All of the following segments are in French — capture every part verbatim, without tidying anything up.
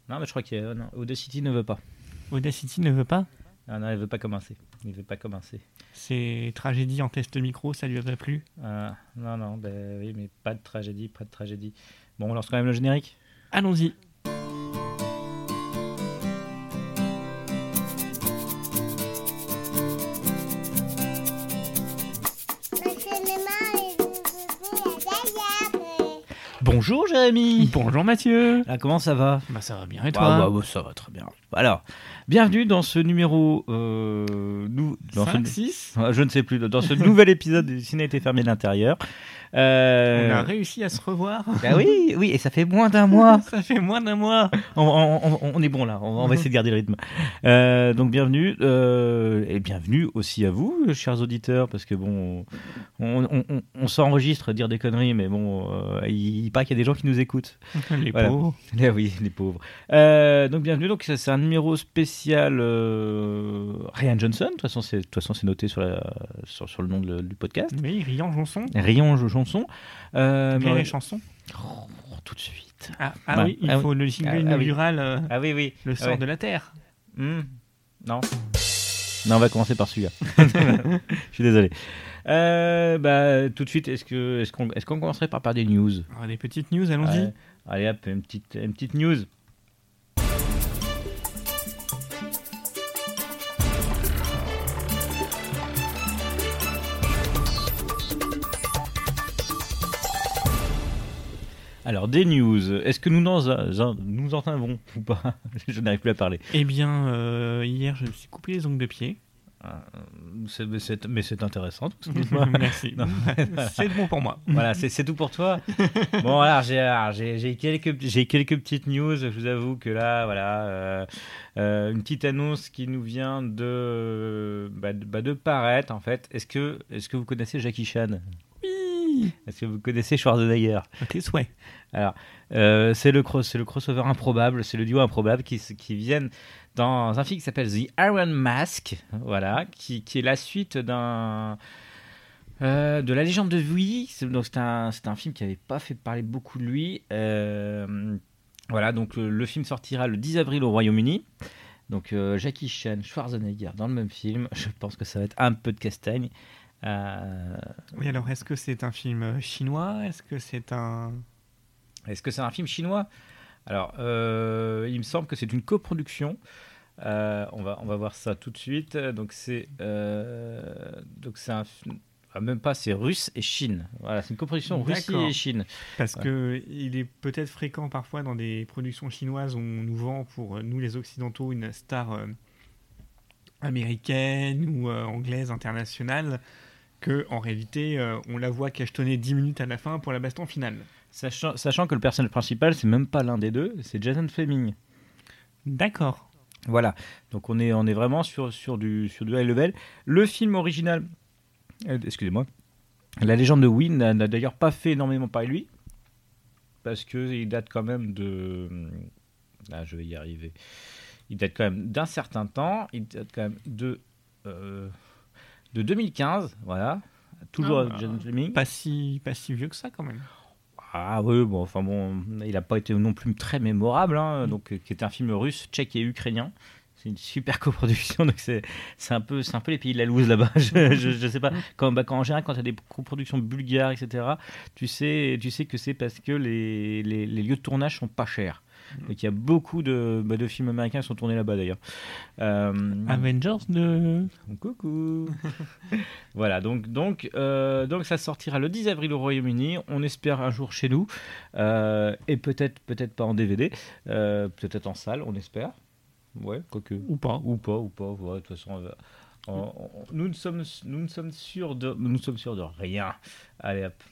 Non, mais je crois qu'Audacity ne veut pas. Audacity ne veut pas? Ah non, elle veut pas commencer. Il veut pas commencer. C'est tragédie en test micro, ça lui a pas plu? Ah, non, non, ben oui, mais pas de tragédie, pas de tragédie. Bon, on lance quand même le générique. Allons-y. Bonjour Jérémy. Bonjour Mathieu. Ah, comment ça va? Bah ça va bien et toi? Ah, bah, bah, ça va très bien. Alors, bienvenue dans ce numéro euh, nous, dans cinq, ce, six je ne sais plus, dans ce nouvel épisode du Ciné était fermé de l'intérieur. Euh... On a réussi à se revoir. Bah oui, oui, et ça fait moins d'un mois. Ça fait moins d'un mois. On, on, on, on est bon là, on, on va essayer de garder le rythme. Euh, donc bienvenue, euh, et bienvenue aussi à vous, chers auditeurs, parce que bon, on, on, on, on s'enregistre dire des conneries, mais bon, euh, il, il paraît qu'il y a des gens qui nous écoutent. Les voilà. pauvres. Eh oui, les pauvres. Euh, donc bienvenue, donc c'est un numéro spécial euh, Ryan Johnson. De toute façon, c'est, de toute façon, c'est noté sur, la, sur, sur le nom de, du podcast. Oui, Ryan Johnson. Ryan Johnson. Euh, Rire mais... et chanson. Oh, tout de suite. Ah, ah ouais. oui, il ah, faut le jingle ah, inaugural. Ah, euh, oui. ah oui, oui. Le sort ah, oui. de la terre. Mmh. Non. Non, on va commencer par celui-là. Je suis désolé. Euh, bah, tout de suite, est-ce, que, est-ce, qu'on, est-ce qu'on commencerait par par des news? Alors, des petites news, allons-y. Ouais. Allez hop, une petite, une petite news. Alors, des news. Est-ce que nous en, nous en avons ou pas? Je n'arrive plus à parler. Eh bien, euh, hier, je me suis coupé les ongles de pied. Ah, c'est, mais, c'est, mais c'est intéressant. Merci. C'est bon pour moi. Voilà, c'est, c'est tout pour toi. Bon, alors j'ai, alors, j'ai, j'ai, quelques, j'ai quelques petites news. Je vous avoue que là, voilà, euh, euh, une petite annonce qui nous vient de, bah, de, bah, de paraître, en fait. Est-ce que, est-ce que vous connaissez Jackie Chan? Oui. Est-ce que vous connaissez Schwarzenegger? Ok, souhait. Alors, euh, c'est, le cross, c'est le crossover improbable, c'est le duo improbable qui, qui viennent dans un film qui s'appelle The Iron Mask, voilà, qui, qui est la suite d'un, euh, de La Légende de Wu. C'est, donc c'est un, c'est un film qui n'avait pas fait parler beaucoup de lui. Euh, voilà, donc le, le film sortira le dix avril au Royaume-Uni. Donc euh, Jackie Chan, Schwarzenegger dans le même film. Je pense que ça va être un peu de castagne. Euh... Oui, alors est-ce que c'est un film chinois? Est-ce que c'est un... Est-ce que c'est un film chinois? Alors, euh, il me semble que c'est une coproduction. Euh, on va on va voir ça tout de suite. Donc c'est euh, donc c'est un enfin, même pas, c'est Russe et Chine. Voilà, c'est une coproduction Russie et Chine. Parce voilà. que il est peut-être fréquent parfois dans des productions chinoises où on nous vend pour nous les occidentaux une star euh, américaine ou euh, anglaise internationale, que en réalité euh, on la voit cachetonner dix minutes à la fin pour la baston finale. Sachant, sachant que le personnage principal, c'est même pas l'un des deux, c'est Jason Fleming. D'accord. Voilà, donc on est, on est vraiment sur, sur, du, sur du high level. Le film original, euh, excusez-moi, La Légende de Wu n'a, n'a d'ailleurs pas fait énormément parler de lui, parce qu'il date quand même de... Ah, je vais y arriver. Il date quand même d'un certain temps, il date quand même de, euh, de deux mille quinze, voilà, toujours ah, Jason Fleming. Pas si, pas si vieux que ça quand même. Ah oui, bon, enfin bon, il n'a pas été non plus très mémorable, hein, mmh. donc qui est un film russe, tchèque et ukrainien. C'est une super coproduction, donc c'est, c'est, un peu, c'est un peu les pays de la loose là-bas. je, je, je sais pas, quand, bah, quand, en général, quand tu as des coproductions bulgares, et cetera, tu sais, tu sais que c'est parce que les, les, les lieux de tournage sont pas chers. Donc il y a beaucoup de, bah, de films américains qui sont tournés là-bas d'ailleurs. Euh... Avengers de... Coucou. Voilà, donc, donc, euh, donc ça sortira le dix avril au Royaume-Uni. On espère un jour chez nous. Euh, et peut-être, peut-être pas en D V D. Euh, peut-être en salle, on espère. Ouais, quoique. Ou pas. Ou pas, ou pas. Ouais, de toute façon, on va... on, on, nous, ne sommes, nous, ne sommes sûrs de, nous ne sommes sûrs de rien. Allez hop.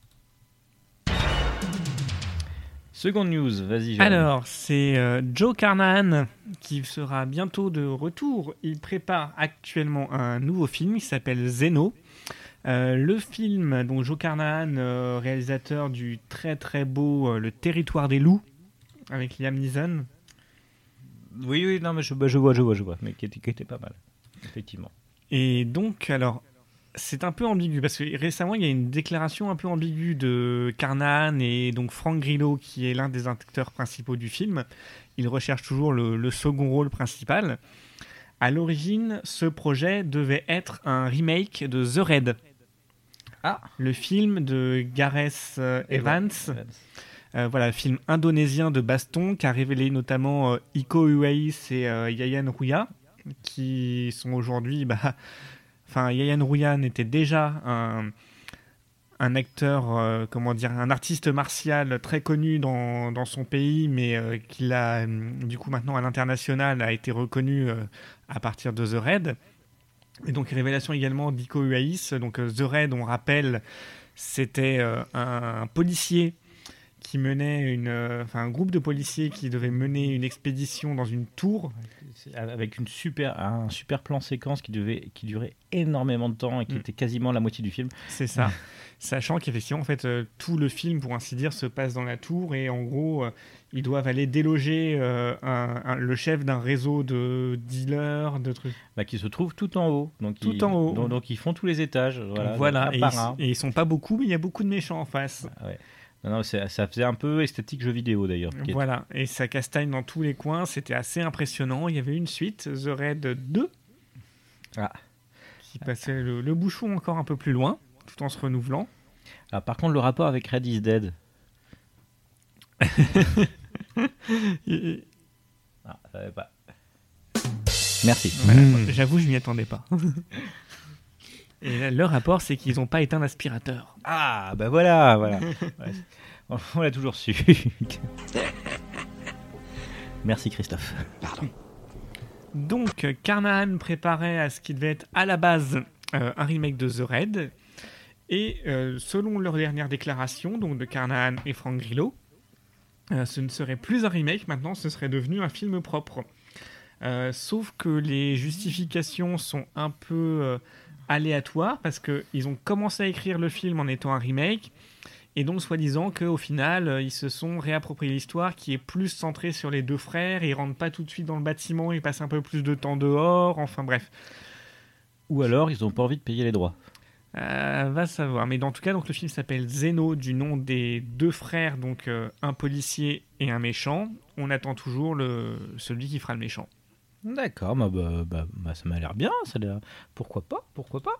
Seconde news, vas-y. Jérémy. Alors, c'est euh, Joe Carnahan qui sera bientôt de retour. Il prépare actuellement un nouveau film qui s'appelle Zeno. Euh, le film dont Joe Carnahan, euh, réalisateur du très très beau euh, Le Territoire des loups, avec Liam Neeson. Oui, oui, non, mais je, bah, je vois, je vois, je vois, mais qui était, qui était pas mal, effectivement. Et donc, alors, c'est un peu ambigu parce que récemment il y a une déclaration un peu ambiguë de Carnahan et donc Frank Grillo qui est l'un des acteurs principaux du film. Il recherche toujours le, le second rôle principal. À l'origine, ce projet devait être un remake de The Raid. Ah. Le film de Gareth euh, Evans. Euh, voilà, film indonésien de baston qui a révélé notamment euh, Iko Uwais et euh, Yayan Ruya, qui sont aujourd'hui... Bah, enfin, Yayan Ruya était déjà un, un acteur, euh, comment dire, un artiste martial très connu dans, dans son pays, mais euh, qui a, euh, du coup, maintenant à l'international, a été reconnu euh, à partir de The Raid. Et donc, révélation également d'Iko Uwais. Donc, euh, The Raid, on rappelle, c'était euh, un, un policier qui menait une, euh, enfin un groupe de policiers qui devait mener une expédition dans une tour avec une super, un super plan séquence qui devait, qui durait énormément de temps et qui mm. était quasiment la moitié du film. C'est ça. Sachant qu'effectivement, en fait, euh, tout le film, pour ainsi dire, se passe dans la tour et en gros, euh, ils doivent aller déloger euh, un, un, le chef d'un réseau de dealers, de trucs. Bah, qui se trouve tout en haut. Donc tout ils, en haut. Donc, donc ils font tous les étages. Voilà. voilà. Donc, et, ils, et ils sont pas beaucoup, mais il y a beaucoup de méchants en face. Ah, ouais. Non, non, ça faisait un peu esthétique jeu vidéo d'ailleurs. Voilà, et ça castagne dans tous les coins, c'était assez impressionnant. Il y avait une suite, The Raid deux, ah. qui passait le, le bouchon encore un peu plus loin, tout en se renouvelant. Ah, par contre, le rapport avec Red is Dead. et... ah, ça va pas. Merci. Voilà, mmh. J'avoue, je m'y attendais pas. Et là, le rapport, c'est qu'ils n'ont pas éteint l'aspirateur. Ah, bah voilà, voilà. Ouais, on l'a toujours su. Merci Christophe. Pardon. Donc, Carnahan préparait à ce qui devait être à la base euh, un remake de The Raid. Et euh, selon leur dernière déclaration, donc de Carnahan et Frank Grillo, euh, ce ne serait plus un remake, maintenant ce serait devenu un film propre. Euh, sauf que les justifications sont un peu... Euh, aléatoire parce qu'ils ont commencé à écrire le film en étant un remake et donc soi-disant qu'au final ils se sont réapproprié l'histoire qui est plus centrée sur les deux frères, ils rentrent pas tout de suite dans le bâtiment, ils passent un peu plus de temps dehors, enfin bref. Ou alors ils n'ont pas envie de payer les droits. Euh, va savoir, mais dans tout cas donc, le film s'appelle Zeno du nom des deux frères, donc euh, un policier et un méchant. On attend toujours le... celui qui fera le méchant. D'accord, bah, bah, bah, bah, ça m'a l'air bien, ça a l'air... pourquoi pas, pourquoi pas.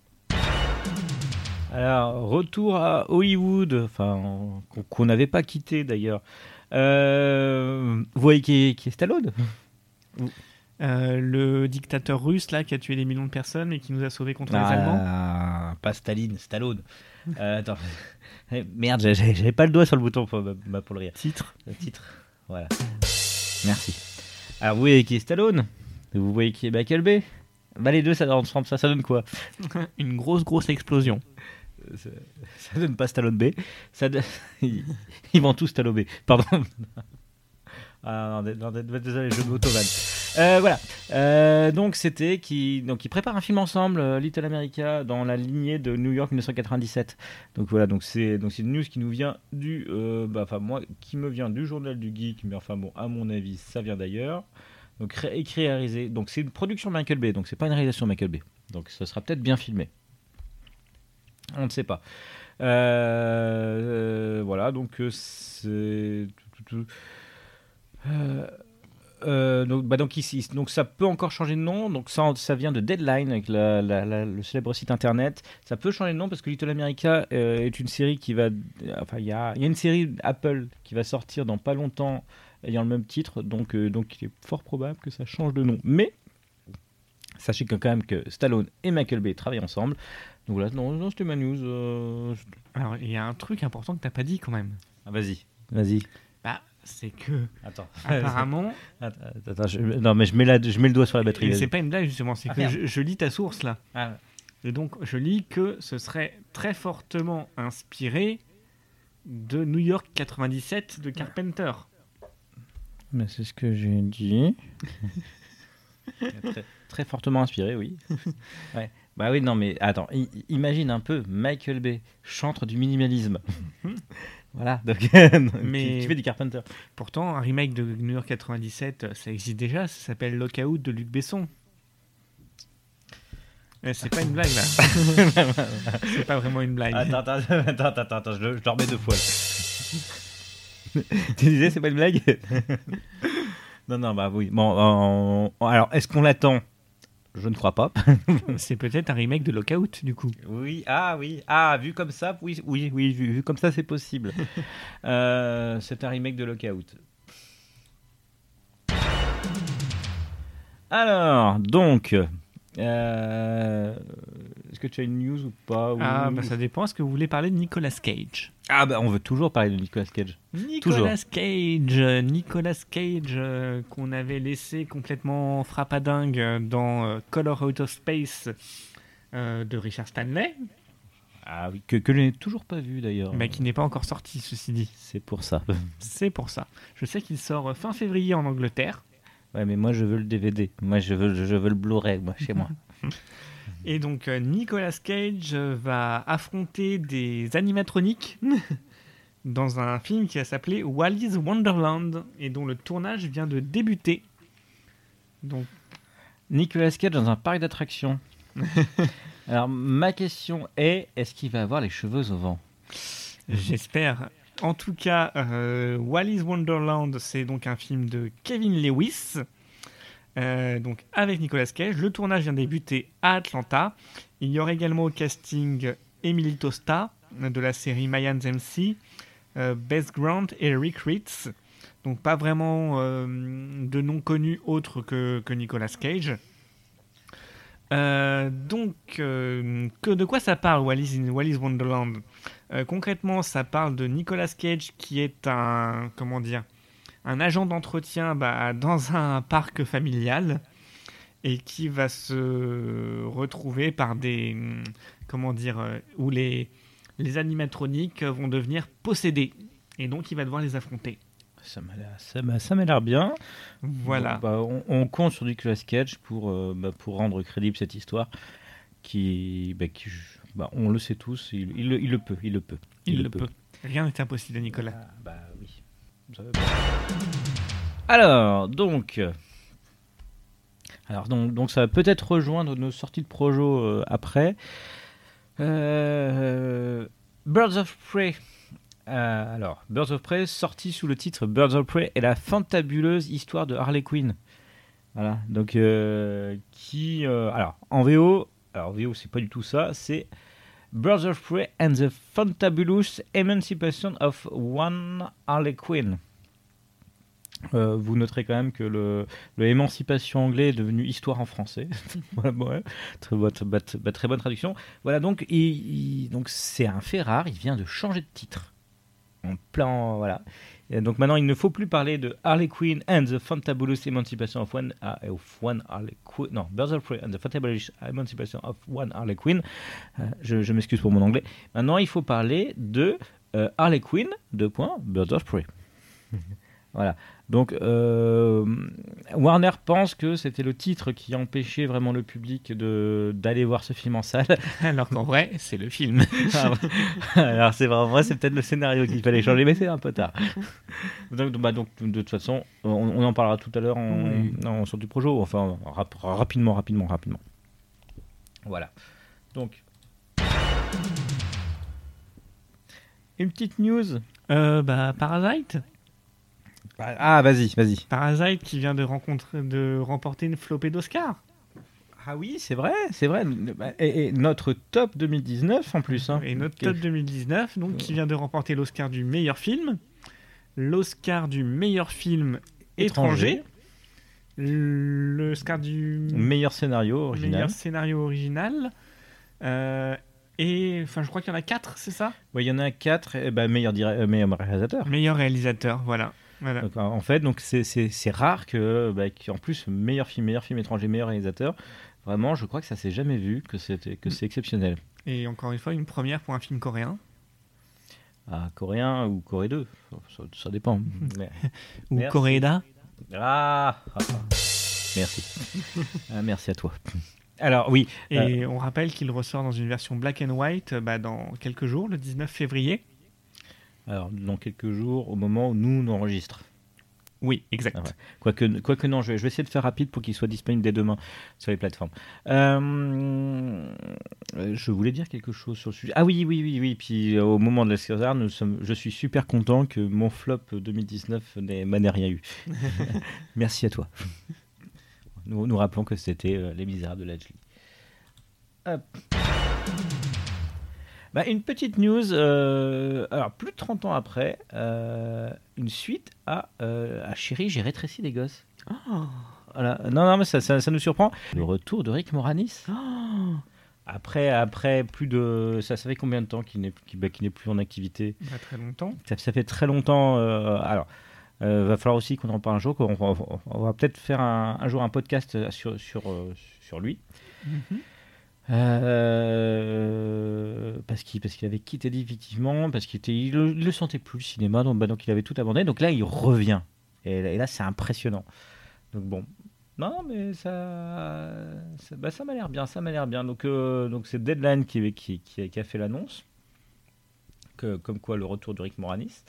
Alors, retour à Hollywood, enfin, qu'on n'avait pas quitté d'ailleurs. Euh, vous voyez qui est, qui est Stallone ? euh, Le dictateur russe là qui a tué des millions de personnes et qui nous a sauvés contre ah, les Allemands. Pas Staline, Stallone. euh, attends, merde, j'avais, j'avais pas le doigt sur le bouton pour, pour le rire. Titre. Le titre, voilà. Merci. Alors, vous voyez qui est Stallone ? Vous voyez qui est Michael Bay ? Bah, les deux, ça, ça, ça donne quoi ? Une grosse, grosse explosion. Ça, ça donne pas Stallone Bay. Ça donne... ils, ils vont tous Stallone Bay. Pardon. Ah, non, non, désolé, je m'auto-vanne. Euh, voilà. Euh, donc, c'était qui, donc, ils préparent un film ensemble, euh, Little America, dans la lignée de New York dix-neuf cent quatre-vingt-dix-sept. Donc, voilà. Donc, c'est, donc, c'est une news qui nous vient du, euh, bah, enfin, moi, qui me vient du Journal du Geek, mais enfin, bon, à mon avis, ça vient d'ailleurs. Donc, ré- écrit et réalisé. Donc, c'est une production de Michael Bay. Donc, c'est pas une réalisation de Michael Bay. Donc, ça sera peut-être bien filmé. On ne sait pas. Euh, euh, voilà. Donc, euh, c'est. Tout, tout, tout. Euh, euh, donc, bah donc, ici, donc ça peut encore changer de nom. Donc ça, ça vient de Deadline, avec la, la, la, le célèbre site internet. Ça peut changer de nom parce que Little America euh, est une série qui va. Enfin, il y a, y a une série Apple qui va sortir dans pas longtemps ayant le même titre. Donc, euh, donc il est fort probable que ça change de nom. Mais sachez quand même que Stallone et Michael Bay travaillent ensemble. Donc voilà, non, non c'était ma news. Euh... Alors il y a un truc important que t'as pas dit quand même. Ah, vas-y, vas-y. Bah. C'est que, attends. apparemment... Attends, attends, je, non, mais je mets, la, je mets le doigt sur la batterie. Et c'est pas une blague, justement. C'est ah, que je, je lis ta source, là. Ah. Et donc, je lis que ce serait très fortement inspiré de New York quatre-vingt-dix-sept de Carpenter. Mais c'est ce que j'ai dit. très, très fortement inspiré, oui. Ouais. Bah oui, non, mais attends. I- imagine un peu Michael Bay, chantre du minimalisme. Voilà, donc mais tu fais du Carpenter. Pourtant, un remake de New York quatre-vingt-dix-sept, ça existe déjà, ça s'appelle Lockout de Luc Besson. Mais c'est pas une blague là. C'est pas vraiment une blague. Attends, attends, attends, attends, attends, je le, je le remets deux fois. Tu disais, c'est pas une blague? Non, non, bah oui. Bon, on- on- alors, est-ce qu'on l'attend? Je ne crois pas. C'est peut-être un remake de Lockout du coup. Oui, ah oui, ah, vu comme ça, oui, oui, oui, vu, vu comme ça, c'est possible. Euh, c'est un remake de Lockout. Alors, donc, euh, est-ce que tu as une news ou pas? ou... Ah bah ça dépend. Est-ce que vous voulez parler de Nicolas Cage? Ah bah on veut toujours parler de Nicolas Cage. Nicolas Cage, Nicolas Cage euh, qu'on avait laissé complètement frappadingue dans euh, Color Out of Space euh, de Richard Stanley, Ah oui, que, que je n'ai toujours pas vu d'ailleurs. mais qui n'est pas encore sorti, ceci dit. C'est pour ça. C'est pour ça. Je sais qu'il sort fin février en Angleterre. Ouais, mais moi je veux le D V D. Moi je veux, je veux le Blu-ray, moi, chez moi. Et donc euh, Nicolas Cage euh, va affronter des animatroniques dans un film qui va s'appeler Wally's Wonderland et dont le tournage vient de débuter. Donc Nicolas Cage dans un parc d'attractions. Alors ma question est, est-ce qu'il va avoir les cheveux au vent? j'espère. En tout cas, euh, Wally's Wonderland, c'est donc un film de Kevin Lewis, euh, donc avec Nicolas Cage. Le tournage vient de débuter à Atlanta. Il y aura également au casting Emily Tosta de la série Mayans M C, euh, Bess Grant et Rick Ritz. Donc pas vraiment euh, de noms connus autres que, que Nicolas Cage. Euh, donc, euh, que, de quoi ça parle, Wally's, in, Wally's Wonderland? Euh, concrètement, ça parle de Nicolas Cage qui est un, comment dire, un agent d'entretien bah, dans un parc familial et qui va se retrouver par des, comment dire, euh, où les, les animatroniques vont devenir possédés et donc il va devoir les affronter. Ça m'a l'air, ça m'a, ça m'a l'air bien. Voilà. Donc, bah, on, on compte sur Nicolas Cage pour, euh, bah, pour rendre crédible cette histoire qui, bah, qui bah, on le sait tous, il, il, il le peut, il le peut. Il, il le peut. peut. Rien n'est impossible à Nicolas. Ah, bah oui. Ça alors, donc, alors donc, donc ça va peut-être rejoindre nos sorties de Projo euh, après. Euh, Birds of Prey. Euh, alors, Birds of Prey, sorti sous le titre Birds of Prey et la fantabuleuse histoire de Harley Quinn. Voilà, donc euh, qui, euh, alors en V O, alors V O c'est pas du tout ça, c'est Birds of Prey and the Fantabulous Emancipation of One Harley Quinn. Euh, vous noterez quand même que le, le émancipation anglais est devenu histoire en français. Voilà, bon, ouais. très, bonne, bah, bah, très bonne traduction. Voilà, donc, il, il, donc c'est un fait rare, il vient de changer de titre. En plein, voilà. Et donc maintenant, il ne faut plus parler de Harley Quinn and the Fantabulous Emancipation of One, uh, of one Harley Quinn. Non, Birds of Prey and the Fantabulous Emancipation of One Harley Quinn. Euh, je, je m'excuse pour mon anglais. Maintenant, il faut parler de euh, Harley Quinn, deux points, Birds of Prey. Voilà. Donc, euh, Warner pense que c'était le titre qui empêchait vraiment le public de, d'aller voir ce film en salle. Alors qu'en vrai, c'est le film. Alors, c'est vraiment, c'est peut-être le scénario qu'il fallait changer, mais c'est un peu tard. Donc, bah, donc de toute façon, on, on en parlera tout à l'heure en, oui. en, sur du projet. Enfin, rap, rapidement, rapidement, rapidement. Voilà. Donc, une petite news. Euh, bah, Parasite. Ah, vas-y, vas-y. Parasite qui vient de, rencontrer, de remporter une flopée d'Oscars. Ah oui, c'est vrai, c'est vrai. Et, et notre top deux mille dix-neuf en plus. Hein. Et notre top deux mille dix-neuf, donc, qui vient de remporter l'Oscar du meilleur film, l'Oscar du meilleur film étranger, étranger l'Oscar du meilleur scénario original, meilleur scénario original euh, et enfin je crois qu'il y en a quatre, c'est ça? Oui, il y en a quatre. Et bah, meilleur, dire... meilleur réalisateur. Meilleur réalisateur, voilà. Voilà. Donc, en fait, donc c'est, c'est, c'est rare que, bah, qu'en plus, meilleur film, meilleur film étranger, meilleur réalisateur, vraiment, je crois que ça s'est jamais vu, que, c'était, que c'est exceptionnel. Et encore une fois, une première pour un film coréen. Ah, coréen ou Corée deux, ça, ça dépend. Mais... ou Coréda. Ah, ah, ah. Merci. Ah, merci à toi. Alors, oui. Et euh... on rappelle qu'il ressort dans une version black and white bah, dans quelques jours, le dix-neuf février. Alors, dans quelques jours, au moment où nous, nous enregistrons. Oui, exact. Ah ouais. Quoique, quoique non, je vais, je vais essayer de faire rapide pour qu'il soit disponible dès demain sur les plateformes. Euh, je voulais dire quelque chose sur le sujet. Ah oui, oui, oui, oui. Puis euh, au moment de la César, nous sommes, je suis super content que mon flop deux mille dix-neuf n'ait, m'en ait rien eu. Merci à toi. Nous, nous rappelons que c'était euh, Les Misérables de Ladjli. Hop. Bah, une petite news, euh, alors plus de trente ans après, euh, une suite à, euh, à Chérie, j'ai rétréci les gosses. Oh. Voilà. Non, non, mais ça, ça, ça nous surprend. Le retour de Rick Moranis. Oh. Après, après plus de... Ça, ça fait combien de temps qu'il n'est, qu'il, bah, qu'il n'est plus en activité? Pas très longtemps. Ça, ça fait très longtemps. Euh, alors, il euh, va falloir aussi qu'on en parle un jour. On va, on va peut-être faire un, un jour un podcast sur, sur, euh, sur lui. Mm-hmm. Euh, parce qu'il parce qu'il avait quitté définitivement, parce qu'il était, il le, il le sentait plus le cinéma, donc bah, donc il avait tout abandonné. Donc là il revient et, et là c'est impressionnant. Donc bon, non mais ça ça, bah, ça m'a l'air bien, ça m'a l'air bien. Donc euh, donc c'est Deadline qui qui, qui, a, qui a fait l'annonce, que comme quoi le retour de Rick Moranis.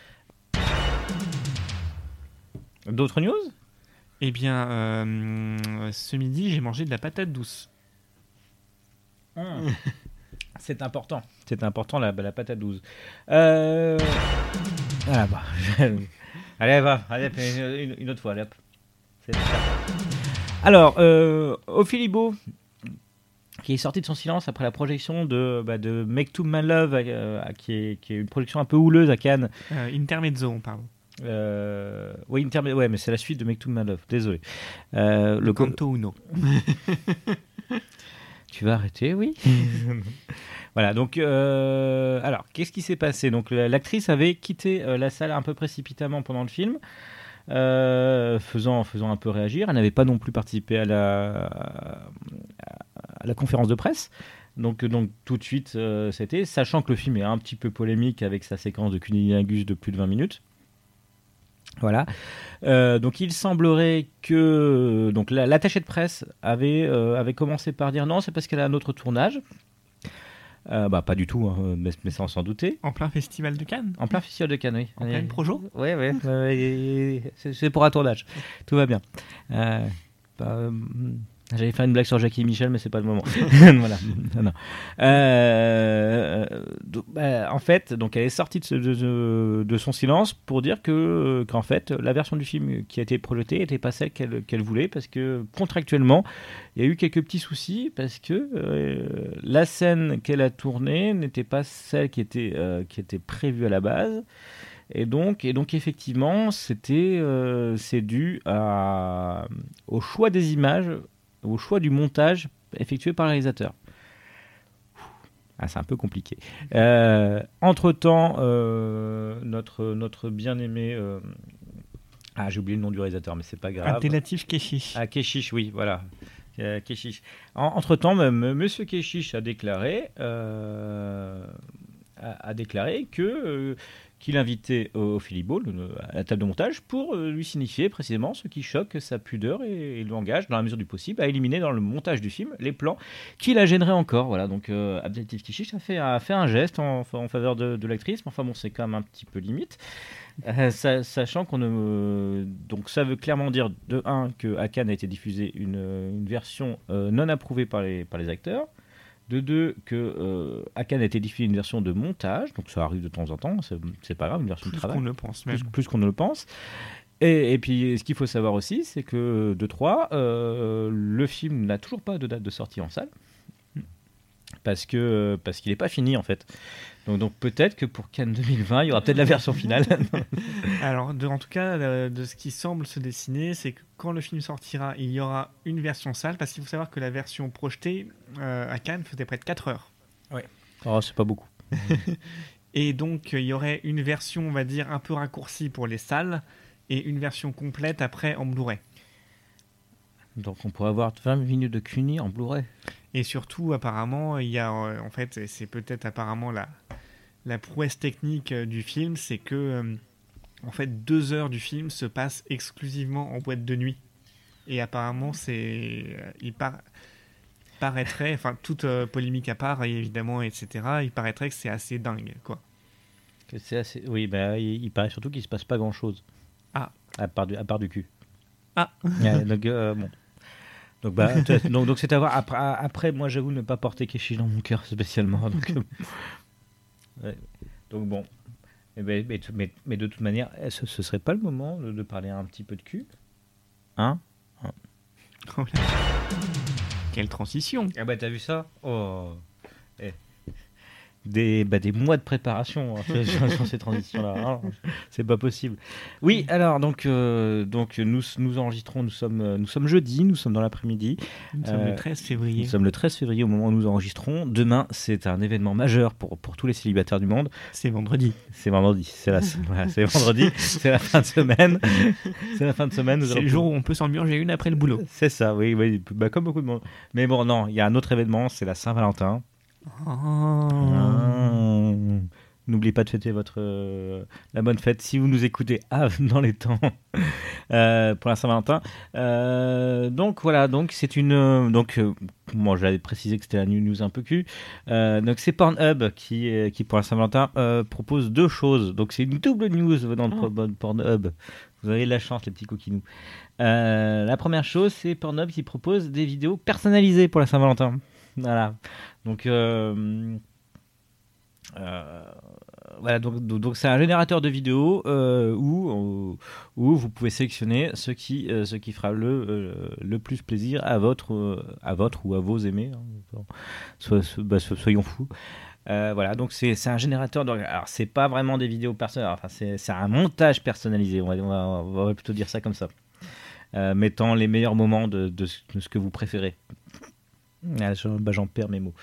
D'autres news? Eh bien, euh, ce midi j'ai mangé de la patate douce. Mmh. C'est important, c'est important la, la patate douce. Euh... Ah bah, allez va, allez une, une autre fois, allez, hop. C'est Alors, euh, Ophélie Beau, qui est sorti de son silence après la projection de, bah, de Make Two Man Love, euh, qui, est, qui est une production un peu houleuse à Cannes. Euh, Intermezzo, on parle. Euh, oui, Intermezzo, ouais, mais c'est la suite de Make Two Man Love. Désolé. Euh, le Canto Uno. Tu vas arrêter, oui. Voilà, donc, euh, alors, qu'est-ce qui s'est passé? Donc, l'actrice avait quitté euh, la salle un peu précipitamment pendant le film, euh, faisant, faisant un peu réagir. Elle n'avait pas non plus participé à la, à la conférence de presse. Donc, donc tout de suite, euh, c'était, sachant que le film est un petit peu polémique avec sa séquence de cunnilingus de plus de vingt minutes. Voilà. Euh, donc il semblerait que donc la, l'attachée de presse avait euh, avait commencé par dire non, c'est parce qu'elle a un autre tournage. Euh, bah pas du tout, hein, mais, mais sans s'en douter. En plein festival de Cannes. En plein festival de Cannes, oui. En pleine projo. Oui, oui. Ouais, c'est, c'est pour un tournage. Tout va bien. Euh, bah, euh, J'allais faire une blague sur Jackie Michel, mais c'est pas le moment. Voilà. Non, non. Euh, donc, bah, en fait, donc elle est sortie de, ce, de, de, de son silence pour dire que qu'en fait, la version du film qui a été projetée n'était pas celle qu'elle, qu'elle voulait, parce que contractuellement, il y a eu quelques petits soucis, parce que euh, la scène qu'elle a tournée n'était pas celle qui était, euh, qui était prévue à la base. Et donc, et donc effectivement, c'était, euh, c'est dû à, au choix des images, au choix du montage effectué par le réalisateur. Ah, c'est un peu compliqué. Euh, entre-temps, euh, notre, notre bien-aimé... Euh... Ah, j'ai oublié le nom du réalisateur, mais c'est pas grave. Abdelatif Kechiche. Ah, Kechiche, oui, voilà. Euh, Kechiche. En, entre-temps, même, Monsieur Kechiche a déclaré, euh, a, a déclaré que... Euh, qu'il invitait Ophélie Beau à la table de montage pour lui signifier précisément ce qui choque sa pudeur et, et l'engage, dans la mesure du possible, à éliminer dans le montage du film les plans qui la gêneraient encore. Voilà, donc euh, Abdelatif Kechiche a fait, a fait un geste en, en faveur de, de l'actrice, mais enfin bon, c'est quand même un petit peu limite. Euh, sa, sachant qu'on ne... Donc ça veut clairement dire, de un, qu'à Cannes a été diffusée une, une version euh, non approuvée par les, par les acteurs. De deux, que euh, à Cannes a été diffusée une version de montage, donc ça arrive de temps en temps, c'est, c'est pas grave, une version plus de travail. Qu'on ne pense même. Plus, plus qu'on ne le pense. Et, et puis, ce qu'il faut savoir aussi, c'est que, de trois, euh, le film n'a toujours pas de date de sortie en salle, parce, que, parce qu'il n'est pas fini, en fait. Donc, donc peut-être que pour Cannes deux mille vingt, il y aura peut-être la version finale. Alors, de, en tout cas, de, de ce qui semble se dessiner, c'est que quand le film sortira, il y aura une version salle, parce qu'il faut savoir que la version projetée euh, à Cannes faisait près de quatre heures. Ouais. Oh, c'est pas beaucoup. Et donc, il y aurait une version, on va dire, un peu raccourcie pour les salles, et une version complète après en Blu-ray. Donc, on pourrait avoir vingt minutes de Cuny en Blu-ray. Et surtout, apparemment, il y a, euh, en fait, c'est peut-être apparemment la, la prouesse technique euh, du film, c'est que, euh, en fait, deux heures du film se passent exclusivement en boîte de nuit. Et apparemment, c'est, euh, il par, paraîtrait, enfin, toute euh, polémique à part, évidemment, et cetera, il paraîtrait que c'est assez dingue, quoi. Que c'est assez... Oui, bah, il, il paraît surtout qu'il se passe pas grand-chose. Ah, À part du, à part du cul. Ah. Ouais, donc, euh, bon. Donc, bah, donc, donc c'est à voir. Après, après, moi, j'avoue ne pas porter Keshi dans mon cœur spécialement. Donc, euh, ouais. Donc bon. Mais, mais, mais, mais de toute manière, ce, ce serait pas le moment de, de parler un petit peu de cul, hein, hein. Oh là. Quelle transition. Ah bah t'as vu ça? Oh. Eh. Des, bah, des mois de préparation hein, sur, sur ces transitions-là. Hein. C'est pas possible. Oui, alors, donc, euh, donc nous, nous enregistrons, nous sommes, nous sommes jeudi, nous sommes dans l'après-midi. Nous sommes euh, le treize février. Nous sommes le treize février au moment où nous enregistrons. Demain, c'est un événement majeur pour, pour tous les célibataires du monde. C'est vendredi. C'est vendredi. C'est, la, voilà, c'est vendredi. C'est la fin de semaine. C'est la fin de semaine. Nous c'est le jour où on peut s'en murger une après le boulot. C'est ça, oui. oui bah, comme beaucoup de monde. Mais bon, non, il y a un autre événement, c'est la Saint-Valentin. Oh. Ah. N'oubliez pas de fêter votre euh, la bonne fête si vous nous écoutez ah, dans les temps euh, pour la Saint-Valentin. Euh, donc voilà, donc c'est une euh, donc euh, bon, j'avais précisé que c'était la news un peu cul. Euh, donc c'est Pornhub qui qui pour la Saint-Valentin euh, propose deux choses. Donc c'est une double news venant de oh. Pornhub. Vous avez de la chance les petits coquinous. Euh, la première chose, c'est Pornhub qui propose des vidéos personnalisées pour la Saint-Valentin. Voilà. Donc, euh, euh, voilà, donc, donc c'est un générateur de vidéos euh, où, où vous pouvez sélectionner ce qui, euh, ce qui fera le, euh, le plus plaisir à votre, euh, à votre ou à vos aimés. Hein. So, so, bah, so, soyons fous. Euh, voilà, donc c'est, c'est un générateur de... Alors, c'est pas vraiment des vidéos personnelles, enfin, c'est, c'est un montage personnalisé, on va, on va, on va plutôt dire ça comme ça. Euh, mettant les meilleurs moments de, de, de ce que vous préférez. Ah, j'en, bah, j'en perds mes mots.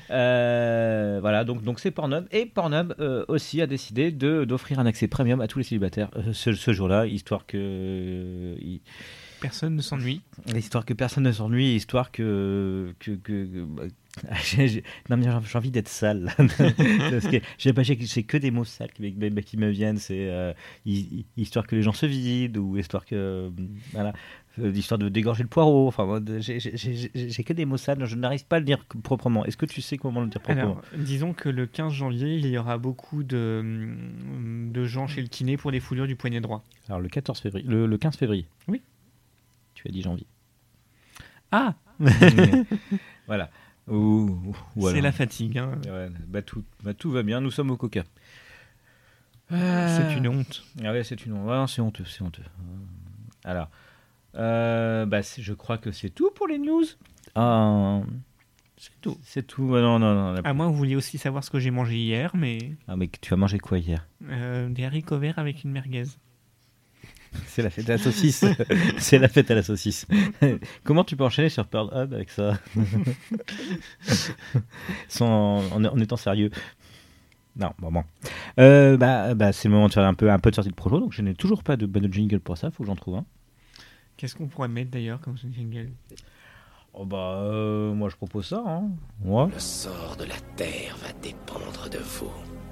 Euh, voilà, donc, donc c'est Pornhub. Et Pornhub euh, aussi a décidé de, d'offrir un accès premium à tous les célibataires euh, ce, ce jour-là, histoire que... Euh, il... Personne ne s'ennuie. Histoire que personne ne s'ennuie, histoire que... que, que, que bah, j'ai, j'ai... Non, mais j'ai, j'ai envie d'être sale. Parce que j'ai pas, j'ai, c'est que des mots sales qui, qui me viennent. C'est euh, histoire que les gens se vident, ou histoire que... Voilà. L'histoire de dégorger le poireau. Enfin, j'ai, j'ai, j'ai, j'ai que des mots sales, je n'arrive pas à le dire proprement. Est-ce que tu sais comment le dire proprement? Alors, disons que le quinze janvier, il y aura beaucoup de, de gens chez le kiné pour les foulures du poignet droit. Alors, le quatorze février. Le, le quinze février. Oui. Tu as dit janvier. Ah. Voilà. Ou, ou c'est alors. la fatigue. Hein. Ouais, bah, tout, bah, tout va bien, nous sommes au coca. Euh... C'est une honte. Ah ouais, c'est une honte. Ouais, c'est honteux, c'est honteux. Alors. Euh, bah, je crois que c'est tout pour les news. Euh, c'est tout. C'est tout. Non, non, non. La... À moins, vous vouliez aussi savoir ce que j'ai mangé hier, mais. Ah, mais tu as mangé quoi hier? euh, Des haricots verts avec une merguez. C'est la fête à la saucisse. C'est la fête à la saucisse. Comment tu peux enchaîner sur Pornhub avec ça? Sans, en, en étant sérieux. Non, bon, bon. Euh, bah, bah, c'est le moment de faire un peu, un peu de sortie de projo, donc je n'ai toujours pas de bonne jingle pour ça, faut que j'en trouve un. Qu'est-ce qu'on pourrait mettre d'ailleurs comme jingle? Oh bah, euh, moi je propose ça. Hein. Ouais. Le sort de la Terre va dépendre de vous.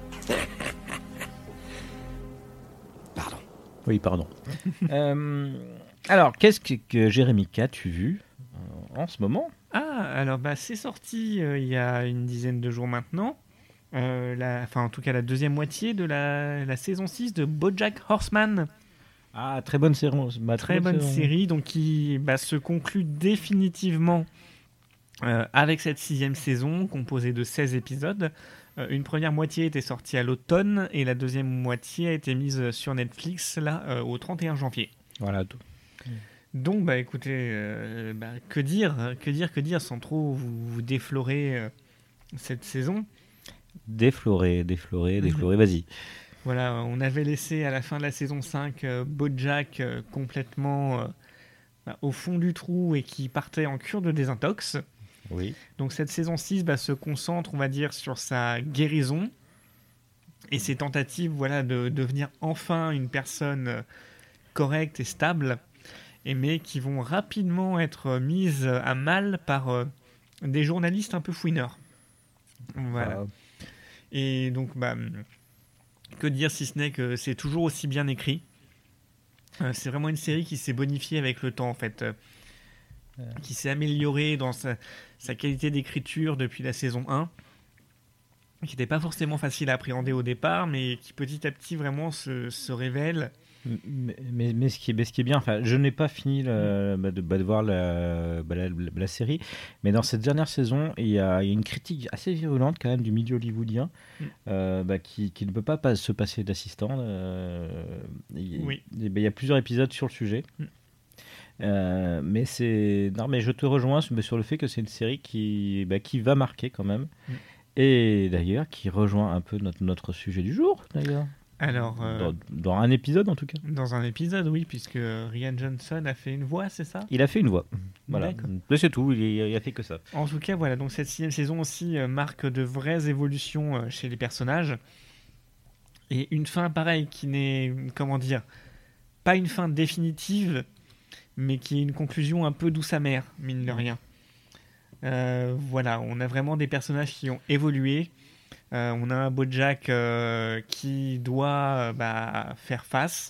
Pardon. Oui, pardon. euh, alors, qu'est-ce que, que Jérémy, qu'as-tu vu euh, en ce moment? Ah, alors bah, c'est sorti euh, il y a une dizaine de jours maintenant. Euh, la, enfin, en tout cas, la deuxième moitié de la, la saison six de BoJack Horseman. Ah, très bonne série. Bah, très, très bonne série, série donc qui bah, se conclut définitivement euh, avec cette sixième saison composée de seize épisodes. Euh, une première moitié était sortie à l'automne et la deuxième moitié a été mise sur Netflix là euh, au trente et un janvier. Voilà tout. Donc, bah écoutez, euh, bah, que dire, que dire, que dire sans trop vous, vous déflorer euh, cette saison. Déflorer, déflorer, déflorer, vas-y. Voilà, on avait laissé à la fin de la saison cinq euh, BoJack euh, complètement euh, bah, au fond du trou et qui partait en cure de désintox. Oui. Donc cette saison six bah, se concentre, on va dire, sur sa guérison et ses tentatives voilà, de devenir enfin une personne euh, correcte et stable, et, mais qui vont rapidement être mises à mal par euh, des journalistes un peu fouineurs. Voilà. Ah. Et donc, bah... que dire si ce n'est que c'est toujours aussi bien écrit. Euh, c'est vraiment une série qui s'est bonifiée avec le temps en fait, euh, ouais. Qui s'est améliorée dans sa, sa qualité d'écriture depuis la saison un, qui n'était pas forcément facile à appréhender au départ, mais qui petit à petit vraiment se, se révèle Mais, mais, mais, ce qui est, mais ce qui est bien, enfin, je n'ai pas fini la, bah, de, bah, de voir la, bah, la, la, la série, mais dans cette dernière saison, il y, a, il y a une critique assez virulente quand même du milieu hollywoodien mm. euh, bah, qui, qui ne peut pas, pas se passer d'assistant. Euh, il, oui. il, bah, il y a plusieurs épisodes sur le sujet. Mm. Euh, mais c'est non, mais je te rejoins sur le fait que c'est une série qui, bah, qui va marquer quand même, mm. et d'ailleurs qui rejoint un peu notre, notre sujet du jour d'ailleurs. Alors, euh, dans, dans un épisode en tout cas. Dans un épisode, oui, puisque Rian Johnson a fait une voix, c'est ça ? Il a fait une voix. Voilà. Mais c'est tout, il, il a fait que ça. En tout cas, voilà. Donc cette sixième saison aussi euh, marque de vraies évolutions euh, chez les personnages et une fin pareille qui n'est, comment dire, pas une fin définitive, mais qui est une conclusion un peu douce amère, mine de rien. Euh, voilà, on a vraiment des personnages qui ont évolué. Euh, on a un Bojack euh, qui doit euh, bah, faire face.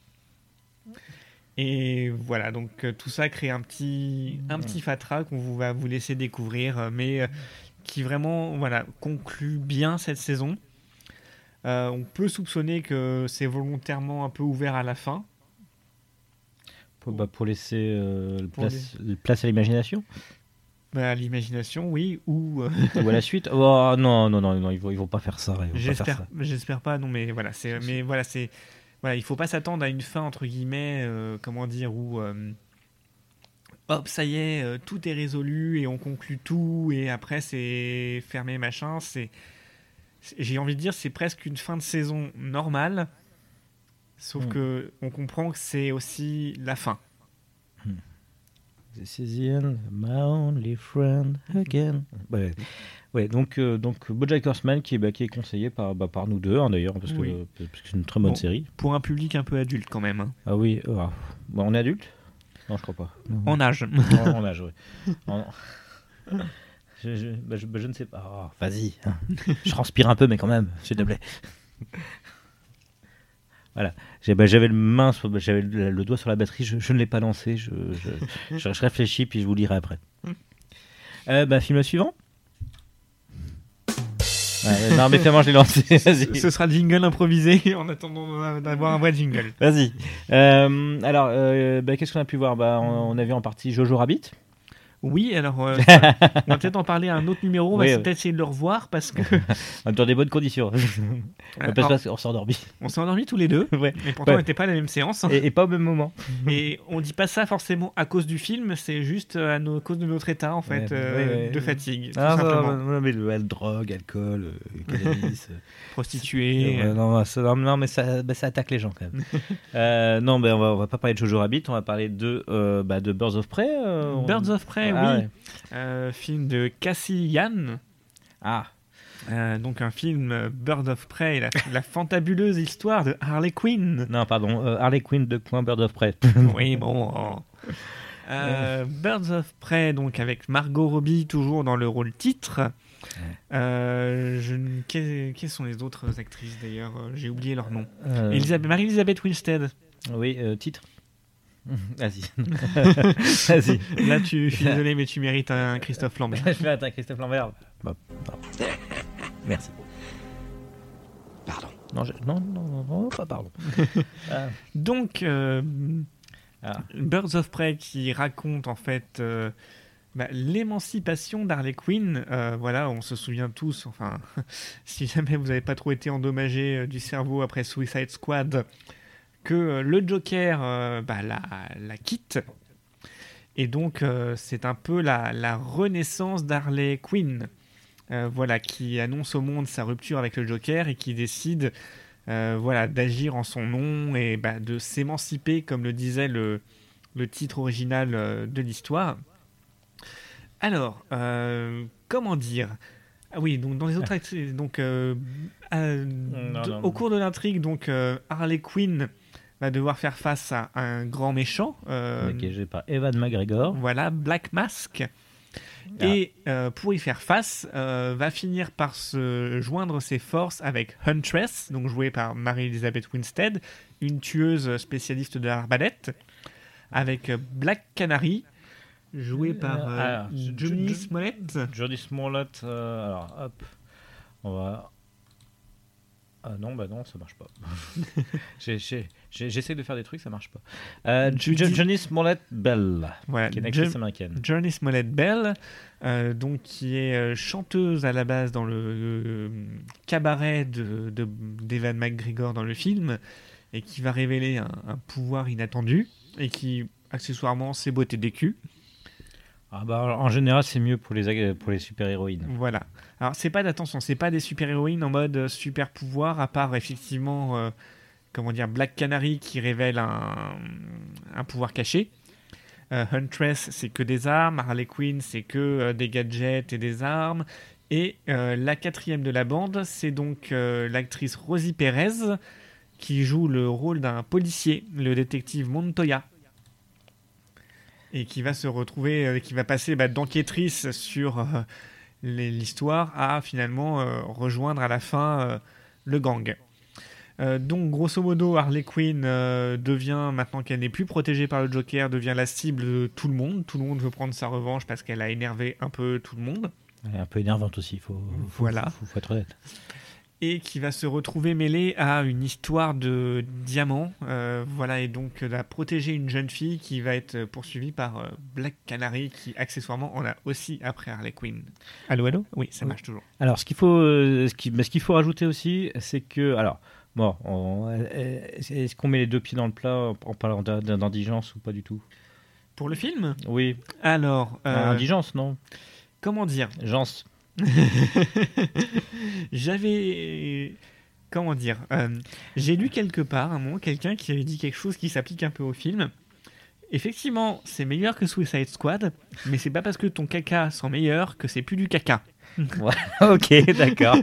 Et voilà, donc euh, tout ça crée un petit, un petit fatras qu'on vous, va vous laisser découvrir, euh, mais euh, qui vraiment voilà, conclut bien cette saison. Euh, on peut soupçonner que c'est volontairement un peu ouvert à la fin. Pour, bah, pour laisser euh, pour place, les... place à l'imagination. À l'imagination, oui, ou... ou à la suite. Oh, non, non, non, non, ils vont, ils vont pas faire ça. J'espère, pas faire ça. j'espère pas, non, mais voilà, c'est, mais voilà, c'est, voilà, il faut pas s'attendre à une fin entre guillemets, euh, comment dire, où, euh, hop, ça y est, euh, tout est résolu et on conclut tout et après c'est fermé, machin. C'est, c'est, j'ai envie de dire, c'est presque une fin de saison normale, sauf mmh. que on comprend que c'est aussi la fin. Mmh. This is the end, my only friend again. Ouais, ouais donc, euh, donc BoJack Horseman qui, bah, qui est conseillé par, bah, par nous deux, hein, d'ailleurs, parce, oui. que, parce que c'est une très bonne bon, série. Pour un public un peu adulte quand même. Hein. Ah oui, oh, bon, on est adulte ? Non, je crois pas. En âge. En, en âge, oui. En... Je, je, bah, je, bah, je ne sais pas. Oh, vas-y, hein. Je transpire un peu, mais quand même, s'il te plaît. Voilà, J'ai, bah, j'avais le main, sur, bah, j'avais le, le doigt sur la batterie, je, je ne l'ai pas lancé, je, je, je, je réfléchis puis je vous lirai après. Euh, bah, film suivant. Ouais, non mais comment je l'ai lancé. Vas-y. Ce sera le jingle improvisé en attendant d'avoir un vrai jingle. Vas-y. Euh, alors, euh, bah, qu'est-ce qu'on a pu voir bah, on, on a vu en partie Jojo Rabbit. Oui, alors euh, ça, on va peut-être en parler à un autre numéro, on va oui, peut-être oui. essayer de le revoir parce que... Dans des bonnes conditions. Alors, parce qu'on s'est endormis. On s'est endormis tous les deux, ouais. mais pourtant ouais. on n'était pas à la même séance. Et, et pas au même moment. Et on dit pas ça forcément à cause du film, c'est juste à no- cause de notre état en fait, ouais, euh, ouais, ouais. de fatigue, tout ah, simplement. Non, non, mais le, le drogue, alcool, euh, cannabis... Prostituée... Euh, non, ça, non, mais ça, bah, ça attaque les gens quand même. euh, non, mais on va, on va pas parler de Jojo Rabbit, on va parler de, euh, bah, de Birds of Prey. Euh, on... Birds of Prey, ah, oui. Ouais. Euh, film de Cassie Yan. Ah. Euh, donc un film euh, Birds of Prey, la, la fantabuleuse histoire de Harley Quinn. Non, pardon, euh, Harley Quinn de point Birds of Prey. Oui, bon. Oh. Euh, Birds of Prey, donc avec Margot Robbie toujours dans le rôle titre. Euh, je, quelles, quelles sont les autres actrices d'ailleurs ? J'ai oublié leur nom. Euh... Elisabeth, Marie-Elisabeth Winstead. Oui, euh, titre. Vas-y. Vas-y. Là, tu, je suis désolé, mais tu mérites un Christophe Lambert. Je mérite un Christophe Lambert. Bah, merci. Pardon. Non, je... non, non, non, non, pas pardon. euh. Donc, euh, ah. Birds of Prey qui raconte en fait euh, bah, l'émancipation d'Harley Quinn. Euh, voilà, on se souvient tous, enfin, si jamais vous n'avez pas trop été endommagé euh, du cerveau après Suicide Squad, que euh, le Joker euh, bah, la, la quitte. Et donc, euh, c'est un peu la, la renaissance d'Harley Quinn. Euh, voilà, qui annonce au monde sa rupture avec le Joker et qui décide euh, voilà, d'agir en son nom et bah, de s'émanciper, comme le disait le, le titre original euh, de l'histoire. Alors, euh, comment dire ? Ah oui, donc dans les autres actrices, donc euh, euh, non, de, non, au non. cours de l'intrigue, donc euh, Harley Quinn va devoir faire face à un grand méchant. Euh, qui est joué par Ewan McGregor. Voilà, Black Mask. Ah. Et euh, pour y faire face, euh, va finir par se joindre ses forces avec Huntress, donc jouée par Marie-Elisabeth Winstead, une tueuse spécialiste de l'arbalète, avec Black Canary, joué par euh, alors, Johnny J- Smollett. Johnny Smollett. Euh, alors, hop, on va. Ah non, bah non, ça marche pas. j'ai, j'ai, j'ai, j'essaie de faire des trucs, ça marche pas. Euh, Judy... Johnny Smollett-Bell, voilà, qui est une actrice John... américaine. Johnny Smollett-Bell, euh, donc qui est euh, chanteuse à la base dans le euh, cabaret de, de, d'Evan McGregor dans le film, et qui va révéler un, un pouvoir inattendu, et qui, accessoirement, sait botter des culs. Ah bah, en général, c'est mieux pour les, pour les super-héroïnes. Voilà. Alors, c'est pas d'attention, c'est pas des super-héroïnes en mode super pouvoir, à part effectivement, euh, comment dire, Black Canary qui révèle un, un pouvoir caché. Euh, Huntress, c'est que des armes. Harley Quinn, c'est que euh, des gadgets et des armes. Et euh, la quatrième de la bande, c'est donc euh, l'actrice Rosie Perez qui joue le rôle d'un policier, le détective Montoya. Et qui va se retrouver, euh, qui va passer bah, d'enquêtrice sur euh, les, l'histoire à finalement euh, rejoindre à la fin euh, le gang. Euh, donc grosso modo, Harley Quinn euh, devient, maintenant qu'elle n'est plus protégée par le Joker, devient la cible de tout le monde. Tout le monde veut prendre sa revanche parce qu'elle a énervé un peu tout le monde. Elle est un peu énervante aussi, il faut, faut, voilà. faut, faut, faut être honnête. Et qui va se retrouver mêlée à une histoire de diamants, euh, voilà, et donc va protéger une jeune fille qui va être poursuivie par euh, Black Canary, qui accessoirement en a aussi après Harley Quinn. Allô, allô ? Oui, ça marche toujours. Alors, ce qu'il faut, euh, ce, qui, mais ce qu'il faut rajouter aussi, c'est que, alors, bon, on, est-ce qu'on met les deux pieds dans le plat en, en parlant d'indigence ou pas du tout ? Pour le film ? Oui. Alors, euh, indigence, non ? Comment dire ? Gence. J'avais, comment dire, euh, j'ai lu quelque part un moment quelqu'un qui avait dit quelque chose qui s'applique un peu au film. Effectivement, c'est meilleur que Suicide Squad, mais c'est pas parce que ton caca sent meilleur que c'est plus du caca. Ouais, ok, d'accord.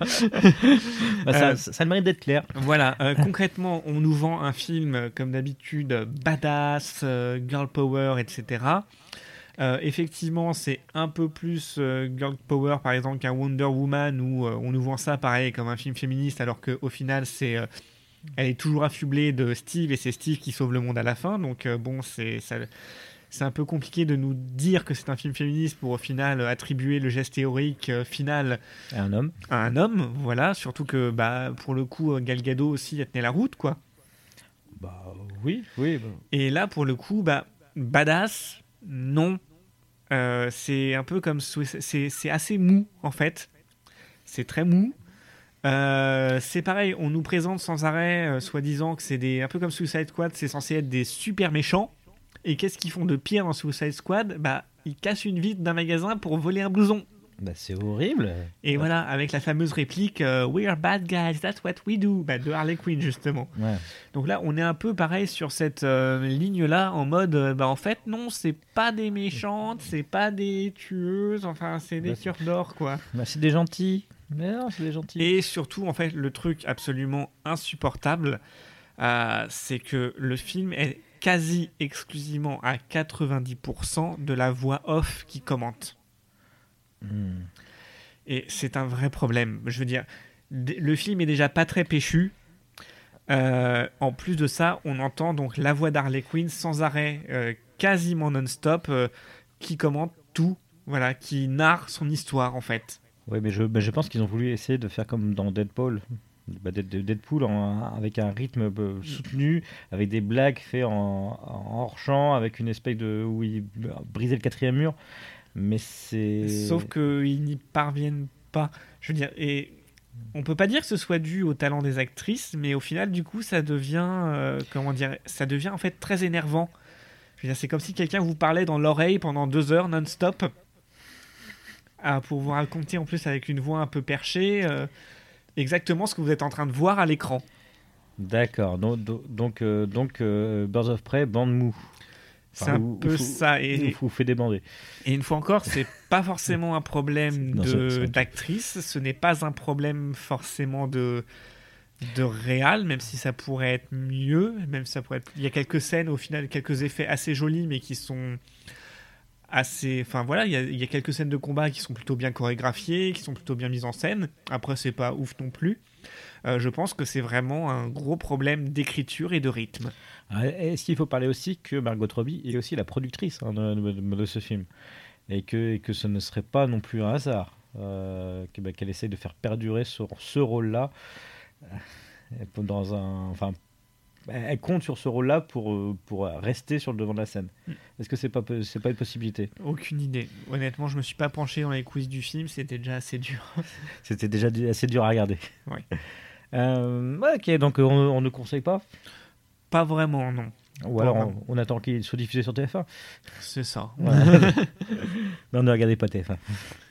bah, ça, euh, ça, ça le mérite d'être clair. Voilà, euh, concrètement, on nous vend un film comme d'habitude badass, euh, girl power, et cetera. Euh, effectivement, c'est un peu plus euh, girl power, par exemple, qu'un Wonder Woman, où euh, on nous vend ça pareil comme un film féministe, alors qu'au final, c'est, euh, elle est toujours affublée de Steve, et c'est Steve qui sauve le monde à la fin. Donc euh, bon, c'est, ça, c'est un peu compliqué de nous dire que c'est un film féministe pour au final attribuer le geste théorique euh, final à un homme. À un homme, voilà. Surtout que bah, pour le coup, Gal Gadot aussi, elle tenait la route, quoi. Bah oui, oui. Bah. Et là, pour le coup, bah, badass, non. Euh, c'est un peu comme c'est, c'est assez mou en fait, c'est très mou. Euh, c'est pareil, on nous présente sans arrêt, euh, soi-disant que c'est des un peu comme Suicide Squad, c'est censé être des super méchants. Et qu'est-ce qu'ils font de pire dans Suicide Squad ? Bah, ils cassent une vitre d'un magasin pour voler un blouson. Bah, c'est horrible. Et ouais. Voilà, avec la fameuse réplique euh, We are bad guys, that's what we do, bah, de Harley Quinn justement. Ouais. Donc là, on est un peu pareil sur cette euh, ligne-là, en mode, euh, bah en fait, non, c'est pas des méchantes, c'est pas des tueuses, enfin, c'est des bah, cœurs d'or, quoi. Bah, c'est des gentils. Mais non, c'est des gentils. Et surtout, en fait, le truc absolument insupportable, euh, c'est que le film est quasi exclusivement à quatre-vingt-dix pour cent de la voix off qui commente. Mmh. Et c'est un vrai problème. Je veux dire, le film est déjà pas très péchu. Euh, en plus de ça, on entend donc la voix d'Harley Quinn sans arrêt, euh, quasiment non-stop, euh, qui commente tout, voilà, qui narre son histoire en fait. Oui, mais je, bah, je pense qu'ils ont voulu essayer de faire comme dans Deadpool. Bah, Deadpool en, avec un rythme euh, soutenu, avec des blagues faites en, en hors-champ, avec une espèce de où il brisait le quatrième mur. Mais c'est... Sauf qu'ils n'y parviennent pas. Je veux dire, et on peut pas dire que ce soit dû au talent des actrices, mais au final, du coup, ça devient, euh, comment dire, ça devient en fait très énervant. Je veux dire, c'est comme si quelqu'un vous parlait dans l'oreille pendant deux heures non-stop, ah, pour vous raconter en plus avec une voix un peu perchée, euh, exactement ce que vous êtes en train de voir à l'écran. D'accord. Donc, donc, euh, donc euh, Birds of Prey, bande mou. C'est un peu ça. Et vous fait débander. Et une fois encore, c'est pas forcément un problème non, de, c'est, c'est d'actrice, ce n'est pas un problème forcément de, de réal, même si ça pourrait être mieux, même si ça pourrait être... Il y a quelques scènes, au final, quelques effets assez jolis, mais qui sont assez... Enfin voilà, il y a, il y a quelques scènes de combat qui sont plutôt bien chorégraphiées, qui sont plutôt bien mises en scène. Après, c'est pas ouf non plus. Euh, je pense que c'est vraiment un gros problème d'écriture et de rythme. Est-ce qu'il faut parler aussi que Margot Robbie est aussi la productrice hein, de, de, de ce film et que, et que ce ne serait pas non plus un hasard euh, que, bah, qu'elle essaye de faire perdurer ce, ce rôle-là dans un, enfin, elle compte sur ce rôle-là pour, pour rester sur le devant de la scène. Mm. Est-ce que c'est pas, c'est pas une possibilité ? Aucune idée. Honnêtement, je me suis pas penché dans les coulisses du film, c'était déjà assez dur. C'était déjà assez dur à regarder. Oui. Euh, ok, donc on, on ne conseille pas ? Pas vraiment, non. Ou alors on, on attend qu'il soit diffusé sur T F un. C'est ça. Ouais. Non, ne regardez pas T F un.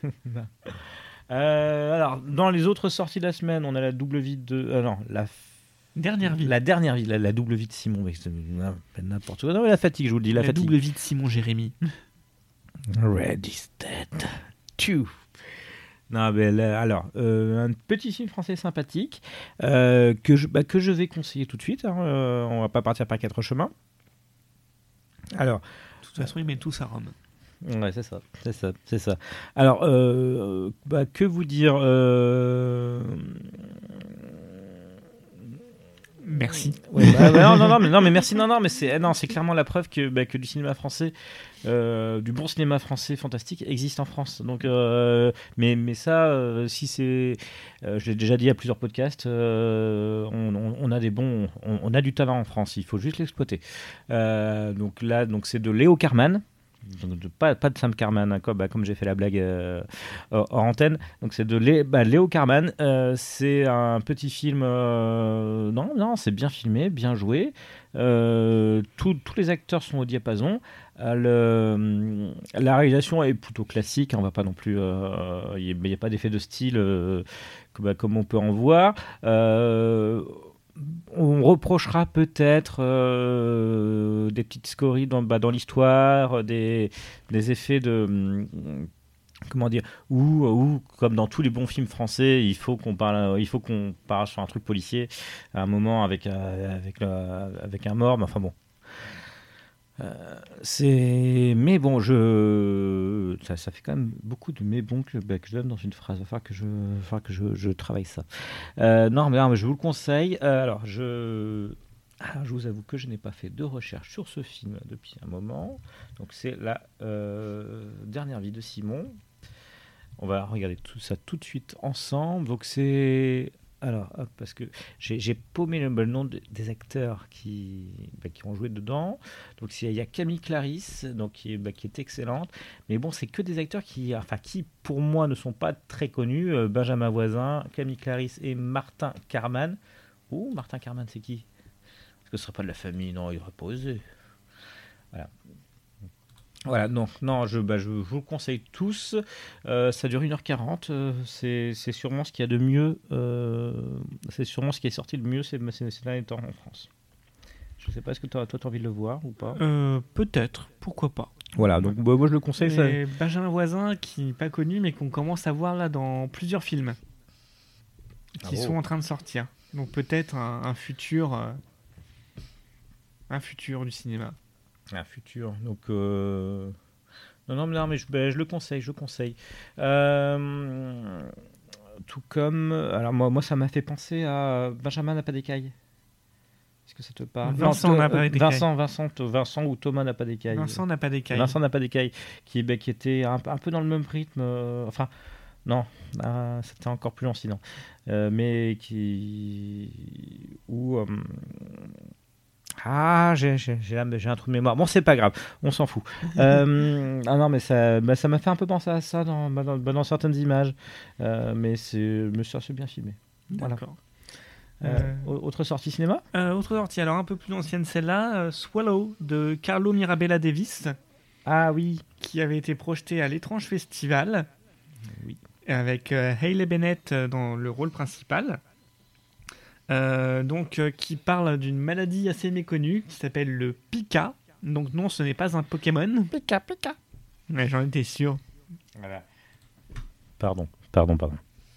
euh, alors, dans les autres sorties de la semaine, on a la double vie de... Euh, non, la... Dernière vie. La dernière vie, la, la double vie de Simon. Mais c'est n'importe quoi. Non, mais la fatigue, je vous le dis, la, la fatigue. double vie de Simon Jérémy. Red is dead. Tchou. Non, mais là, alors, euh, un petit film français sympathique euh, que, je, bah, que je vais conseiller tout de suite. Hein, euh, on va pas partir par quatre chemins. Alors, de toute façon, il met tous à Rome. Ouais, c'est ça, c'est ça, c'est ça. Alors, euh, bah, que vous dire euh... Merci. Ouais, bah, bah, non, non, non, mais non, mais merci, non, non, mais c'est, non, c'est clairement la preuve que, bah, que du cinéma français, euh, du bon cinéma français fantastique existe en France. Donc, euh, mais, mais ça, euh, si c'est, euh, je l'ai déjà dit à plusieurs podcasts, euh, on, on, on a des bons, on, on a du talent en France. Il faut juste l'exploiter. Euh, donc là, donc c'est de Léo Carman. Donc de, pas, pas de Sam Carman, hein, comme, bah, comme j'ai fait la blague euh, hors antenne. Donc c'est de Lé, bah, Léo Carman. Euh, c'est un petit film. Euh, non, non, c'est bien filmé, bien joué. Euh, tous les acteurs sont au diapason. Euh, le, la réalisation est plutôt classique. Hein, on va pas non plus. Il euh, n'y a, a pas d'effet de style euh, comme, bah, comme on peut en voir. Euh, On reprochera peut-être euh, des petites scories dans, bah, dans l'histoire, des, des effets de... Comment dire, ou, ou comme dans tous les bons films français, il faut qu'on parle, il faut qu'on parle sur un truc policier à un moment avec, euh, avec, le, avec un mort, mais enfin bon. Euh, c'est mais bon je ça, ça fait quand même beaucoup de mais bon que, bah, que je donne dans une phrase. Il va falloir que je, va falloir que je, je travaille ça. Euh, non mais, non mais je vous le conseille. Euh, alors je alors, je vous avoue que je n'ai pas fait de recherche sur ce film depuis un moment. Donc c'est la euh, dernière vie de Simon. On va regarder tout ça tout de suite ensemble. Donc c'est alors, hop, parce que j'ai, j'ai paumé le, le nom de, des acteurs qui, bah, qui ont joué dedans. Donc, il y a Camille Clarisse, donc, qui, est, bah, qui est excellente. Mais bon, c'est que des acteurs qui, enfin, qui, pour moi, ne sont pas très connus. Euh, Benjamin Voisin, Camille Clarisse et Martin Carman. Ouh, Martin Carman, c'est qui ? Est-ce que ce ne serait pas de la famille ? Non, il n'aurait pas osé. Voilà. Voilà, donc non, je, bah, je, je vous le conseille tous. Euh, ça dure une heure quarante. Euh, c'est, c'est sûrement ce qu'il y a de mieux. Euh, c'est sûrement ce qui est sorti le mieux ces, ces, ces derniers temps en France. Je ne sais pas, est-ce que toi, tu as envie de le voir ou pas ? euh, Peut-être, pourquoi pas. Voilà, donc bah, moi je le conseille. Ça... Benjamin Voisin, qui n'est pas connu, mais qu'on commence à voir là dans plusieurs films qui ah, sont oh. en train de sortir. Donc peut-être un, un futur, euh, un futur du cinéma. Un futur, donc euh... non, non, non, mais je, ben, je le conseille, je le conseille. Euh... Tout comme, alors moi, moi, ça m'a fait penser à Benjamin n'a pas d'écailles. Est-ce que ça te parle ? Vincent n'a pas d'écailles. Vincent, Vincent, Vincent ou Thomas n'a pas d'écailles. Vincent n'a pas d'écailles. Vincent n'a pas d'écailles, qui, ben, qui était un, un peu dans le même rythme. Euh, enfin, non, euh, c'était encore plus lancinant, euh, mais qui où euh, Ah, j'ai, j'ai, j'ai, j'ai un trou de mémoire. Bon, c'est pas grave, on s'en fout. euh, ah non, mais ça, bah, ça m'a fait un peu penser à ça dans, dans, dans certaines images. Euh, mais c'est, mais ça, c'est bien filmé. D'accord. Voilà. Euh, euh, autre sortie cinéma euh, Autre sortie, alors un peu plus ancienne celle-là, euh, Swallow de Carlo Mirabella Davis. Ah oui. Qui avait été projeté à l'Étrange Festival. Oui. Avec euh, Hayley Bennett dans le rôle principal. Euh, donc, euh, qui parle d'une maladie assez méconnue qui s'appelle le Pika. Donc, non, ce n'est pas un Pokémon. Pika, Pika. Ouais, j'en étais sûr. Voilà. Pardon, pardon, pardon.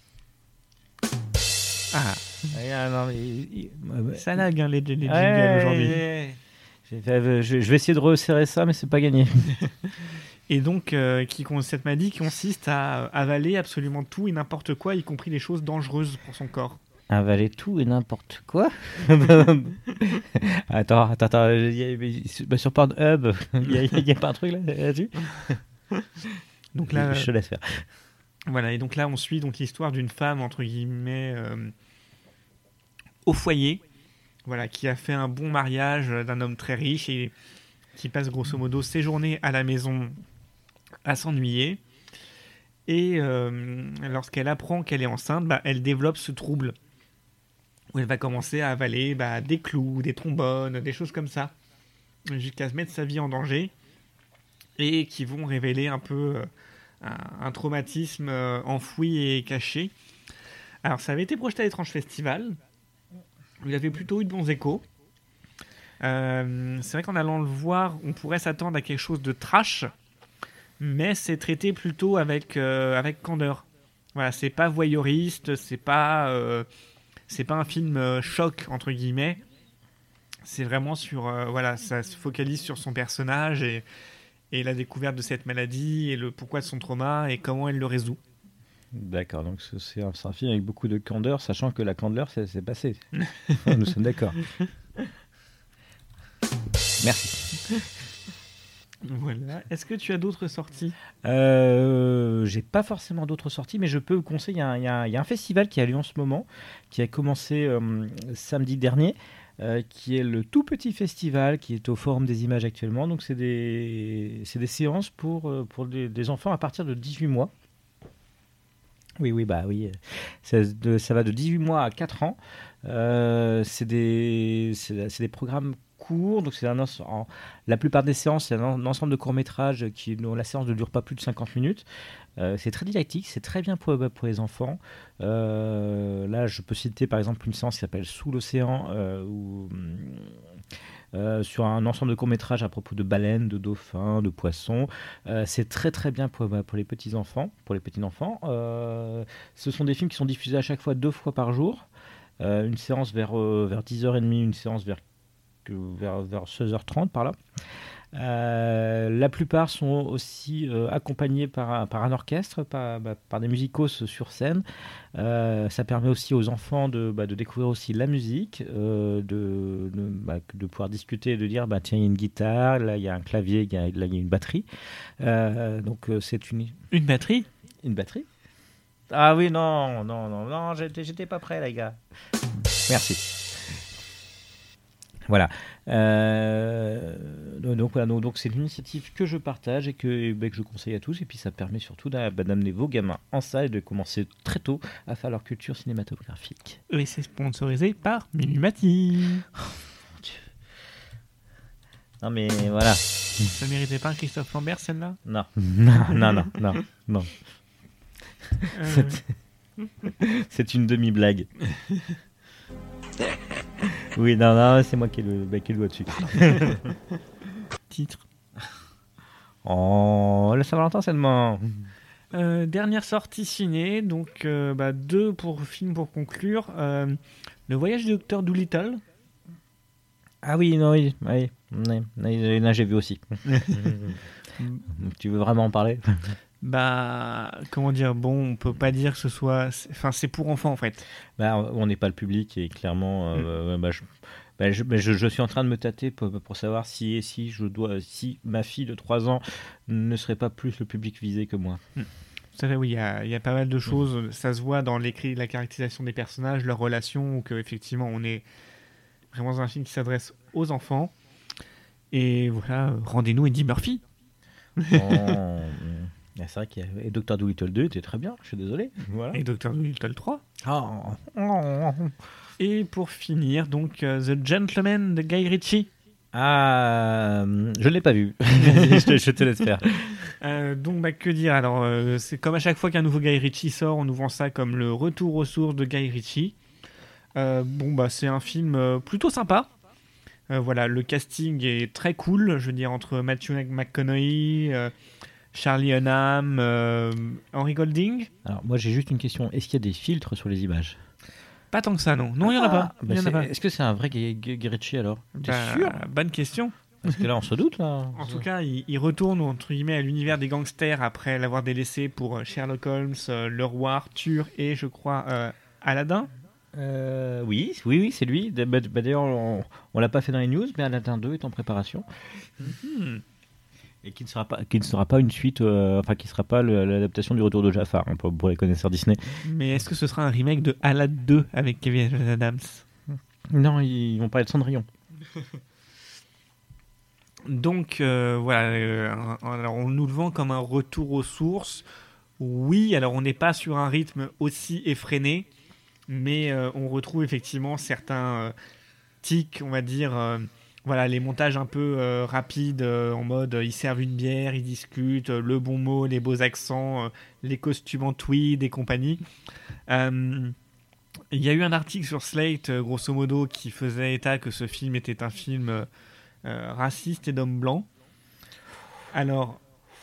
Ah. Ah non, mais, il, il, ça lag, hein, les, les jingles ouais, aujourd'hui. Ouais. Je, je, je vais essayer de resserrer ça, mais c'est pas gagné. Et donc, euh, qui, cette maladie consiste à avaler absolument tout et n'importe quoi, y compris les choses dangereuses pour son corps. Avaler tout et n'importe quoi. Attends, attends, attends. Y a, bah, sur Pornhub, il n'y a, a pas un truc là, là-dessus. Donc là, je te laisse faire. Voilà, et donc là, on suit donc l'histoire d'une femme, entre guillemets, euh, au foyer, voilà, qui a fait un bon mariage d'un homme très riche et qui passe grosso modo ses journées à la maison à s'ennuyer. Et euh, lorsqu'elle apprend qu'elle est enceinte, bah, elle développe ce trouble où elle va commencer à avaler bah, des clous, des trombones, des choses comme ça, jusqu'à se mettre sa vie en danger, et qui vont révéler un peu euh, un, un traumatisme euh, enfoui et caché. Alors ça avait été projeté à l'Étrange Festival, il avait plutôt eu de bons échos. Euh, c'est vrai qu'en allant le voir, on pourrait s'attendre à quelque chose de trash, mais c'est traité plutôt avec, euh, avec candeur. Voilà, c'est pas voyeuriste, c'est pas, euh, c'est pas un film euh, choc, entre guillemets. C'est vraiment sur... Euh, voilà, ça se focalise sur son personnage et, et la découverte de cette maladie et le pourquoi de son trauma et comment elle le résout. D'accord, donc c'est un, c'est un film avec beaucoup de candeur, sachant que la candeur, c'est, c'est passé. Nous sommes d'accord. Merci. Voilà. Est-ce que tu as d'autres sorties ? euh, J'ai pas forcément d'autres sorties, mais je peux vous conseiller, il y a un, il y a un, il y a un festival qui a lieu en ce moment, qui a commencé euh, samedi dernier, euh, qui est le tout petit festival qui est au Forum des Images actuellement. Donc c'est des, c'est des séances pour, pour des, des enfants à partir de dix-huit mois. Oui, oui, bah oui. Ça, de, ça va de dix-huit mois à quatre ans. Euh, c'est, des, c'est, c'est des programmes courts. Donc c'est un, en, la plupart des séances, c'est un, un ensemble de courts-métrages qui, dont la séance ne dure pas plus de cinquante minutes. Euh, c'est très didactique, c'est très bien pour, pour les enfants. Euh, là, je peux citer par exemple une séance qui s'appelle Sous l'océan, euh, où... Euh, sur un ensemble de courts-métrages à propos de baleines, de dauphins, de poissons. Euh, c'est très très bien pour, pour les petits-enfants. Pour les petits-enfants. Euh, ce sont des films qui sont diffusés à chaque fois deux fois par jour. Euh, une séance vers, euh, vers dix heures trente, une séance vers, vers, vers seize heures trente par là. Euh, la plupart sont aussi euh, accompagnés par, par un orchestre, par, bah, par des musicos sur scène. Euh, ça permet aussi aux enfants de, bah, de découvrir aussi la musique, euh, de, de, bah, de pouvoir discuter, de dire bah, tiens, il y a une guitare, là il y a un clavier, il y a, là il y a une batterie. Euh, donc euh, c'est une... Une batterie ? Une batterie ? Ah oui, non, non, non, non, j'étais, j'étais pas prêt, les gars. Merci. Voilà. Euh, donc voilà, donc, donc c'est une initiative que je partage et que, bah, que je conseille à tous. Et puis ça permet surtout d'a, bah, d'amener vos gamins en salle et de commencer très tôt à faire leur culture cinématographique. Et c'est sponsorisé par Minumati. Oh, mon Dieu. Non mais voilà. Ça méritait pas un Christophe Lambert celle-là ? Non, non, non, non, non, non. Euh... C'est... c'est une demi-blague. Oui, non, non, c'est moi qui ai le, bah, qui ai le doigt dessus. Titre. Oh, le Saint-Valentin, c'est demain. Euh, dernière sortie ciné, donc euh, bah, deux pour films pour conclure. Euh, le voyage du docteur Dolittle. Ah oui, non, oui, oui, oui, oui, là, j'ai vu aussi. Tu veux vraiment en parler ? Bah, comment dire, bon, on peut pas dire que ce soit... Enfin, c'est pour enfants, en fait. Bah, on n'est pas le public et clairement, euh, mm. bah, je, bah, je, bah, je, je suis en train de me tâter pour, pour savoir si, si, je dois, si ma fille de trois ans ne serait pas plus le public visé que moi. Mm. Tout à fait, oui, il y a, y a pas mal de choses. Mm. Ça se voit dans l'écrit, la caractérisation des personnages, leurs relations, ou qu'effectivement, on est vraiment dans un film qui s'adresse aux enfants. Et voilà, rendez-nous Eddie Murphy. Oh. Ah, c'est vrai qu'il y a... Et docteur Dolittle deux était très bien, je suis désolé. Voilà. Et docteur Dolittle trois. Oh. Oh. Et pour finir, donc, uh, The Gentleman de Guy Ritchie. Ah, je ne l'ai pas vu. je, te, je te laisse faire. Euh, donc, bah, que dire ? Alors, euh, c'est comme à chaque fois qu'un nouveau Guy Ritchie sort, on nous vend ça comme le retour aux sources de Guy Ritchie. Euh, bon, bah, c'est un film euh, plutôt sympa. Euh, voilà, le casting est très cool. Je veux dire, entre Matthew McConaughey... Euh, Charlie Hunnam, euh, Henry Golding. Alors moi j'ai juste une question, est-ce qu'il y a des filtres sur les images ? Pas tant que ça, non. Non, il n'y en a pas. Bah y en a pas. Est-ce que c'est un vrai Guy Ritchie alors ? T'es bah, sûr ? Bonne question. Parce que là on se doute là. En tout cas, il, il retourne entre guillemets à l'univers des gangsters après l'avoir délaissé pour Sherlock Holmes, euh, Le Roi Arthur et je crois euh, Aladdin. Euh, oui, oui, oui, c'est lui. Bah, d'ailleurs, on, on l'a pas fait dans les news, mais Aladdin deux est en préparation. Mm-hmm. Et qui ne sera pas, qui ne sera pas une suite, euh, enfin qui ne sera pas le, l'adaptation du Retour de Jafar, hein, pour, pour les connaisseurs Disney. Mais est-ce que ce sera un remake de Aladdin deux avec Kevin Adams ? Non, ils vont parler de Cendrillon. Donc euh, voilà, euh, alors on nous le vend comme un retour aux sources. Oui, alors on n'est pas sur un rythme aussi effréné, mais euh, on retrouve effectivement certains euh, tics, on va dire, euh, voilà, les montages un peu euh, rapides, euh, en mode euh, ils servent une bière, ils discutent, euh, le bon mot, les beaux accents, euh, les costumes en tweed et compagnie. Euh, Il y a eu un article sur Slate, euh, grosso modo, qui faisait état que ce film était un film euh, euh, raciste et d'homme blanc. Alors,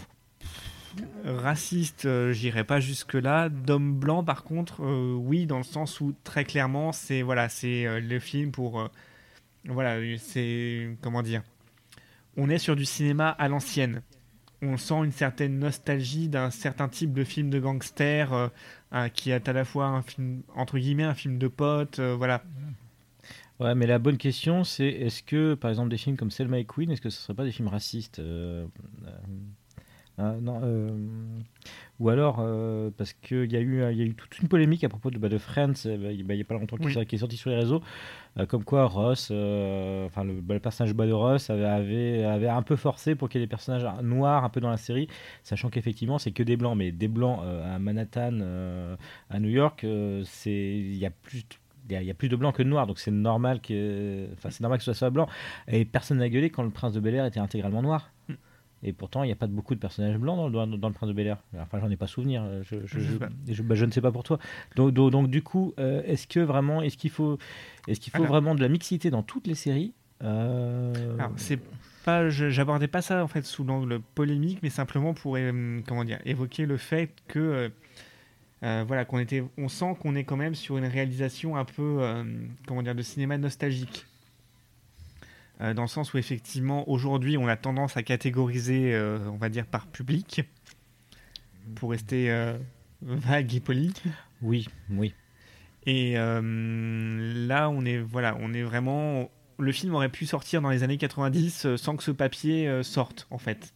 raciste, euh, j'irai pas jusque-là. D'homme blanc, par contre, euh, oui, dans le sens où, très clairement, c'est voilà, c'est euh, le film pour... euh, voilà, c'est... Comment dire, on est sur du cinéma à l'ancienne. On sent une certaine nostalgie d'un certain type de film de gangster euh, euh, qui est à la fois un film, entre guillemets, un film de potes, euh, voilà. Ouais, mais la bonne question, c'est est-ce que, par exemple, des films comme Selma et Queen, est-ce que ce ne serait pas des films racistes euh, euh, euh, non, euh, ou alors, euh, parce qu'il y, a eu, il y a eu toute une polémique à propos de, bah, de Friends, euh, bah, il n'y a pas longtemps, qui, Oui. qui est sorti sur les réseaux, euh, comme quoi Ross, euh, enfin le, bah, le personnage bas de Ross avait, avait, avait un peu forcé pour qu'il y ait des personnages noirs un peu dans la série, sachant qu'effectivement c'est que des blancs, mais des blancs euh, à Manhattan, euh, à New York, euh, c'est, il y a plus il y, a, il y a plus de blancs que de noirs, donc c'est normal que, enfin c'est normal que ce soit blanc. Et personne n'a gueulé quand le prince de Bel-Air était intégralement noir. Mm. Et pourtant, il n'y a pas de beaucoup de personnages blancs dans, dans, dans le prince de Bel-Air. Enfin, j'en ai pas souvenir. Je, je, Je sais je, pas. je, bah, je ne sais pas pour toi. Donc, donc, donc du coup, euh, est-ce que vraiment, est-ce qu'il faut, est-ce qu'il faut Alors, vraiment de la mixité dans toutes les séries euh... alors, c'est pas, je, j'abordais pas ça en fait sous l'angle polémique, mais simplement pour euh, comment dire, évoquer le fait que euh, euh, voilà, qu'on était, on sent qu'on est quand même sur une réalisation un peu euh, comment dire, de cinéma nostalgique. Euh, dans le sens où effectivement aujourd'hui on a tendance à catégoriser, euh, on va dire par public, pour rester euh, vague et poli. Oui, oui. Et euh, là on est voilà, on est vraiment, le film aurait pu sortir dans les années quatre-vingt-dix euh, sans que ce papier euh, sorte en fait.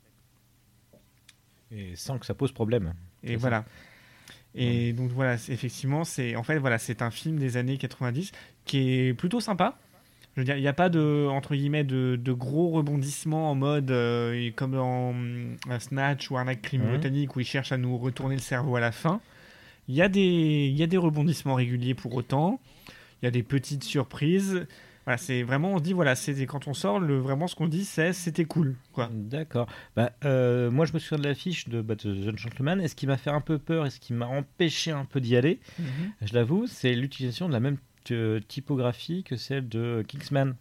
Et sans que ça pose problème. Et C'est voilà. ça. Et donc voilà, c'est, effectivement, c'est en fait voilà, c'est un film des années quatre-vingt-dix qui est plutôt sympa. Je veux dire, il n'y a pas de entre guillemets de, de gros rebondissements en mode euh, comme dans euh, Snatch ou Arnaque crime Mhm. botanique où ils cherchent à nous retourner le cerveau à la fin. Il y a des il y a des rebondissements réguliers pour autant. Il y a des petites surprises. Voilà, c'est vraiment, on se dit voilà, c'est quand on sort, le vraiment ce qu'on dit c'est c'était cool quoi. D'accord. Bah, euh, moi, je me souviens de l'affiche de, bah, de The Gentleman. Et ce qui m'a fait un peu peur et ce qui m'a empêché un peu d'y aller, je l'avoue, c'est l'utilisation de la même t- typographie que celle de Kingsman.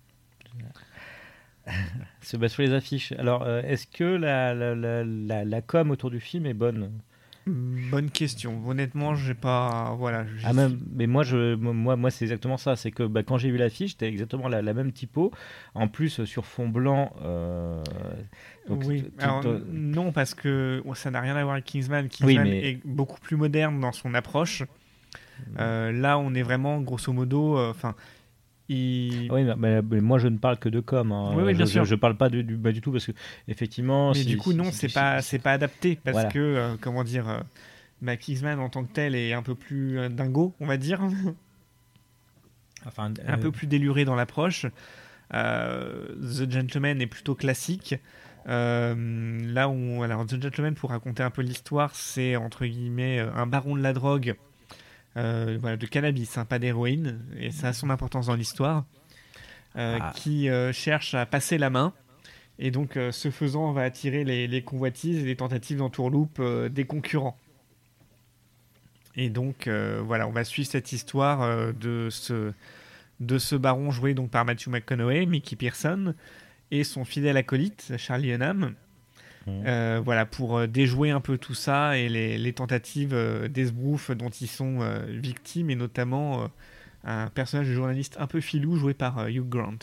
C'est bah, sur les affiches. Alors, euh, est-ce que la, la, la, la, la com autour du film est bonne? Bonne question. Honnêtement, j'ai pas voilà. j'y Ah, même, suis- mais moi, je, moi, moi c'est exactement ça. C'est que bah, quand j'ai vu l'affiche, c'était exactement la, la même typo. En plus, euh, sur fond blanc. euh, donc, Oui, t- t- alors, t- non, parce que bon, ça n'a rien à voir avec Kingsman. Kingsman Oui, mais- est beaucoup plus moderne dans son approche. Euh, là, on est vraiment, grosso modo, enfin, il... Ah oui, mais, mais- mais moi je ne parle que de com. Hein. Oui, oui, bien je, sûr. Je, je parle pas de, du bas du tout parce que effectivement. mais si- du coup, si- non, si- c'est si- pas, si- c'est pas adapté parce Voilà. que, euh, comment dire, euh, bah, Kingsman en tant que tel est un peu plus euh, dingo, on va dire, Enfin, un euh, peu plus déluré dans l'approche. Euh, The Gentleman est plutôt classique. Euh, là où, alors, The Gentleman, pour raconter un peu l'histoire, c'est entre guillemets euh, un baron de la drogue, euh, voilà, de cannabis, hein, pas d'héroïne, et ça a son importance dans l'histoire, euh, Ah. qui euh, cherche à passer la main. Et donc, euh, ce faisant, va attirer les, les convoitises et les tentatives d'entourloupe euh, des concurrents. Et donc, euh, voilà, on va suivre cette histoire euh, de ce de ce baron joué donc par Matthew McConaughey, Mickey Pearson, et son fidèle acolyte Charlie Hunnam. Mhm. Euh, voilà, pour euh, déjouer un peu tout ça et les, les tentatives euh, d'esbrouf dont ils sont euh, victimes, et notamment euh, un personnage de journaliste un peu filou joué par euh, Hugh Grant.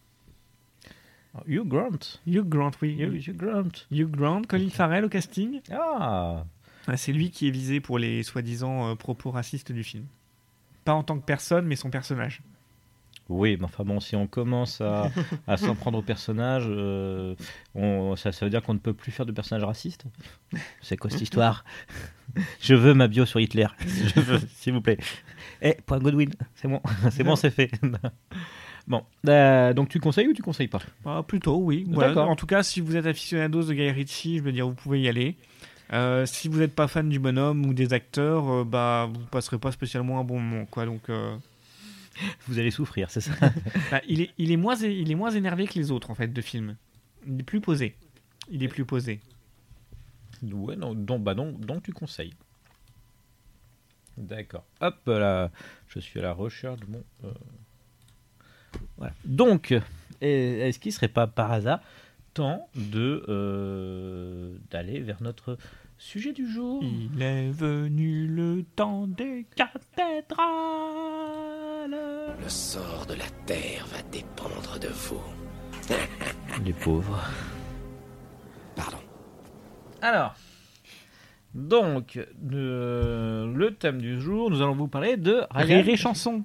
Hugh Grant. Hugh Grant, oui. Hugh, Hugh Grant. Hugh Grant, Colin Farrell au casting. Ah. Ah, c'est lui qui est visé pour les soi-disant euh, propos racistes du film. Pas en tant que personne, mais son personnage. Oui, mais enfin bon, si on commence à, à s'en prendre au personnage, euh, on, ça, ça veut dire qu'on ne peut plus faire de personnages racistes. C'est quoi cette histoire? Je veux ma bio sur Hitler. Je veux, s'il vous plaît. Eh, point Godwin, c'est bon, c'est bon, c'est fait. Bon, euh, donc tu conseilles ou tu conseilles pas? Bah, plutôt, oui. Voilà. D'accord. En tout cas, si vous êtes aficionados de Guy Ritchie, je veux dire, vous pouvez y aller. Euh, si vous n'êtes pas fan du bonhomme ou des acteurs, euh, bah, vous passerez pas spécialement un bon moment, quoi. Donc, euh... Vous allez souffrir, c'est ça? bah, il est, il est moins, il est moins énervé que les autres en fait de films. Il est plus posé. Il est plus posé. Ouais, non, donc, bah donc, donc tu conseilles. D'accord. Hop là, je suis à la recherche de mon. Euh... Voilà. Donc, est-ce qu'il serait pas par hasard temps de euh, d'aller vers notre sujet du jour? Il est venu le temps des cathédrales. Le sort de la terre va dépendre de vous. Les pauvres. Pardon. Alors, donc, de, le thème du jour, nous allons vous parler de Ryan. Rire et chanson.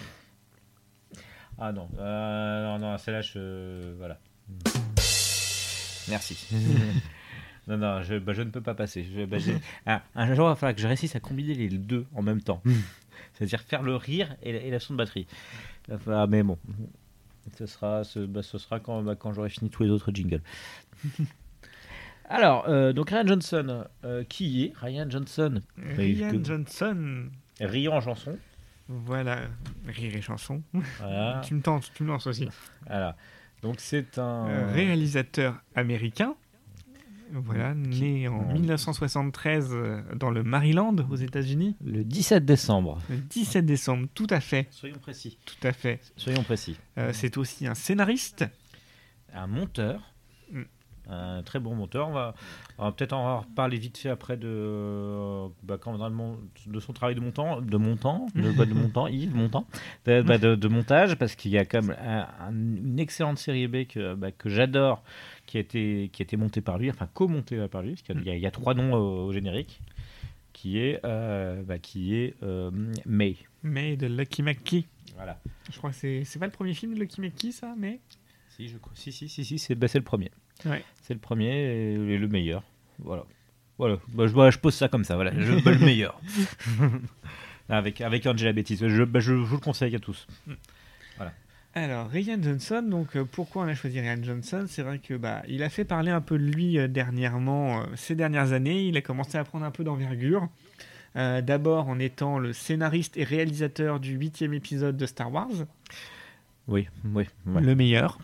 Ah non, euh, non, non, celle-là, je... Voilà. Merci. non, non, je, bah, je ne peux pas passer. Je, bah, ah, un jour, il va falloir que je réussisse à combiner les deux en même temps. C'est-à-dire faire le rire et la, et la son de batterie. Ah, mais bon, ce sera, ce, bah, ce sera quand, bah, quand j'aurai fini tous les autres jingles. Alors, euh, donc Ryan Johnson, euh, qui est Ryan Johnson? Ryan que... Johnson. Riant en chanson. Voilà, rire et chanson. Voilà. tu me tentes, tu me lances aussi. Voilà. Donc c'est un euh, réalisateur américain. Voilà, qui... né en dix-neuf cent soixante-treize dans le Maryland, aux États-Unis. Le dix-sept décembre. Le dix-sept décembre, tout à fait. Soyons précis. Tout à fait. Soyons précis. Euh, c'est aussi un scénariste. Un monteur. Mm. Un très bon monteur. On va, on va peut-être en reparler vite fait après de, euh, bah, quand on a le mon, de son travail de montant, de montant, de, bah, de montant, Yves Montant, de, bah, de, de montage, parce qu'il y a quand même un, un, une excellente série B que, bah, que j'adore, qui a été, qui a été montée par lui, enfin co-montée par lui, parce qu'il y a, il y a trois noms au, au générique, qui est, euh, bah, qui est euh, May. May de Lucky McKee. Voilà. Je crois que c'est, c'est pas le premier film de Lucky McKee, ça, mais. Si, je crois. Si, si, si, si, c'est, bah, c'est le premier. Ouais. C'est le premier et, et le meilleur. Voilà. Voilà. Bah, je, bah, je pose ça comme ça. Voilà. Je, bah, le meilleur. avec, avec Angela Bettis. Je, bah, je, je vous le conseille à tous. Voilà. Alors, Ryan Johnson, donc euh, pourquoi on a choisi Ryan Johnson? C'est vrai que bah, il a fait parler un peu de lui euh, dernièrement, euh, ces dernières années. Il a commencé à prendre un peu d'envergure. Euh, d'abord en étant le scénariste et réalisateur du huitième épisode de Star Wars. Oui, oui. Ouais. Le meilleur.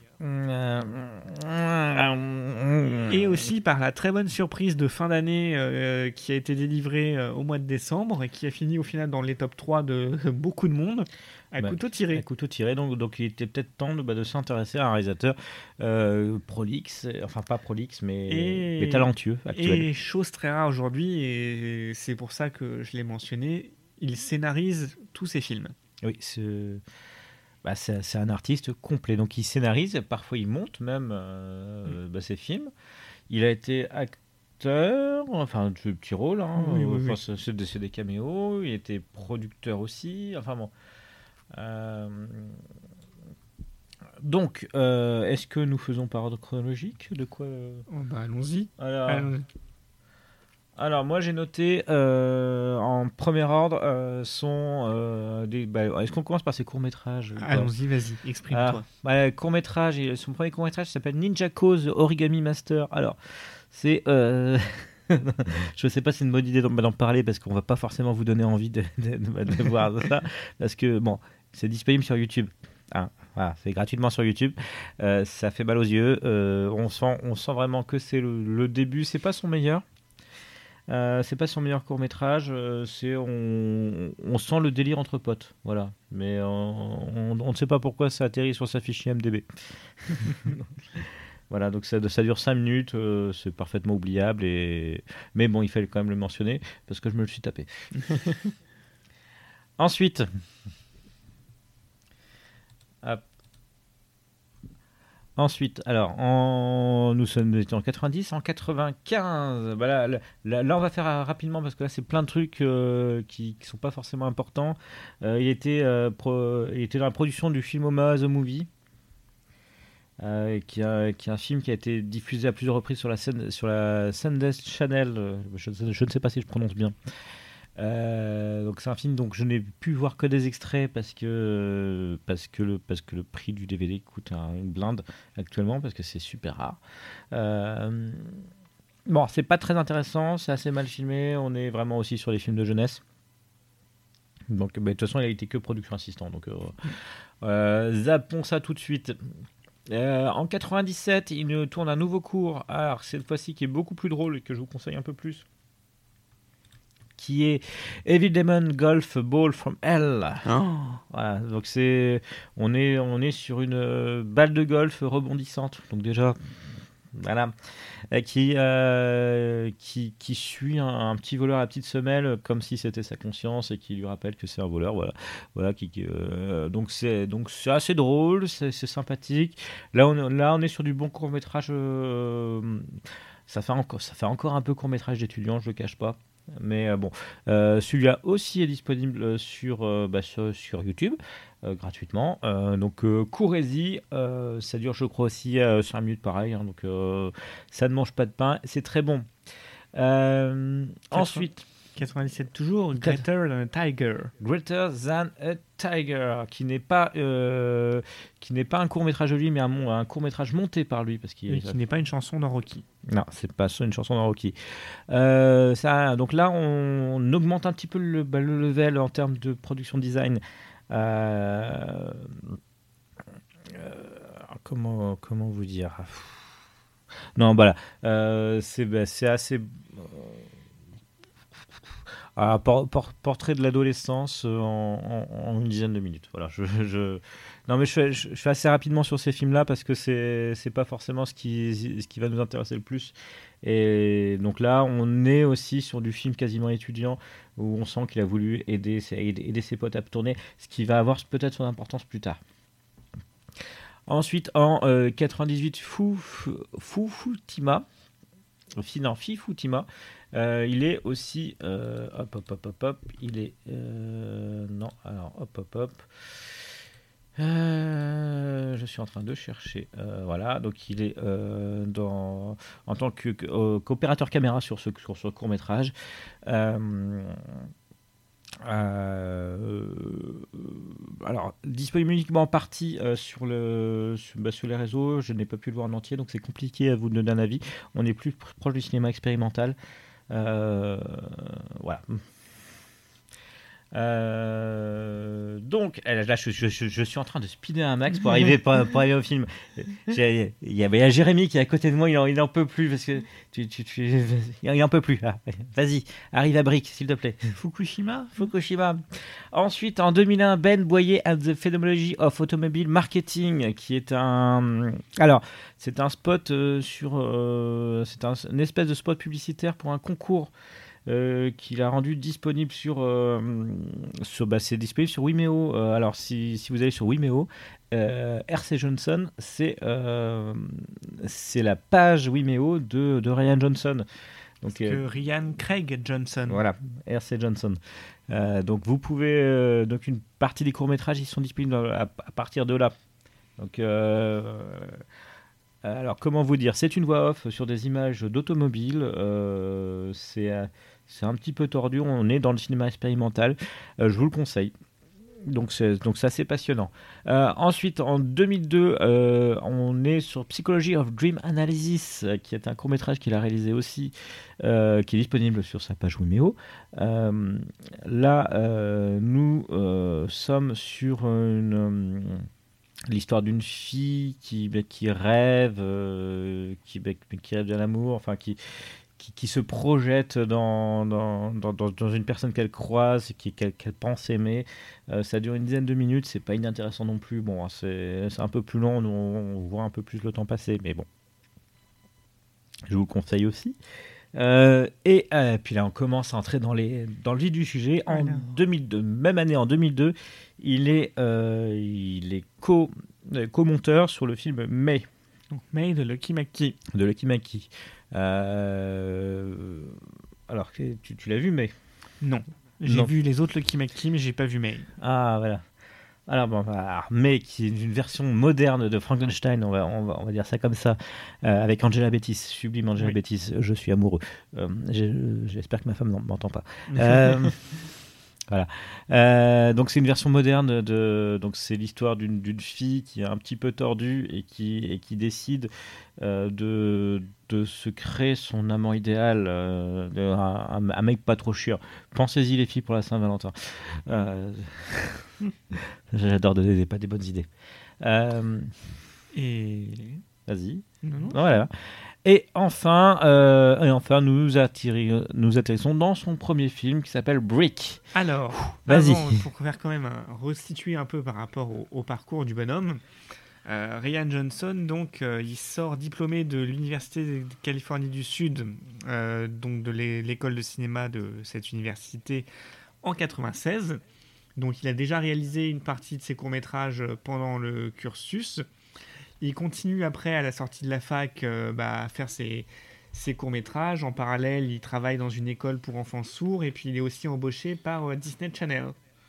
Et aussi par la très bonne surprise de fin d'année euh, qui a été délivrée euh, au mois de décembre et qui a fini au final dans les top trois de beaucoup de monde, à bah, couteau tiré. À couteau tiré, donc, donc il était peut-être temps de, bah, de s'intéresser à un réalisateur euh, prolixe, enfin pas prolixe, mais, et, mais talentueux, actuel. Et chose très rare aujourd'hui, et c'est pour ça que je l'ai mentionné, il scénarise tous ses films. Oui, c'est... Bah, c'est, c'est un artiste complet, donc il scénarise, parfois il monte même euh, mmh. bah, ses films. Il a été acteur, enfin de petits rôles, hein, oui, oui, enfin, oui. C'est, c'est, des, c'est des caméos. Il était producteur aussi, enfin bon. Euh... Donc, euh, est-ce que nous faisons par ordre chronologique? De quoi euh... oh, bah, allons-y. Alors, allons-y. Alors moi j'ai noté euh, en premier ordre euh, sont euh, des. Bah, est-ce qu'on commence par ses courts métrages? Allons-y, vas-y, exprime-toi. Ah, bah, court métrage, son premier court métrage s'appelle Ninja Cause Origami Master. Alors c'est, euh... je sais pas si c'est une bonne idée d'en, d'en parler parce qu'on va pas forcément vous donner envie de, de, de, de voir ça parce que bon c'est disponible sur YouTube. Hein, voilà, c'est gratuitement sur YouTube. Euh, ça fait mal aux yeux. Euh, on sent, on sent vraiment que c'est le, le début. C'est pas son meilleur. Euh, c'est pas son meilleur court-métrage, euh, c'est on, on sent le délire entre potes, voilà. Mais euh, on, on ne sait pas pourquoi ça atterrit sur sa fiche I M D B. Voilà, donc ça, ça dure cinq minutes, euh, c'est parfaitement oubliable, et... mais bon, il fallait quand même le mentionner parce que je me le suis tapé. Ensuite, hop. Ensuite, alors, en... nous sommes en quatre-vingt-dix, en quatre-vingt-quinze, bah là, là, là on va faire rapidement parce que là c'est plein de trucs euh, qui ne sont pas forcément importants. Euh, il, était, euh, pro... il était dans la production du film Omaha The Movie, euh, qui, a, qui est un film qui a été diffusé à plusieurs reprises sur la, scène, sur la Sundance Channel, je, je ne sais pas si je prononce bien. Euh, donc c'est un film donc je n'ai pu voir que des extraits parce que parce que le parce que le prix du D V D coûte un, une blinde actuellement parce que c'est super rare. Euh, bon, c'est pas très intéressant, c'est assez mal filmé. On est vraiment aussi sur les films de jeunesse. Donc bah, de toute façon, il a été que production assistant. Donc euh, euh, zappons ça tout de suite. Euh, en quatre-vingt-dix-sept, il nous tourne un nouveau court. Alors cette fois-ci qui est beaucoup plus drôle et que je vous conseille un peu plus. Qui est Evil Demon Golf Ball from Hell. Oh. Voilà, donc c'est on est on est sur une euh, balle de golf rebondissante. Donc déjà voilà, euh, qui euh, qui qui suit un, un petit voleur à la petite semelle comme si c'était sa conscience et qui lui rappelle que c'est un voleur. Voilà, voilà qui, qui, euh, donc c'est donc c'est assez drôle, c'est, c'est sympathique. Là on là on est sur du bon court métrage. Euh, ça fait encore ça fait encore un peu court métrage d'étudiant, je le cache pas. Mais euh, bon, euh, celui-là aussi est disponible sur, euh, bah, sur, sur YouTube euh, gratuitement. Euh, donc euh, courez-y, euh, ça dure je crois aussi euh, cinq minutes pareil, hein, donc euh, ça ne mange pas de pain, c'est très bon. Euh, ensuite, quatre-vingt-dix-sept toujours, Greater Than a Tiger. Greater Than a Tiger, qui n'est pas euh, qui n'est pas un court métrage de lui, mais un, un court métrage monté par lui parce qu'il Et qui n'est pas une chanson dans Rocky. Non, c'est pas une chanson de Rocky. Euh, ça, donc là, on, on augmente un petit peu le, bah, le level en termes de production design. Euh, euh, comment, comment vous dire? Non, voilà. Euh, c'est, bah, c'est assez. Euh, por, por, portrait de l'adolescence euh, en, en, en une dizaine de minutes. Voilà. Je, je... Non, mais je fais, je, je fais assez rapidement sur ces films-là parce que c'est, c'est pas forcément ce qui, ce qui va nous intéresser le plus. Et donc là, on est aussi sur du film quasiment étudiant où on sent qu'il a voulu aider, aider, aider ses potes à tourner, ce qui va avoir peut-être son importance plus tard. Ensuite, en euh, quatre-vingt-dix-huit, Fou, Fou, Futima. Non, Fifutima. Euh, il est aussi. Euh, hop, hop, hop, hop, hop. Il est. Euh, non, alors, hop, hop, hop. Euh, je suis en train de chercher. Euh, voilà, donc il est euh, dans, en tant que, que euh, qu'opérateur caméra sur ce, sur ce court métrage. Euh, euh, alors, disponible uniquement en partie euh, sur, le, sur, bah, sur les réseaux. Je n'ai pas pu le voir en entier, donc c'est compliqué à vous donner un avis. On est plus proche du cinéma expérimental. Euh, voilà. Euh, donc, là, je, je, je, je suis en train de speeder un max pour arriver, pour, pour aller au film. Il y a Jérémy qui est à côté de moi, il en, il en peut plus parce que tu, tu, tu, il en peut plus. Ah, vas-y, arrive à Brick, s'il te plaît. Fukushima. Fukushima. Ensuite, en deux mille un, Ben Boyer and the Phenomenology of Automobile Marketing, qui est un. Alors, c'est un spot euh, sur. Euh, c'est un, une espèce de spot publicitaire pour un concours. Euh, qu'il a rendu disponible sur, euh, sur bah, c'est disponible sur Vimeo. Euh, alors si, si vous allez sur Vimeo, euh, R C Johnson, c'est euh, c'est la page Vimeo de, de Ryan Johnson. Donc euh, Ryan Craig Johnson. Voilà, R C Johnson. Euh, donc vous pouvez euh, donc une partie des courts métrages ils sont disponibles à, à partir de là. Donc euh, alors comment vous dire, c'est une voix off sur des images d'automobile. Euh, c'est C'est un petit peu tordu, on est dans le cinéma expérimental, euh, je vous le conseille. Donc c'est, donc c'est assez passionnant. Euh, ensuite, en deux mille deux, euh, on est sur Psychology of Dream Analysis, euh, qui est un court-métrage qu'il a réalisé aussi, euh, qui est disponible sur sa page Vimeo. Euh, là, euh, nous euh, sommes sur une... Euh, l'histoire d'une fille qui, bah, qui rêve, euh, qui, bah, qui rêve de l'amour, enfin qui... Qui, qui se projette dans, dans, dans, dans une personne qu'elle croise, qui, qu'elle, qu'elle pense aimer. Euh, ça dure une dizaine de minutes, c'est pas inintéressant non plus. Bon, c'est, c'est un peu plus long, on, on voit un peu plus le temps passer, mais bon. Je vous le conseille aussi. Euh, et euh, puis là, on commence à entrer dans, les, dans le vif du sujet. En Alors. deux mille deux, même année, en deux mille deux, il est, euh, il est co, co-monteur sur le film May. Donc May de Lucky McKee. De Lucky McKee. Euh... Alors, tu, tu l'as vu, May? Non. J'ai non. vu les autres Lucky McKee, mais j'ai pas vu May. Ah, voilà. Alors, bon, alors, mais qui est une version moderne de Frankenstein, on va, on va, on va dire ça comme ça, euh, avec Angela Bettis, sublime Angela Oui. Bettis, je suis amoureux. Euh, j'ai- j'espère que ma femme n'en- m'entend pas. Euh, voilà. Euh, donc c'est une version moderne de, donc c'est l'histoire d'une d'une fille qui est un petit peu tordue et qui et qui décide euh, de de se créer son amant idéal, euh, de- un, un- un mec pas trop chiant. Pensez-y les filles pour la Saint-Valentin. Euh, J'adore donner des, pas des bonnes idées. Euh, Et. Vas-y. Non, non, Voilà. Et enfin, euh, et enfin nous, atterri- nous atterrissons dans son premier film qui s'appelle Brick. Alors, Vas-y. avant, pour faire quand même un, restituer un peu par rapport au, au parcours du bonhomme, euh, Rian Johnson, donc, euh, il sort diplômé de l'Université de Californie du Sud, euh, donc de l'é- l'école de cinéma de cette université, en quatre-vingt-seize. Donc, il a déjà réalisé une partie de ses courts-métrages pendant le cursus. Il continue après, à la sortie de la fac, euh, bah, à faire ses, ses courts-métrages. En parallèle, il travaille dans une école pour enfants sourds et puis il est aussi embauché par euh, Disney Channel.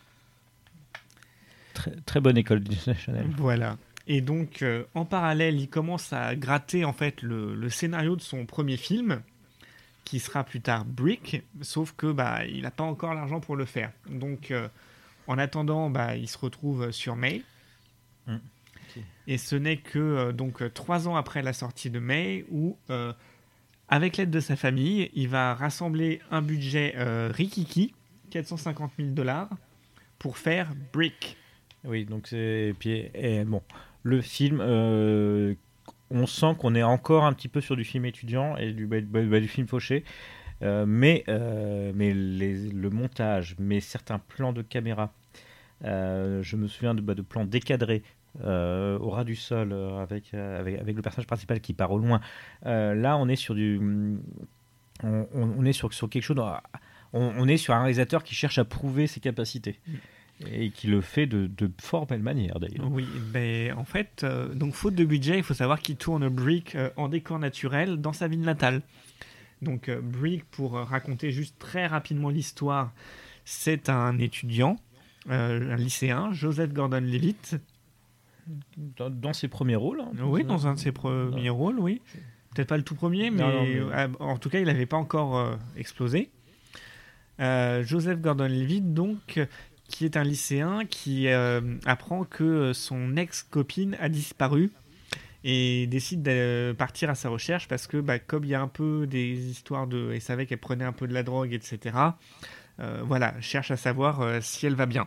Très, très bonne école Disney Channel. Voilà. Et donc, euh, en parallèle, il commence à gratter en fait le, le scénario de son premier film, qui sera plus tard Brick, sauf que bah, il n'a pas encore l'argent pour le faire. Donc, euh, en attendant, bah, il se retrouve sur May. Mm. Et ce n'est que euh, donc euh, trois ans après la sortie de May où, euh, avec l'aide de sa famille, il va rassembler un budget euh, rikiki, quatre cent cinquante mille dollars, pour faire Brick. Oui, donc c'est et puis et, bon, le film, euh, on sent qu'on est encore un petit peu sur du film étudiant et du, bah, bah, du film fauché, euh, mais euh, mais les, le montage, mais certains plans de caméra, euh, je me souviens de, bah, de plans décadrés. Euh, au ras du sol euh, avec, euh, avec, avec le personnage principal qui part au loin. Euh, là, on est sur du, on, on, on est sur, sur quelque chose. On, on est sur un réalisateur qui cherche à prouver ses capacités et qui le fait de, de fort belle manière d'ailleurs. Oui, ben en fait, euh, donc faute de budget, il faut savoir qu'il tourne Brick euh, en décor naturel dans sa ville natale. Donc euh, Brick, pour euh, raconter juste très rapidement l'histoire, c'est un étudiant, euh, un lycéen, Joseph Gordon-Levitt. Dans, dans ses premiers rôles. Hein, Oui, dans un de ses premiers non. rôles, oui. Peut-être pas le tout premier, mais, non, non, mais... Euh, en tout cas, il n'avait pas encore euh, explosé. Euh, Joseph Gordon-Levitt, donc, qui est un lycéen qui euh, apprend que son ex-copine a disparu et décide de partir à sa recherche parce que, bah, comme il y a un peu des histoires de... Il savait qu'elle prenait un peu de la drogue, et cetera. Euh, voilà, cherche à savoir euh, si elle va bien.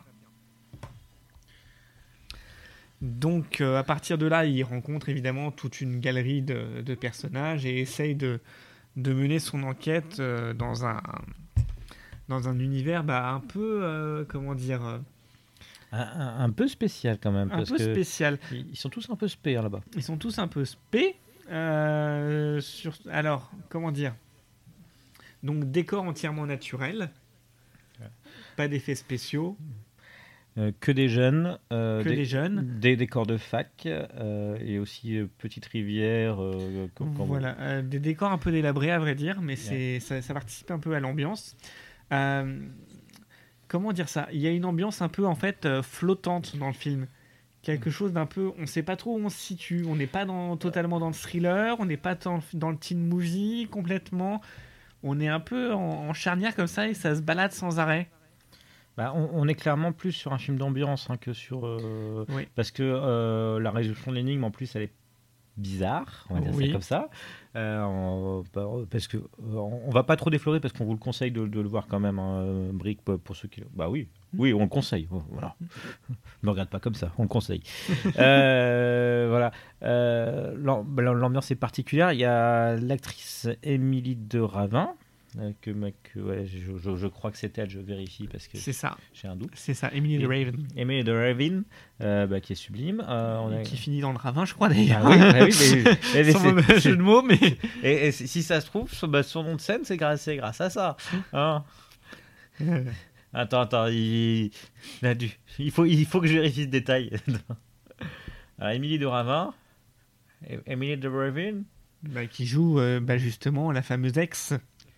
Donc, euh, à partir de là, il rencontre évidemment toute une galerie de, de personnages et essaye de, de mener son enquête euh, dans, un, dans un univers bah, un peu, euh, comment dire... Euh, un, un, un peu spécial quand même. Un parce peu que spécial. Ils sont tous un peu spé hein, là-bas. Ils sont tous un peu spé. Euh, sur, alors, comment dire Donc, décor entièrement naturel. Ouais. Pas d'effets spéciaux. Euh, que des jeunes, euh, que des, des jeunes, des décors de fac euh, et aussi euh, petite rivière. Euh, comme, comme voilà, euh, des décors un peu délabrés à vrai dire, mais yeah. c'est ça, ça participe un peu à l'ambiance. Euh, comment dire ça Il y a une ambiance un peu en fait euh, flottante dans le film, quelque chose d'un peu, on ne sait pas trop où on se situe. On n'est pas dans, totalement dans le thriller, on n'est pas dans, dans le teen movie complètement. On est un peu en, en charnière comme ça et ça se balade sans arrêt. Bah, on, on est clairement plus sur un film d'ambiance hein, que sur... Euh, oui. Parce que euh, la résolution de l'énigme, en plus, elle est bizarre, on va dire oui. ça comme ça. Euh, on, parce que, on va pas trop déflorer parce qu'on vous le conseille de, de le voir quand même, hein, Brick, pour ceux qui... Bah oui, oui, on le conseille. Voilà. Ne me regarde pas comme ça, on le conseille. euh, voilà. Euh, l'ambiance est particulière. Il y a l'actrice Émilie de Ravin, que, que ouais, je, je, je crois que c'est elle, je vérifie parce que c'est ça. J'ai un doute. C'est ça, Emily de Raven. Emily de Raven, euh, bah, qui est sublime. Euh, on a... Qui finit dans le ravin, je crois d'ailleurs. Ah oui, bah oui, mais, mais, mais sans mauvais jeu de mots, mais. Et, et si ça se trouve, bah, son nom de scène, c'est grâce, grâce à ça. Hein. attends, attends, il... Il, dû... il, faut, il faut que je vérifie ce détail. Alors, Emily de Ravin, Emily de Raven, bah, qui joue euh, bah, justement la fameuse ex.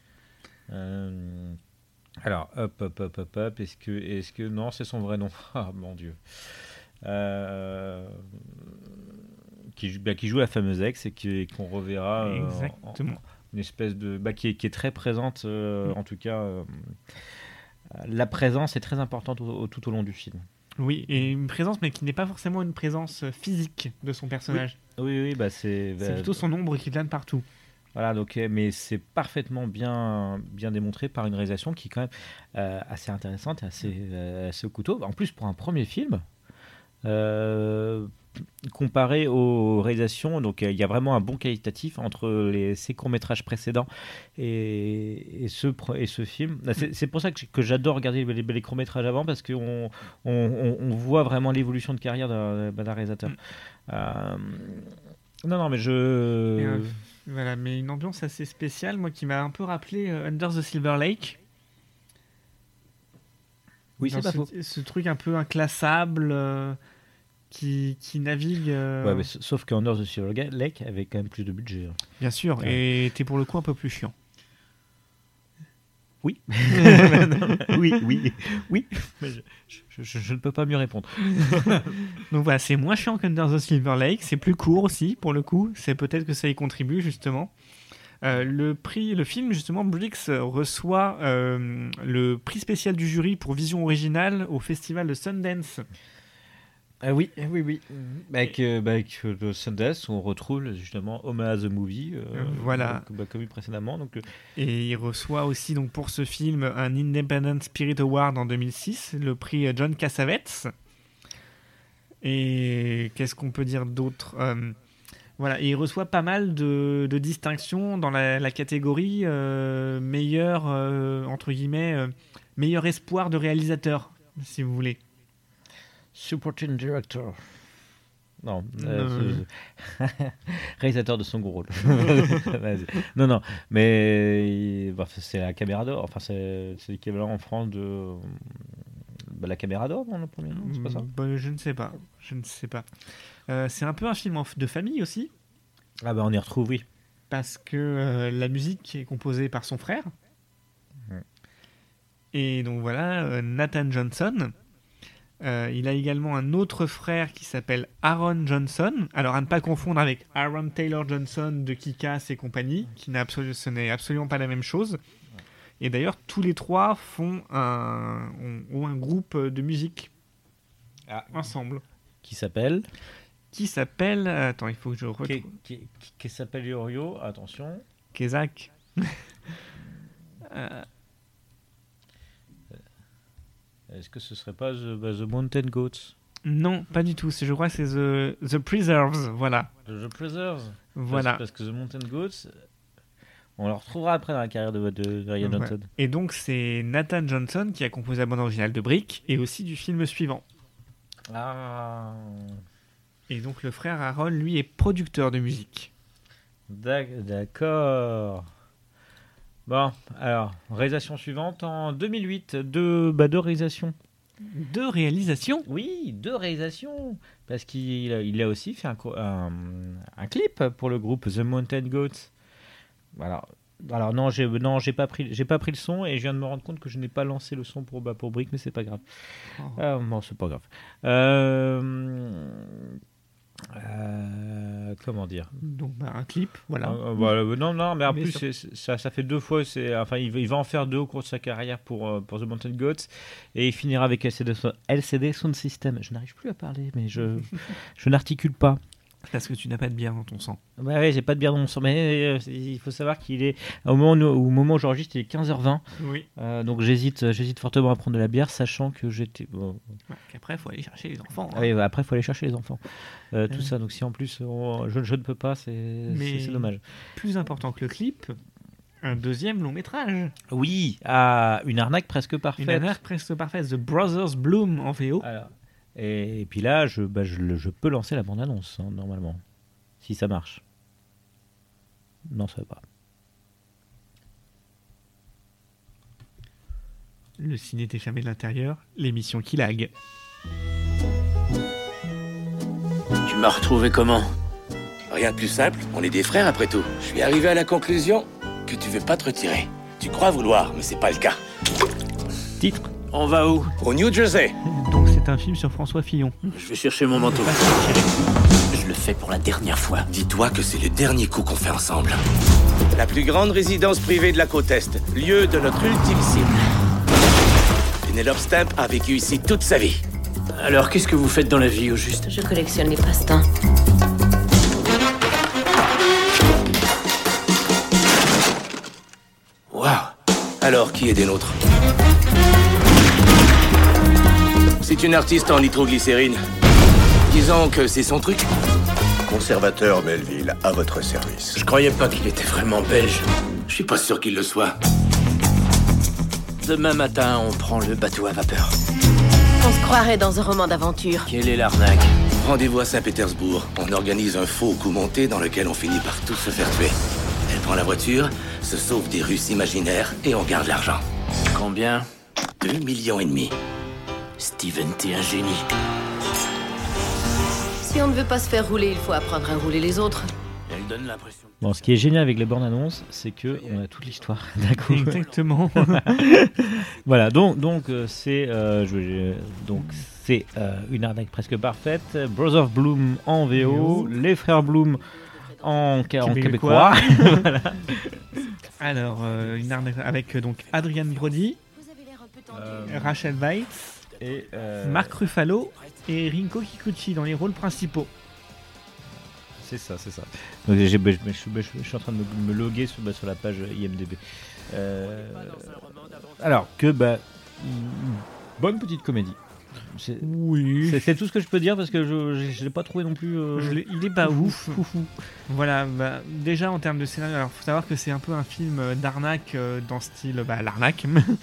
Euh, alors, hop, hop, hop, hop, hop. Est-ce que, est-ce que non, c'est son vrai nom? Ah mon Dieu. Euh, qui, bah, qui joue la fameuse ex et qui, qu'on reverra euh, Exactement. en, en, une espèce de bah, qui, est, qui est très présente euh, en tout cas euh, la présence est très importante au, au, tout au long du film. Oui, et une présence mais qui n'est pas forcément une présence physique de son personnage. Oui, oui, oui bah c'est c'est bah, plutôt son ombre qui plane partout. Voilà, donc, mais c'est parfaitement bien, bien démontré par une réalisation qui est quand même euh, assez intéressante et assez, euh, assez au couteau. En plus, pour un premier film, euh, comparé aux réalisations, donc il y a vraiment un bon qualitatif entre les, ces courts-métrages précédents et, et, ce, et ce film. C'est, c'est pour ça que, que j'adore regarder les, les courts-métrages avant, parce qu'on on, on, on voit vraiment l'évolution de carrière d'un, d'un réalisateur. Mm. Euh, non, non, mais je... Euh, voilà, mais une ambiance assez spéciale, moi, qui m'a un peu rappelé uh, Under the Silver Lake. Oui, c'est pas ce, faux. Ce truc un peu inclassable... Euh... Qui, qui navigue. Euh... Ouais, mais sauf que Under the Silver Lake avait quand même plus de budget. Hein. Bien sûr, ouais. Et était pour le coup un peu plus chiant. Oui. oui, oui, oui. Mais je, je, je, je ne peux pas mieux répondre. Donc voilà, c'est moins chiant qu'Under the Silver Lake, c'est plus court aussi pour le coup. C'est peut-être que ça y contribue justement. Euh, le prix, le film justement, Bricks reçoit euh, le prix spécial du jury pour vision originale au festival de Sundance. Ah oui, oui, oui. Bah, avec, euh, bah, avec le Sundance, on retrouve justement Oma the Movie, euh, voilà. donc, bah, comme précédemment. Donc, euh... Et il reçoit aussi donc pour ce film un Independent Spirit Award en deux mille six, le prix John Cassavetes. Et qu'est-ce qu'on peut dire d'autre ? euh, Voilà, et il reçoit pas mal de, de distinctions dans la, la catégorie euh, meilleur euh, entre guillemets euh, meilleur espoir de réalisateur, si vous voulez. Supporting Director. Non, euh, réalisateur de second rôle. non, non, mais bah, c'est la caméra d'or. Enfin, c'est, c'est l'équivalent en France de bah, la caméra d'or dans le premier nom, c'est pas ça ? Bah, je ne sais pas. Je ne sais pas. Euh, c'est un peu un film de famille aussi. Ah bah on y retrouve, oui. Parce que euh, la musique est composée par son frère. Mmh. Et donc voilà, euh, Nathan Johnson. Euh, il a également un autre frère qui s'appelle Aaron Johnson. Alors à ne pas confondre avec Aaron Taylor Johnson de Kick-Ass et compagnie, qui n'a absolu- ce n'est absolument pas la même chose. Et d'ailleurs, tous les trois font un, ont, ont un groupe de musique ah. ensemble. Qui s'appelle Qui s'appelle... Attends, il faut que je retrouve... Qui, qui, qui, qui s'appelle Yorio, attention. Kezak. euh... Est-ce que ce serait pas The, the Mountain Goats ? Non, pas du tout. Je crois que c'est The, the Preserves, voilà. The Preserves. Voilà. Parce, parce que The Mountain Goats, on le retrouvera après dans la carrière de, de, de Ryan Johnson. Ouais. Et donc c'est Nathan Johnson qui a composé la bande originale de Brick et aussi du film suivant. Ah. Et donc le frère Aaron, lui, est producteur de musique. D'accord. Bon, alors, réalisation suivante en deux mille huit, deux, bah, deux réalisations. Deux réalisations ? Oui, deux réalisations. Parce qu'il a, il a aussi fait un, un, un clip pour le groupe The Mountain Goats. Voilà. Alors non, j'ai, non j'ai, pas pris, j'ai pas pris le son et je viens de me rendre compte que je n'ai pas lancé le son pour, bah, pour Brick, mais c'est pas grave. Oh. Euh, non, c'est pas grave. Euh... Euh, comment dire ? Donc bah, un clip, voilà. Euh, voilà. Non, non, mais en mais plus ça... c'est, ça, ça fait deux fois. C'est, enfin, il va, il va en faire deux au cours de sa carrière pour pour The Mountain Goats et il finira avec L C D, L C D Sound System. Je n'arrive plus à parler, mais je je n'articule pas. Parce que tu n'as pas de bière dans ton sang. Bah oui, j'ai pas de bière dans mon sang, mais euh, il faut savoir qu'il est au moment où, au moment où j'enregistre, il est quinze heures vingt. Oui. Euh, donc j'hésite, j'hésite fortement à prendre de la bière, sachant que j'étais. Bon... Ouais, qu'après, il faut aller chercher les enfants. Hein. Ah oui, bah, après, il faut aller chercher les enfants. Euh, euh... Tout ça. Donc si en plus on, je, je ne peux pas, c'est, c'est, c'est dommage. Plus important que le clip, un deuxième long métrage. Oui, à une arnaque presque parfaite. Une arnaque presque parfaite. The Brothers Bloom en V O. Alors, et, et puis là, je, bah, je, je peux lancer la bande-annonce hein, normalement. Si ça marche. Non, ça va pas. Le ciné était fermé de l'intérieur, l'émission qui lag. Tu m'as retrouvé comment ? Rien de plus simple, on est des frères après tout. Je suis arrivé à la conclusion que tu veux pas te retirer. Tu crois vouloir, mais c'est pas le cas. Titre ? On va où ? Au New Jersey. Donc c'est c'est un film sur François Fillon. Je vais chercher mon manteau. Pas se tirer. Je le fais pour la dernière fois. Dis-toi que c'est le dernier coup qu'on fait ensemble. La plus grande résidence privée de la côte Est, lieu de notre ultime cible. Penelope Stamp a vécu ici toute sa vie. Alors, qu'est-ce que vous faites dans la vie, au juste? Je collectionne les passe-temps. Waouh. Alors, qui est des nôtres? C'est une artiste en nitroglycérine. Disons que c'est son truc. Conservateur Melville, à votre service. Je croyais pas qu'il était vraiment belge. Je suis pas sûr qu'il le soit. Demain matin, on prend le bateau à vapeur. On se croirait dans un roman d'aventure. Quelle est l'arnaque? Rendez-vous à Saint-Pétersbourg. On organise un faux coup monté dans lequel on finit par tous se faire tuer. Elle prend la voiture, se sauve des Russes imaginaires et on garde l'argent. Combien? Deux millions et demi. Steven, t'es un génie. Si on ne veut pas se faire rouler, il faut apprendre à rouler les autres. Elle donne l'impression... Bon, ce qui est génial avec les bandes annonces, c'est que on a toute l'histoire d'un coup. Exactement. Voilà, donc donc euh, c'est euh, je vais- donc c'est euh, une arnaque presque parfaite. Brothers Bloom en V O, les frères Bloom en, ca- en Québécois. québécois. Voilà. Alors, euh, une arnaque avec euh, donc Adrian Brody, Euh, Rachel Weisz, et euh, Mark Ruffalo et Rinko Kikuchi dans les rôles principaux. C'est ça, c'est ça. Donc, j'ai- bah, je, je- je- je- je suis en train de me, me loguer sur, bah, sur la page I M D B. Euh, alors que bah une bonne petite comédie. C'est Oui. c'est- c'est tout ce que je peux dire parce que je je l'ai pas trouvé non plus. euh, Je l'ai- il est pas ouf. Voilà, bah, déjà en termes de scénario, alors faut savoir que c'est un peu un film euh, d'arnaque euh, dans style bah, l'arnaque.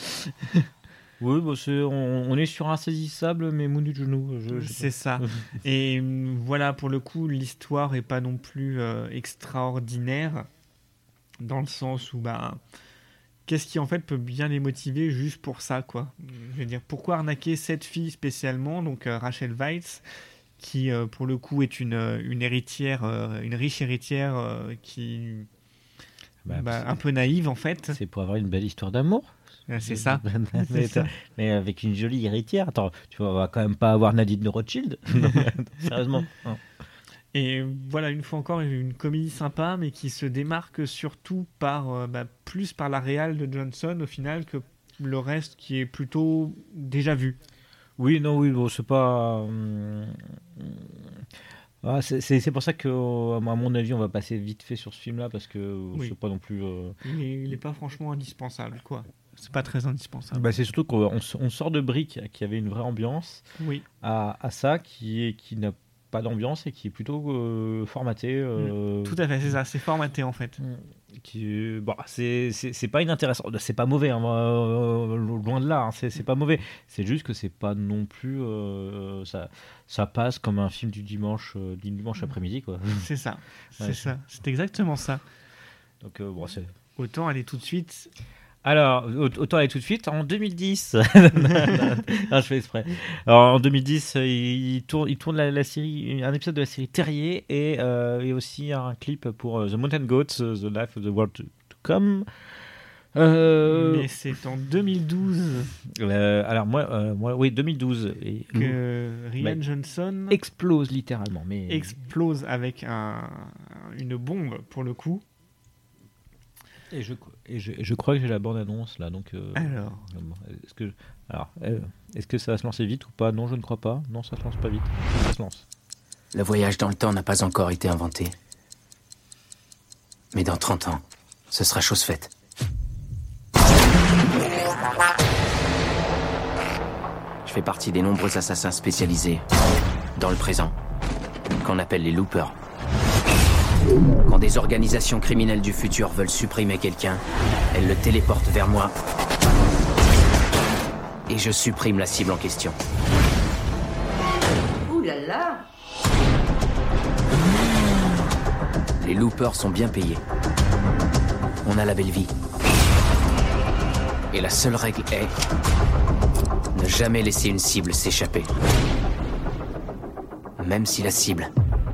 Oui, bah, c'est- on, on est sur insaisissable mais mou du genou. je- je sais C'est ça. Et hum, voilà, pour le coup, l'histoire est pas non plus euh, extraordinaire dans le sens où bah qu'est-ce qui en fait peut bien les motiver juste pour ça quoi. Je veux dire, pourquoi arnaquer cette fille spécialement, donc euh, Rachel Weisz, qui euh, pour le coup est une, euh, une héritière, euh, une riche héritière euh, qui Bah, bah, c'est- un peu naïve en fait. C'est pour avoir une belle histoire d'amour. Euh, C'est ça. mais, C'est ça. mais avec une jolie héritière. Attends, tu vas on va quand même pas avoir Nadine de Rothschild. Sérieusement. Non. Et voilà, une fois encore, une comédie sympa, mais qui se démarque surtout par euh, bah, plus par la réal de Johnson au final que le reste qui est plutôt déjà vu. Oui, non, oui, bon, c'est pas. hum, ah, c'est- c'est c'est pour ça que, euh, à mon avis, on va passer vite fait sur ce film-là parce que euh, Oui. c'est pas non plus. euh, Il est, il est pas franchement indispensable, quoi. C'est pas très indispensable. Bah, c'est surtout qu'on s- on sort de Brick qui avait une vraie ambiance Oui, à, à ça qui est qui n'a pas d'ambiance et qui est plutôt euh, formaté. euh, tout à fait, c'est ça, c'est formaté en fait. qui bon, c'est c'est c'est pas inintéressant, c'est pas mauvais, hein, euh, loin de là, hein, c'est c'est pas mauvais, c'est juste que c'est pas non plus euh, ça ça passe comme un film du dimanche euh, du dimanche après-midi quoi. C'est ça, c'est Ouais, ça, c'est exactement ça. Donc euh, bon, c'est Autant aller tout de suite. alors aut- autant aller tout de suite en deux mille dix. Non, je fais exprès. Alors en deux mille dix, euh, il tourne il tourne la, la série, un épisode de la série Terrier et, euh, et aussi un clip pour euh, The Mountain Goats, euh, The Life of the World to, to Come. Euh, Mais c'est en deux mille douze Euh, alors moi, euh, moi, oui, deux mille douze, et que Rian Bah, Johnson explose littéralement, mais explose avec un, une bombe pour le coup. et je, et je, et je crois que j'ai la bande annonce là, donc. euh, Alors, est-ce que, alors, euh, est-ce que ça va se lancer vite ou pas? Non, je ne crois pas. Non, ça se lance pas vite. Ça se lance. Le voyage dans le temps n'a pas encore été inventé. Mais dans trente ans, ce sera chose faite. Je fais partie des nombreux assassins spécialisés dans le présent, qu'on appelle les loopers. Quand des organisations criminelles du futur veulent supprimer quelqu'un, elles le téléportent vers moi et je supprime la cible en question. Ouh là là! Les loopers sont bien payés. On a la belle vie. Et la seule règle est ne jamais laisser une cible s'échapper. Même si la cible,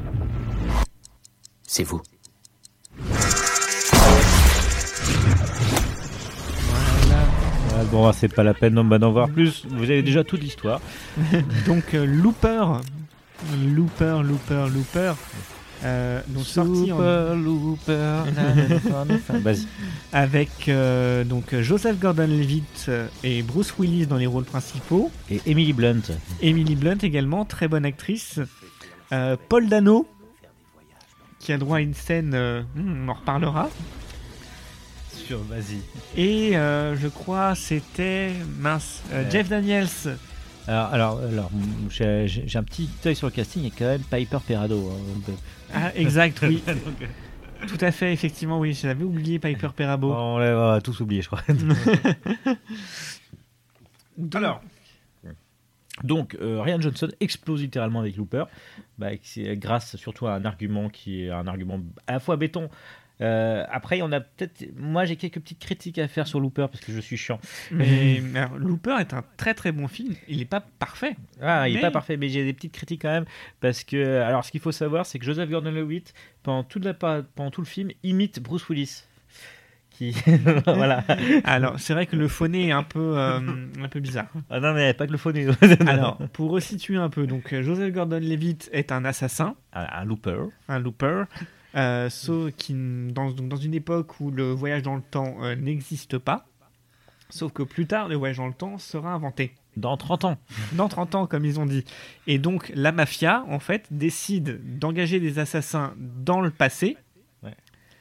c'est vous. voilà. Ah, bon, c'est pas la peine d'en, d'en voir plus. Vous avez déjà toute l'histoire. Donc euh, Looper, Looper, Looper, Looper. Euh, donc sorti en... Looper. Vas-y. Avec euh, donc Joseph Gordon-Levitt et Bruce Willis dans les rôles principaux. Et Emily Blunt. Emily Blunt également, très bonne actrice. Euh, Paul Dano, qui a droit à une scène, euh, on en reparlera. Sur, vas-y. Et euh, je crois c'était mince, euh, euh... Jeff Daniels. Alors, alors, alors j'ai, j'ai un petit œil sur le casting, il y a quand même Piper Perabo. Hein, donc... Ah, exact, oui. Tout à fait, effectivement, oui, j'avais oublié Piper Perabo. On l'a tous oublié, je crois. Alors, donc, euh, Rian Johnson explose littéralement avec Looper, bah, c'est grâce surtout à un argument qui est un argument à la fois béton. Euh, après, on a peut-être. Moi, j'ai quelques petites critiques à faire sur Looper parce que je suis chiant. Mais alors, Looper est un très très bon film. Il n'est pas parfait. Ah, il mais... n'est pas parfait, mais j'ai des petites critiques quand même parce que. Alors, ce qu'il faut savoir, c'est que Joseph Gordon-Levitt, pendant toute la pendant tout le film, imite Bruce Willis. Qui voilà. Alors, c'est vrai que le phoné est un peu euh, un peu bizarre. Ah non, mais pas que le phoné. Alors, pour resituer un peu, donc Joseph Gordon-Levitt est un assassin, un, un looper, un looper. Euh, sauf qui, dans, dans une époque où le voyage dans le temps euh, n'existe pas, sauf que plus tard le voyage dans le temps sera inventé. Dans trente ans. Dans trente ans, comme ils ont dit. Et donc la mafia, en fait, décide d'engager des assassins dans le passé ouais.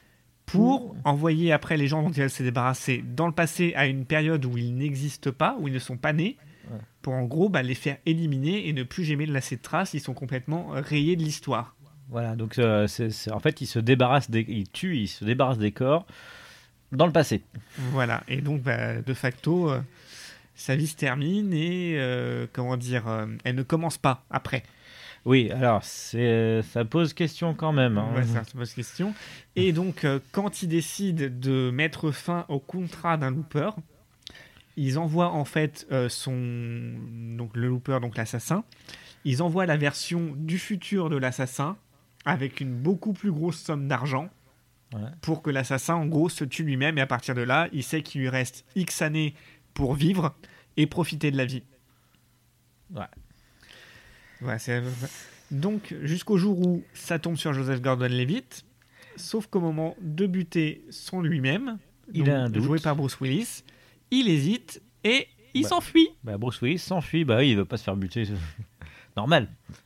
pour mmh. envoyer après les gens dont ils veulent se débarrasser dans le passé à une période où ils n'existent pas, où ils ne sont pas nés, ouais. pour en gros bah, les faire éliminer et ne plus jamais laisser de traces, ils sont complètement rayés de l'histoire. Voilà, donc euh, c'est, c'est, en fait, il se débarrasse des, il tue, il se débarrasse des corps dans le passé. Voilà, et donc bah, de facto, euh, sa vie se termine et euh, comment dire, euh, elle ne commence pas après. Oui, alors c'est, ça pose question quand même. Hein. Ouais, ça, ça pose question. Et donc, euh, quand ils décident de mettre fin au contrat d'un looper, ils envoient en fait euh, son, donc le looper, donc l'assassin. Ils envoient la version du futur de l'assassin. Avec une beaucoup plus grosse somme d'argent ouais. pour que l'assassin, en gros, se tue lui-même. Et à partir de là, il sait qu'il lui reste X années pour vivre et profiter de la vie. Ouais. Ouais, c'est... Donc, jusqu'au jour où ça tombe sur Joseph Gordon-Levitt, sauf qu'au moment de buter son lui-même, il a un doute. Joué par Bruce Willis, il hésite et il bah, s'enfuit. Bah Bruce Willis s'enfuit, bah oui, il veut pas se faire buter. Normal.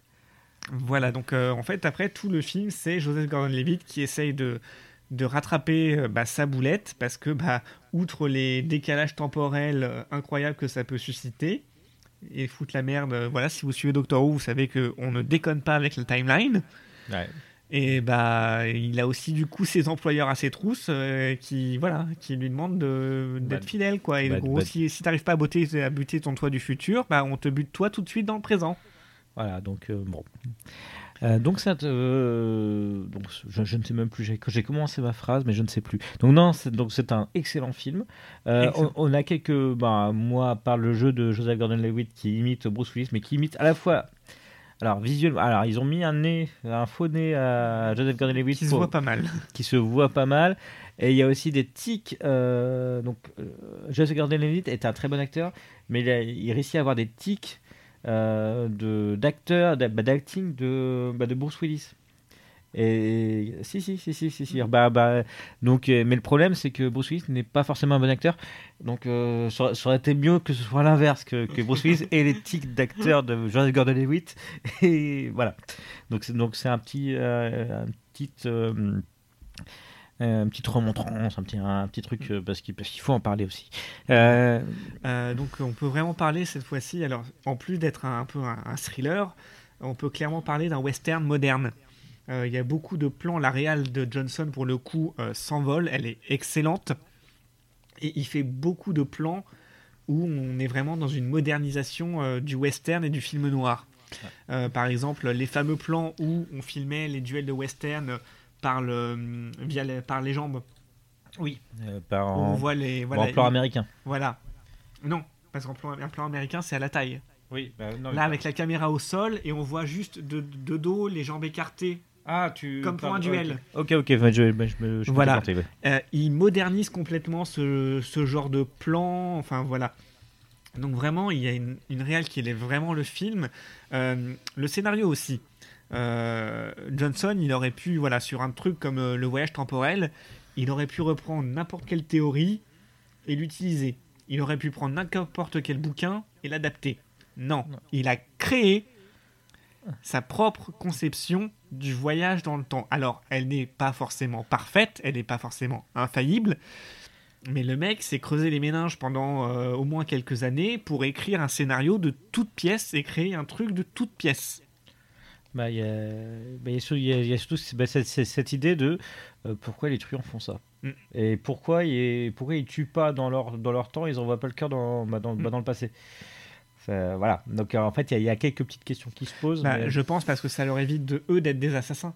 Voilà, donc euh, en fait, après, tout le film, c'est Joseph Gordon-Levitt qui essaye de, de rattraper euh, bah, sa boulette, parce que, bah, outre les décalages temporels euh, incroyables que ça peut susciter, et foutre la merde, euh, voilà, si vous suivez Doctor Who, vous savez qu'on ne déconne pas avec la timeline. Ouais. Et bah, il a aussi, du coup, ses employeurs à ses trousses euh, qui, voilà, qui lui demandent de, d'être bah, fidèle, quoi. Et bah, gros, bah, si, si t'arrives pas à, botter, à buter ton toi du futur, bah, on te bute toi tout de suite dans le présent. Voilà, donc euh, bon. Euh, donc, ça, euh, donc je, je ne sais même plus, j'ai, j'ai commencé ma phrase, mais je ne sais plus. Donc, non, c'est, donc, c'est un excellent film. Euh, excellent. On, on a quelques. Bah, moi, par le jeu de Joseph Gordon-Levitt qui imite Bruce Willis, mais qui imite à la fois. Alors, visuellement. Alors, ils ont mis un nez, un faux nez à Joseph Gordon-Levitt. Qui pour, se voit pas mal. Qui se voit pas mal. Et il y a aussi des tics. Euh, donc, euh, Joseph Gordon-Levitt est un très bon acteur, mais il, a, il réussit à avoir des tics. Euh, de, d'acteur, d'acting de, bah, de Bruce Willis. Et si, si, si, si, si, si. Bah, bah, donc, mais le problème, c'est que Bruce Willis n'est pas forcément un bon acteur. Donc, euh, ça, ça aurait été mieux que ce soit l'inverse, que, que Bruce Willis ait les tics d'acteur de Joseph Gordon-Levitt. Et voilà. Donc, c'est, donc, c'est un petit. Euh, un petit euh, un petit remontrance, un petit, un petit truc, euh, parce, qu'il, parce qu'il faut en parler aussi. Euh... Euh, donc on peut vraiment parler cette fois-ci, alors en plus d'être un, un peu un, un thriller, on peut clairement parler d'un western moderne. Il euh, y a beaucoup de plans, la réal de Johnson pour le coup euh, s'envole, elle est excellente, et il fait beaucoup de plans où on est vraiment dans une modernisation euh, du western et du film noir. Euh, par exemple, les fameux plans où on filmait les duels de western par, le, via les, par les jambes. Oui, euh, par en, on voit les, voilà, en plan il, américain. Voilà. Non, parce qu'en plan, un plan américain, c'est à la taille. Oui. Bah, non, là, avec la caméra au sol, et on voit juste de, de dos les jambes écartées Ah, tu... Comme pour un duel. Ok, ok, enfin, je, je, je, je Voilà. peux ouais. Euh, il modernise complètement ce, ce genre de plan. Enfin, voilà. Donc vraiment, il y a une, une réal qui élève vraiment le film. Euh, le scénario aussi. Euh, Johnson, il aurait pu, voilà, sur un truc comme euh, le voyage temporel, il aurait pu reprendre n'importe quelle théorie et l'utiliser. Il aurait pu prendre n'importe quel bouquin et l'adapter. Non, non. Il a créé sa propre conception du voyage dans le temps. Alors, elle n'est pas forcément parfaite, elle n'est pas forcément infaillible, mais le mec s'est creusé les méninges pendant euh, au moins quelques années pour écrire un scénario de toute pièce et créer un truc de toute pièce. Bah, il y a, bah, y a, y a, y a surtout bah, cette, cette idée de euh, pourquoi les truands font ça. Mm. Et pourquoi ils, pourquoi ils tuent pas dans leur, dans leur temps, ils envoient pas le cœur dans, bah, dans, mm. bah, dans le passé. Ça, voilà. Donc en fait, il y, y a quelques petites questions qui se posent. Bah, mais... Je pense parce que ça leur évite de eux d'être des assassins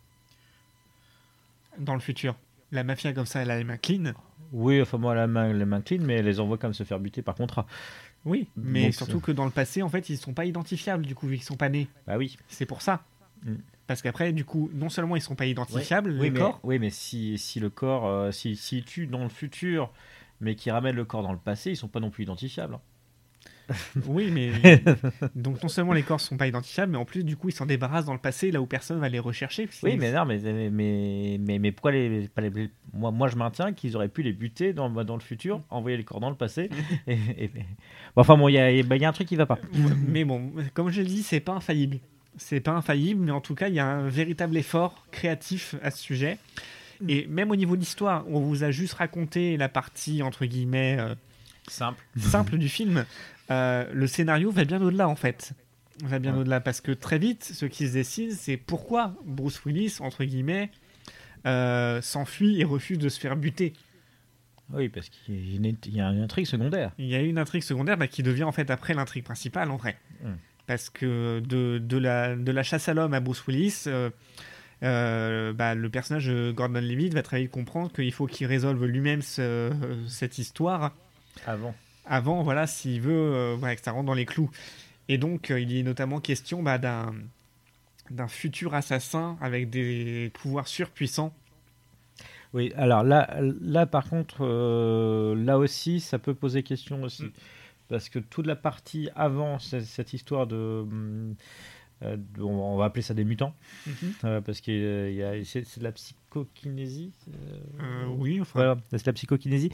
dans le futur. La mafia comme ça, elle a les mains clean. Oui, enfin moi, elle a les mains, les mains clean, mais elle les envoie quand même se faire buter par contrat. Oui, mais donc, surtout que dans le passé, en fait, ils sont pas identifiables du coup, vu qu'ils sont pas nés. Bah oui. C'est pour ça. Mm. Parce qu'après, du coup, non seulement ils sont pas identifiables, ouais. les oui, corps. Mais, oui, mais si, si le corps, euh, si, s'ils tuent dans le futur, mais qu'ils ramènent le corps dans le passé, ils sont pas non plus identifiables. Oui, mais donc non seulement les corps sont pas identifiables, mais en plus, du coup, ils s'en débarrassent dans le passé, là où personne va les rechercher. Oui, mais non, mais mais mais, mais pourquoi les, pas les moi, moi je maintiens qu'ils auraient pu les buter dans, dans le futur, envoyer les corps dans le passé. et, et, et... Bon, enfin bon, il y a, y a un truc qui va pas. Mais bon, comme je le dis, c'est pas infaillible. C'est pas infaillible, mais en tout cas, il y a un véritable effort créatif à ce sujet. Et même au niveau de l'histoire, on vous a juste raconté la partie entre guillemets euh, simple, simple du film. Euh, le scénario va bien au-delà en fait. Va bien ouais. au-delà parce que très vite, ce qui se décide, c'est pourquoi Bruce Willis, entre guillemets, euh, s'enfuit et refuse de se faire buter. Oui, parce qu'il y a une, il y a une intrigue secondaire. Il y a une intrigue secondaire bah, qui devient en fait après l'intrigue principale en vrai. Mm. Parce que de, de, la, de la chasse à l'homme à Bruce Willis, euh, euh, bah, le personnage de Gordon Levitt va très vite comprendre qu'il faut qu'il résolve lui-même ce, cette histoire. Avant. Avant, voilà, s'il veut euh, voilà, que ça rentre dans les clous. Et donc, euh, il y est notamment question bah, d'un, d'un futur assassin avec des pouvoirs surpuissants. Oui, alors là, là par contre, euh, là aussi, ça peut poser question aussi. Mm. Parce que toute la partie avant cette, cette histoire de, euh, de... On va appeler ça des mutants. Mm-hmm. Euh, parce que euh, y a, c'est, c'est de la psychokinésie. Euh, oui, enfin. Voilà, c'est de la psychokinésie.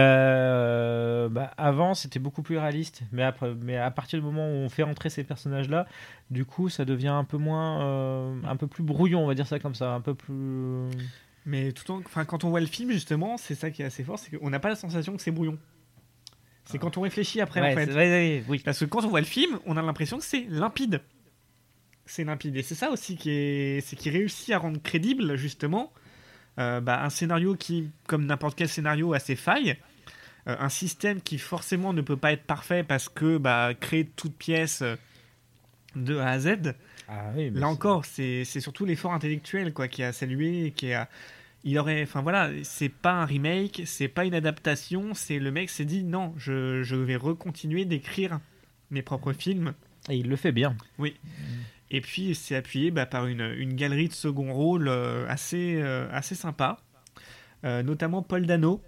Euh, bah, avant, c'était beaucoup plus réaliste. Mais, après, mais à partir du moment où on fait entrer ces personnages-là, du coup, ça devient un peu moins... Euh, un peu plus brouillon, on va dire ça comme ça. Un peu plus... Mais tout en, enfin, quand on voit le film, justement, c'est ça qui est assez fort, c'est qu'on n'a pas la sensation que c'est brouillon. C'est quand on réfléchit après, ouais, en fait. C'est, ouais, ouais, oui. Parce que quand on voit le film, on a l'impression que c'est limpide. C'est limpide. Et c'est ça aussi qui est, c'est qui réussit à rendre crédible, justement, euh, bah, un scénario qui, comme n'importe quel scénario, a ses failles. Euh, un système qui, forcément, ne peut pas être parfait parce que bah, créer toute pièce de A à Z. Ah, oui, là c'est... encore, c'est, c'est surtout l'effort intellectuel quoi, qui a salué, qui a... Il aurait, enfin voilà, c'est pas un remake, c'est pas une adaptation, c'est le mec s'est dit non, je, je vais recontinuer d'écrire mes propres films. Et il le fait bien. Oui. Mmh. Et puis c'est appuyé bah, par une, une galerie de second rôle euh, assez, euh, assez sympa, euh, notamment Paul Dano.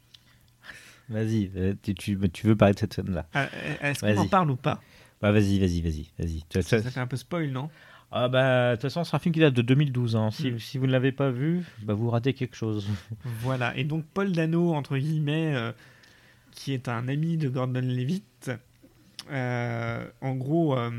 Vas-y, tu, tu, tu veux parler de cette scène-là. Euh, est-ce vas-y. qu'on en parle ou pas? Bah vas-y, vas-y, vas-y, vas-y. Ça, ça fait un peu spoil, non? Ah bah, de toute façon, c'est un film qui date de deux mille douze. Hein. Si, mmh. si vous ne l'avez pas vu, bah, vous ratez quelque chose. Voilà. Et donc, Paul Dano, entre guillemets, euh, qui est un ami de Gordon Levitt, euh, en gros, euh,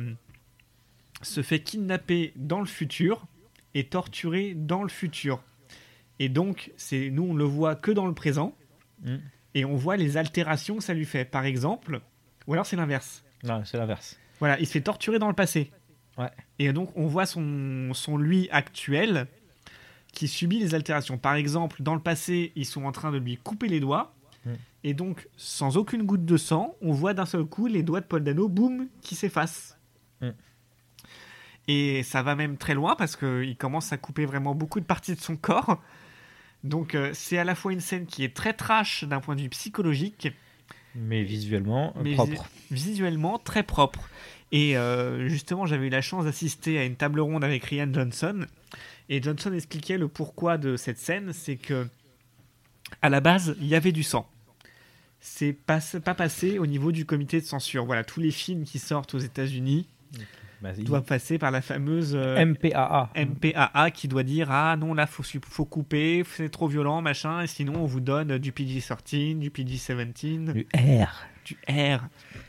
se fait kidnapper dans le futur et torturer dans le futur. Et donc, c'est, nous, on le voit que dans le présent. Mmh. Et on voit les altérations que ça lui fait. Par exemple, ou alors c'est l'inverse. Non, c'est l'inverse. Voilà, il se fait torturer dans le passé. Ouais. Et donc, on voit son, son lui actuel qui subit les altérations. Par exemple, dans le passé, ils sont en train de lui couper les doigts. Mmh. Et donc, sans aucune goutte de sang, on voit d'un seul coup les doigts de Paul Dano, boum, qui s'effacent. Mmh. Et ça va même très loin parce qu'il commence à couper vraiment beaucoup de parties de son corps. Donc, euh, c'est à la fois une scène qui est très trash d'un point de vue psychologique. Mais visuellement mais propre. Vis- visuellement très propre. Et euh, justement, j'avais eu la chance d'assister à une table ronde avec Rian Johnson. Et Johnson expliquait le pourquoi de cette scène, c'est que à la base, il y avait du sang. C'est pas, pas passé au niveau du comité de censure. Voilà, tous les films qui sortent aux États-Unis Bah, il- doivent passer par la fameuse euh, M P A A. M P A A qui doit dire ah non là faut faut couper, c'est trop violent machin, et sinon on vous donne du P G treize, du P G dix-sept, Du R. du R.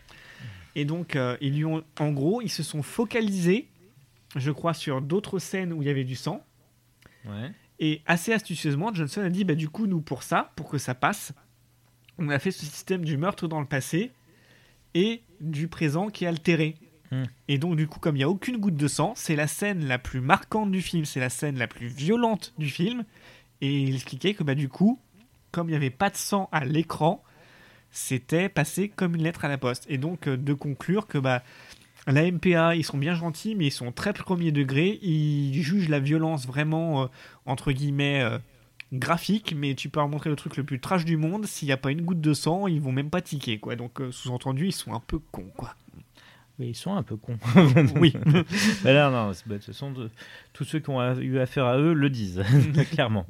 Et donc euh, ils lui ont, en gros ils se sont focalisés, je crois, sur d'autres scènes où il y avait du sang. Ouais. Et assez astucieusement, Johnson a dit bah, du coup, nous, pour ça, pour que ça passe, on a fait ce système du meurtre dans le passé et du présent qui est altéré. Hmm. Et donc, du coup, comme il n'y a aucune goutte de sang, c'est la scène la plus marquante du film, c'est la scène la plus violente du film. Et il expliquait que bah, du coup, comme il n'y avait pas de sang à l'écran, c'était passé comme une lettre à la poste. Et donc, euh, de conclure que bah, la M P A, ils sont bien gentils, mais ils sont très premier degré. Ils jugent la violence vraiment, euh, entre guillemets, euh, graphique, mais tu peux leur montrer le truc le plus trash du monde. S'il n'y a pas une goutte de sang, ils vont même pas tiquer, quoi. Donc, euh, sous-entendu, ils sont un peu cons, quoi. Mais ils sont un peu cons. Oui. Mais là, non, c'est- bah, de toute façon, de- tous ceux qui ont a- eu affaire à eux le disent, clairement.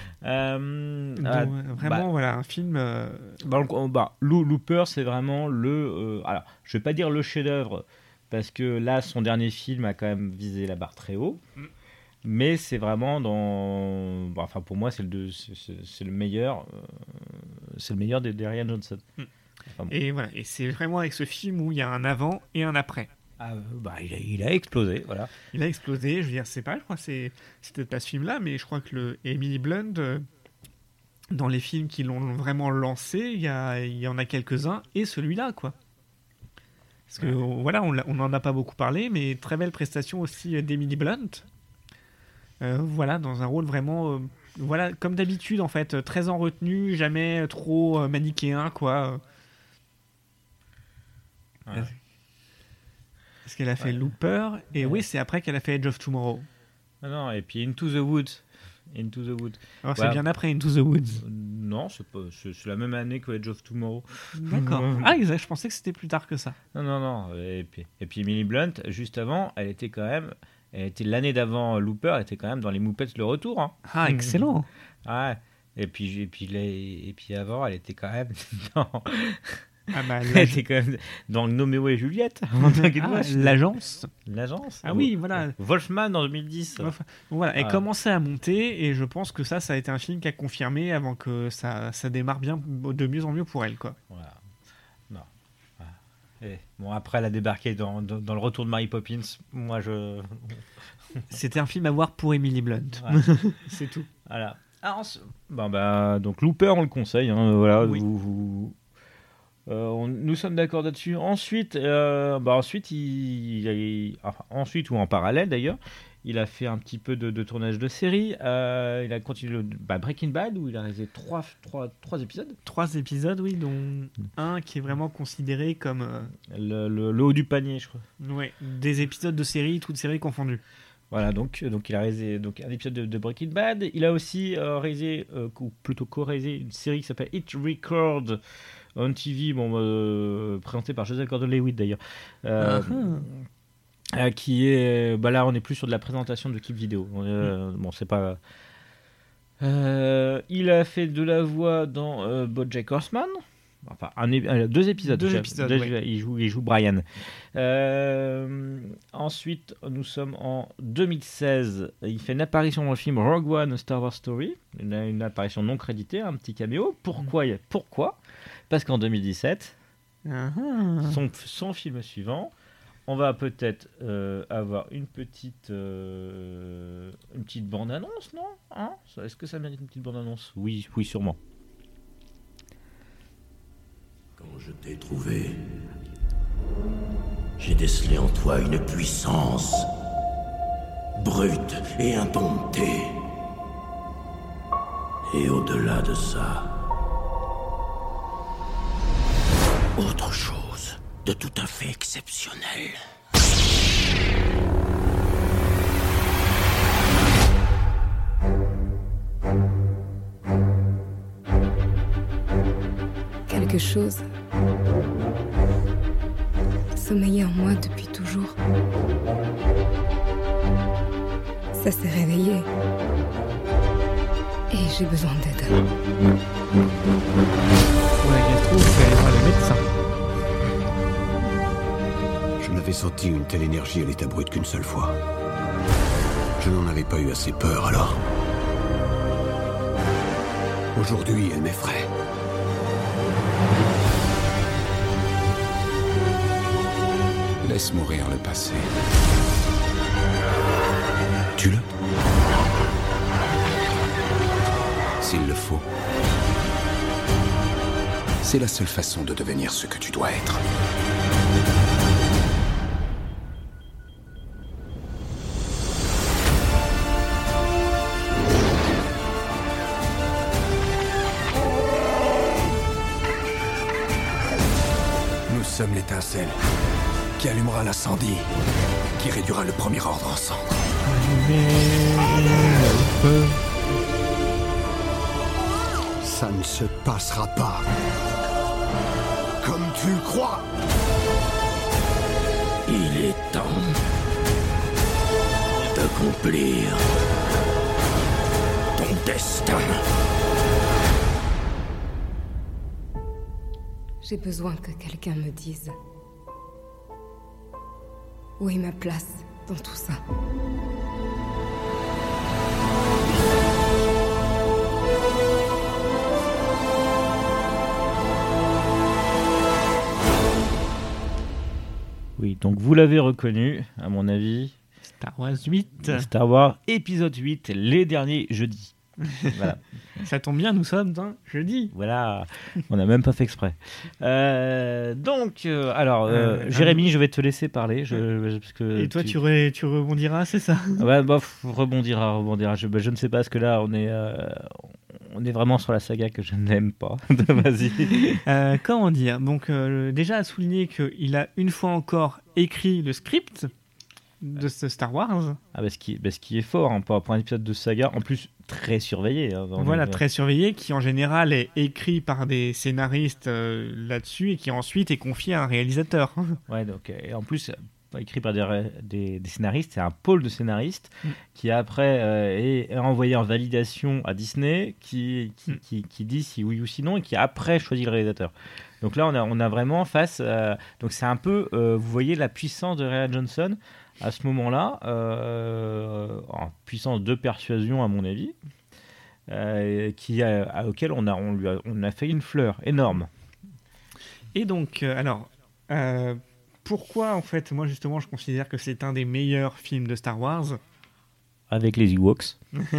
Euh, Donc, ah, euh, vraiment, voilà, un film... euh, bah, on- bah, Lou- Looper, c'est vraiment le... euh, alors, je vais pas dire le chef-d'œuvre, parce que là, son dernier film a quand même visé la barre très haut. Mm. Mais c'est vraiment dans... bah, enfin, pour moi, c'est le, deux- c'est- c'est- c'est le meilleur. euh, c'est le meilleur des, des Rian Johnson. Mm. Enfin, bon. Et voilà, et c'est vraiment avec ce film où il y a un avant et un après. Ah, euh, bah, il, a, il a explosé, voilà. Il a explosé, je veux dire, c'est pas, je crois que c'est, c'est peut-être pas ce film-là, mais je crois que le Emily Blunt, euh, dans les films qui l'ont vraiment lancé, il y, a, il y en a quelques-uns, et celui-là, quoi. Parce que, Ouais. voilà, on, l'a- on en a pas beaucoup parlé, mais très belle prestation aussi euh, d'Emily Blunt. Euh, voilà, dans un rôle vraiment, euh, voilà, comme d'habitude, en fait, euh, très en retenue, jamais trop euh, manichéen, quoi. Ouais. Parce qu'elle a fait Ouais. Looper, et Ouais. oui, c'est après qu'elle a fait Edge of Tomorrow. Ah non, et puis Into the Woods. Into the Woods. Alors, Ouais. c'est bien après Into the Woods. Euh, Non, c'est pas, c'est, c'est la même année que Edge of Tomorrow. D'accord. Ah, exact, je pensais que c'était plus tard que ça. Non, non, non. Et puis, et puis Emily Blunt, juste avant, elle était quand même, elle était l'année d'avant Looper, elle était quand même dans les Muppets le retour. Hein. Ah, excellent. Ouais. Et puis, et puis, les, et puis avant, elle était quand même dans, Ah, bah, elle l'ag- était quand même dans Gnoméo et Juliette. En tant que Ah, gouache. l'agence. L'agence. Ah oui, voilà. Wolfman en deux mille dix. Enfin, voilà, elle Ah. commençait à monter, et je pense que ça, ça a été un film qui a confirmé avant que ça, ça démarre bien, de mieux en mieux pour elle, quoi. Voilà. Non. Voilà. Et, bon, après, elle a débarqué dans, dans, dans le retour de Mary Poppins. Moi, je. C'était un film à voir pour Emily Blunt. Ouais. C'est tout. Voilà. Ah, on se- bon, bah, donc Looper, on le conseille. Hein, voilà, Oui. vous, vous- euh, on- nous sommes d'accord là-dessus. Ensuite, euh, bah, ensuite, il, il- enfin, ensuite ou en parallèle d'ailleurs, il a fait un petit peu de, de tournage de série. Euh, il a continué le, bah, Breaking Bad où il a réalisé trois, trois, trois épisodes. Trois épisodes, oui, dont un qui est vraiment considéré comme euh, Le, le- le haut du panier, je crois. ouais, des épisodes de série, toutes séries confondues. Voilà, donc, donc il a réalisé donc, un épisode de, de Breaking Bad. Il a aussi euh, réalisé, euh, ou plutôt co-réalisé, une série qui s'appelle Hit Record on T V, bon, euh, présentée par Joseph Gordon-Levitt d'ailleurs. Euh, euh, qui est, bah là, on est plus sur de la présentation de clips vidéo. Euh, Bon, c'est pas. Euh, il a fait de la voix dans euh, BoJack Horseman. Enfin, un, é- euh, deux épisodes. Deux déjà. épisodes, Déjà, ouais. il, joue, il joue Brian. Euh, ensuite, nous sommes en deux mille seize. Il fait une apparition dans le film Rogue One, A Star Wars Story. Une, une apparition non créditée, un petit caméo. Pourquoi, Pourquoi Parce qu'en deux mille dix-sept, Ah, ah. son, son film suivant, on va peut-être euh, avoir une petite, euh, une petite bande-annonce, non hein Ça- Est-ce que ça mérite une petite bande-annonce Oui, oui, sûrement. Quand je t'ai trouvé, j'ai décelé en toi une puissance brute et indomptée. Et au-delà de ça, autre chose de tout à fait exceptionnel. Quelque chose sommeillait en moi depuis toujours. Ça s'est réveillé. Et j'ai besoin d'aide. Pour la gastro, vous allez voir le médecin. Je n'avais senti une telle énergie à l'état brut qu'une seule fois. Je n'en avais pas eu assez peur alors. Aujourd'hui, elle m'effraie. Laisse mourir le passé. Tue-le. S'il le faut. C'est la seule façon de devenir ce que tu dois être. Nous sommes l'étincelle qui allumera l'incendie, qui réduira le premier ordre en cendres. Ça ne se passera pas comme tu le crois. Il est temps d'accomplir ton destin. J'ai besoin que quelqu'un me dise où est ma place dans tout ça. Oui, donc vous l'avez reconnu, à mon avis. Star Wars huit. Star Wars épisode huit, les derniers jeudis. Voilà. Ça tombe bien, nous sommes un jeudi. Voilà, on n'a même pas fait exprès. Euh, donc, euh, alors, euh, Euh, Jérémy, je vais te laisser parler. Je, je- parce que Et toi, tu, re- tu rebondiras, c'est ça? Ouais, bah, pff, rebondira, rebondira. Je, bah, je ne sais pas, parce que là, on est, euh, on est vraiment sur la saga que je n'aime pas. Vas-y. Euh, comment dire? Donc, euh, déjà à souligner qu'il a une fois encore écrit le script de ce Star Wars. Ah, bah, ce, qui, bah, ce qui est fort hein, pour, pour un épisode de saga, en plus très surveillé. Hein, on Voilà, est- très surveillé, qui en général est écrit par des scénaristes euh, là-dessus et qui ensuite est confié à un réalisateur. Ouais, donc, et en plus, pas écrit par des, ré- des, des scénaristes, c'est un pôle de scénaristes Mm. qui après euh, est, est envoyé en validation à Disney, qui, qui, Mm. qui, qui dit si oui ou si non, et qui après choisit le réalisateur. Donc là, on a, on a vraiment face. euh, donc c'est un peu, euh, vous voyez la puissance de Rian Johnson à ce moment-là, euh, en puissance de persuasion à mon avis, euh, qui a, à, auquel on a, on lui a, on a fait une fleur énorme. Et donc, euh, alors, euh, pourquoi en fait, moi justement, je considère que c'est un des meilleurs films de Star Wars? Avec les Ewoks.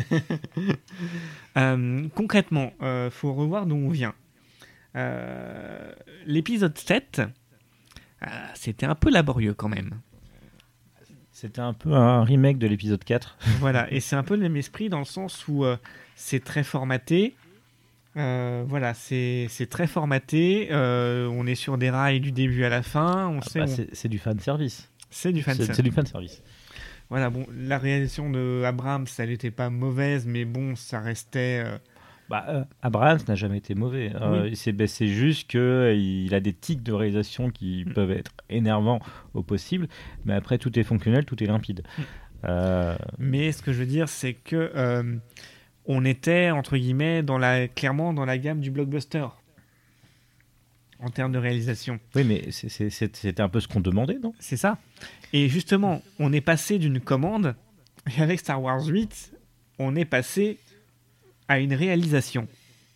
Euh, concrètement, euh, faut revoir d'où on vient. Euh, l'épisode sept, euh, c'était un peu laborieux quand même. C'était un peu un remake de l'épisode quatre. Voilà, et c'est un peu le même esprit dans le sens où euh, c'est très formaté. Euh, voilà, c'est c'est très formaté. Euh, on est sur des rails du début à la fin. On Ah sait, bah, on- c'est, c'est du fan service. c'est du fan C'est, service. c'est du fan service. Voilà, bon, la réalisation de Abrams, elle n'était pas mauvaise, mais bon, ça restait. euh, Bah, euh, Abrams n'a jamais été mauvais. Euh, c'est, bah, c'est juste qu'il a des tics de réalisation qui Mm. peuvent être énervants au possible, mais après tout est fonctionnel, tout est limpide. Mm. Euh, Mais ce que je veux dire, c'est que euh, on était entre guillemets dans la clairement dans la gamme du blockbuster en termes de réalisation. oui, mais c'est, c'est, c'est- c'était un peu ce qu'on demandait, non? C'est ça. Et justement, on est passé d'une commande et avec Star Wars huit, on est passé à une réalisation.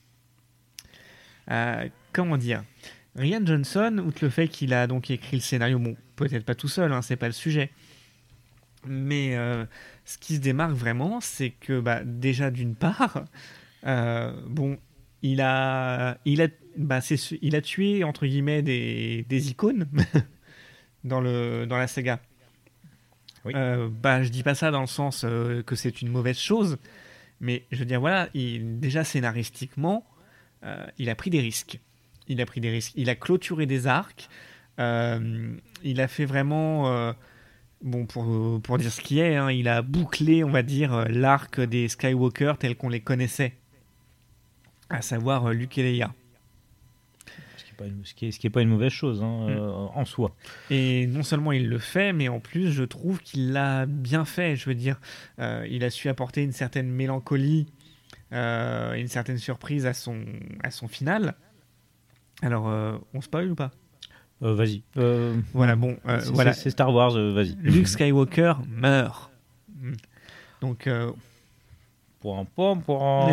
Euh, comment dire? Rian Johnson, outre le fait qu'il a donc écrit le scénario, bon, peut-être pas tout seul, hein, c'est pas le sujet. Mais euh, ce qui se démarque vraiment, c'est que bah, déjà d'une part, euh, bon, il a, il a, bah, c'est, ce- il a tué entre guillemets des, des icônes dans le dans la saga. Oui. Euh, bah, je dis pas ça dans le sens euh, que c'est une mauvaise chose, mais je veux dire voilà, il, déjà scénaristiquement, euh, il a pris des risques. Il a pris des risques. Il a clôturé des arcs. Euh, il a fait vraiment euh, bon, pour, pour dire ce qui est, hein, il a bouclé, on va dire, euh, l'arc des Skywalker tels qu'on les connaissait, à savoir euh, Luke et Leia. pas une, ce qui est, ce qui est pas une mauvaise chose hein, Mm. euh, en soi. Et non seulement il le fait, mais en plus, je trouve qu'il l'a bien fait. Je veux dire, euh, il a su apporter une certaine mélancolie, euh, une certaine surprise à son, à son final. Alors, euh, on spoil ou pas ? Euh, vas-y. Euh, Voilà, bon, euh, c'est, voilà. c'est Star Wars, euh, vas-y. Luke Skywalker meurt. Donc, euh... Point, point, point.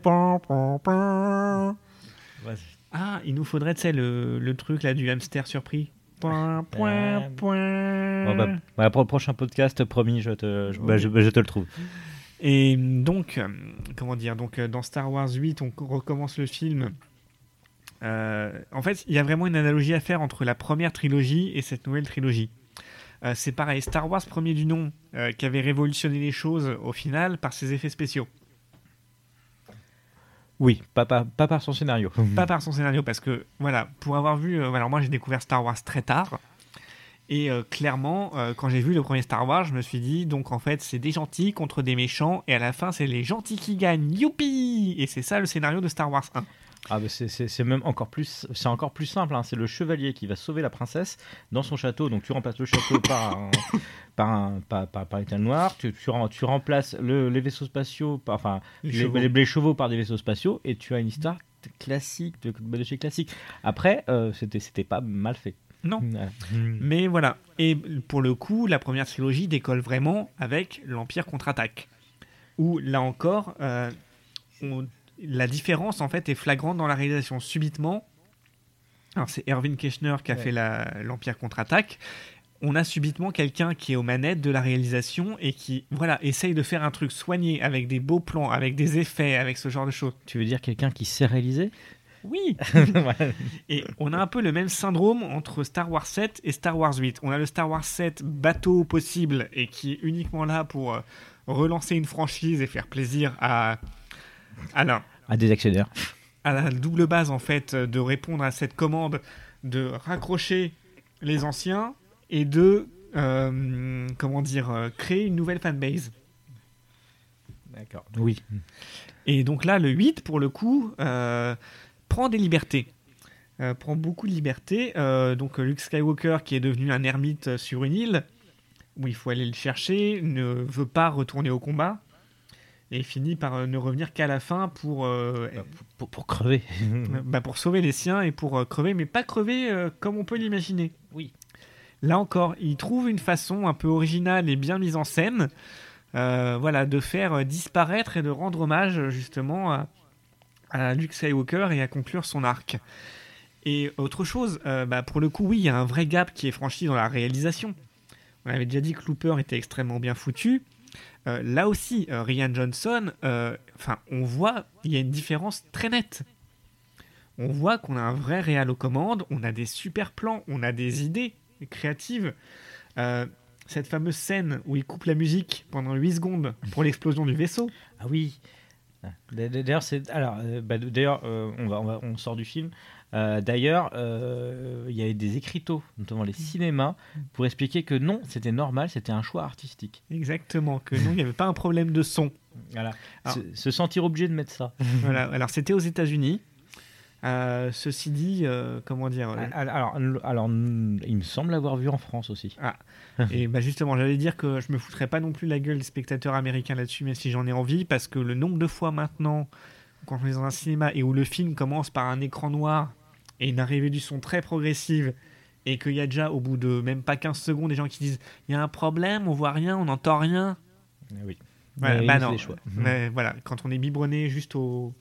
Vas-y. ah, il nous faudrait, tu sais, le, le truc là du hamster surpris. Point, point, point. Bon, bah, bah, pour le prochain podcast, promis, je te, je, bah, je, bah, je te le trouve. Et donc, euh, comment dire, donc euh, dans Star Wars huit, on recommence le film. Euh, en fait, il y a vraiment une analogie à faire entre la première trilogie et cette nouvelle trilogie. Euh, c'est pareil, Star Wars premier du nom, euh, qui avait révolutionné les choses au final par ses effets spéciaux. Oui, pas, pas, pas par son scénario. Pas par son scénario, parce que, voilà, pour avoir vu... Euh, alors moi, j'ai découvert Star Wars très tard. Et euh, clairement, euh, quand j'ai vu le premier Star Wars, je me suis dit, donc en fait, c'est des gentils contre des méchants, et à la fin, c'est les gentils qui gagnent. Youpi! Et c'est ça le scénario de Star Wars un. Ah bah c'est, c'est, c'est même encore plus, c'est encore plus simple. Hein. C'est le chevalier qui va sauver la princesse dans son château. Donc tu remplaces le château par un, par un, par, par, par l'étoile noire. Tu, tu, tu remplaces le, les vaisseaux spatiaux, par, enfin Les les, chevaux. les, les chevaux par des vaisseaux spatiaux, et tu as une histoire classique de, de chez classique. Après, euh, c'était, c'était pas mal fait. Non. Voilà. Mais voilà. Et pour le coup, la première trilogie décolle vraiment avec l'Empire contre-attaque. Où, là encore, euh, on, la différence, en fait, est flagrante dans la réalisation. Subitement, alors c'est Irving Kershner qui a Ouais. fait la, l'Empire contre-attaque. On a subitement quelqu'un qui est aux manettes de la réalisation et qui, voilà, essaye de faire un truc soigné avec des beaux plans, avec des effets, avec ce genre de choses. Tu veux dire quelqu'un qui sait réaliser? Oui. Voilà. Et on a un peu le même syndrome entre Star Wars sept et Star Wars huit. On a le Star Wars sept bateau possible et qui est uniquement là pour euh, relancer une franchise et faire plaisir à, à, la, À des actionnaires. à la double base en fait de répondre à cette commande de raccrocher les anciens et de euh, comment dire euh, créer une nouvelle fanbase. D'accord. Oui. Et donc là, le huit, pour le coup, euh, prend des libertés. Euh, prend beaucoup de libertés. Euh, donc Luke Skywalker, qui est devenu un ermite sur une île, où il faut aller le chercher, ne veut pas retourner au combat, et finit par euh, ne revenir qu'à la fin pour, euh, Bah, pour, pour, pour crever. bah, pour sauver les siens et pour euh, crever, mais pas crever euh, comme on peut l'imaginer. Oui. Là encore, il trouve une façon un peu originale et bien mise en scène, euh, voilà, de faire euh, disparaître et de rendre hommage justement à, à Luke Skywalker et à conclure son arc. Et autre chose, euh, bah, pour le coup, oui, il y a un vrai gap qui est franchi dans la réalisation. On avait déjà dit que Looper était extrêmement bien foutu. Euh, là aussi, euh, Rian Johnson, euh, enfin, on voit, il y a une différence très nette. On voit qu'on a un vrai réal aux commandes, on a des super plans, on a des idées créatives. Euh, cette fameuse scène où il coupe la musique pendant huit secondes pour l'explosion du vaisseau. Ah oui. D'ailleurs, c'est alors euh, bah, d'ailleurs euh, on va on va on sort du film. Euh, d'ailleurs, euh, il y avait des écriteaux, notamment les cinémas, pour expliquer que non, c'était normal, c'était un choix artistique. Exactement, que non, il n'y avait pas un problème de son. Voilà. Alors- se, se sentir obligé de mettre ça. Voilà. Alors c'était aux États-Unis. Euh, ceci dit, euh, comment dire euh, Alors, alors, alors, il me semble l'avoir vu en France aussi. Ah, et bah justement, j'allais dire que je me foutrais pas non plus la gueule des spectateurs américains là-dessus, même si j'en ai envie, parce que le nombre de fois maintenant, quand on est dans un cinéma et où le film commence par un écran noir et une arrivée du son très progressive, et qu'il y a déjà, au bout de même pas quinze secondes, des gens qui disent « il y a un problème, on voit rien, on n'entend rien ». Oui. Voilà, Mais bah c'est non. des choix. Mais voilà, quand on est biberonné juste au,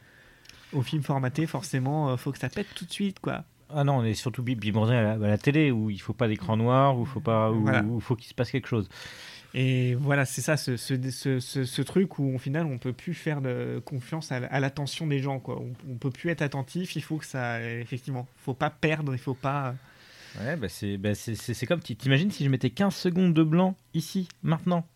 au film formaté, forcément, euh, faut que ça pète tout de suite, quoi. Ah non, on est surtout bi- biberonné à la, à la télé où il faut pas d'écran noir, où il faut pas, où, Voilà. où il faut qu'il se passe quelque chose. Et voilà, c'est ça, ce, ce, ce, ce, ce truc où au final on peut plus faire de confiance à, à l'attention des gens, quoi. On, on peut plus être attentif. Il faut que ça, effectivement, faut pas perdre, il faut pas. Ouais, bah c'est, bah c'est, c'est, c'est comme, tu t'imagines si je mettais quinze secondes de blanc ici, maintenant.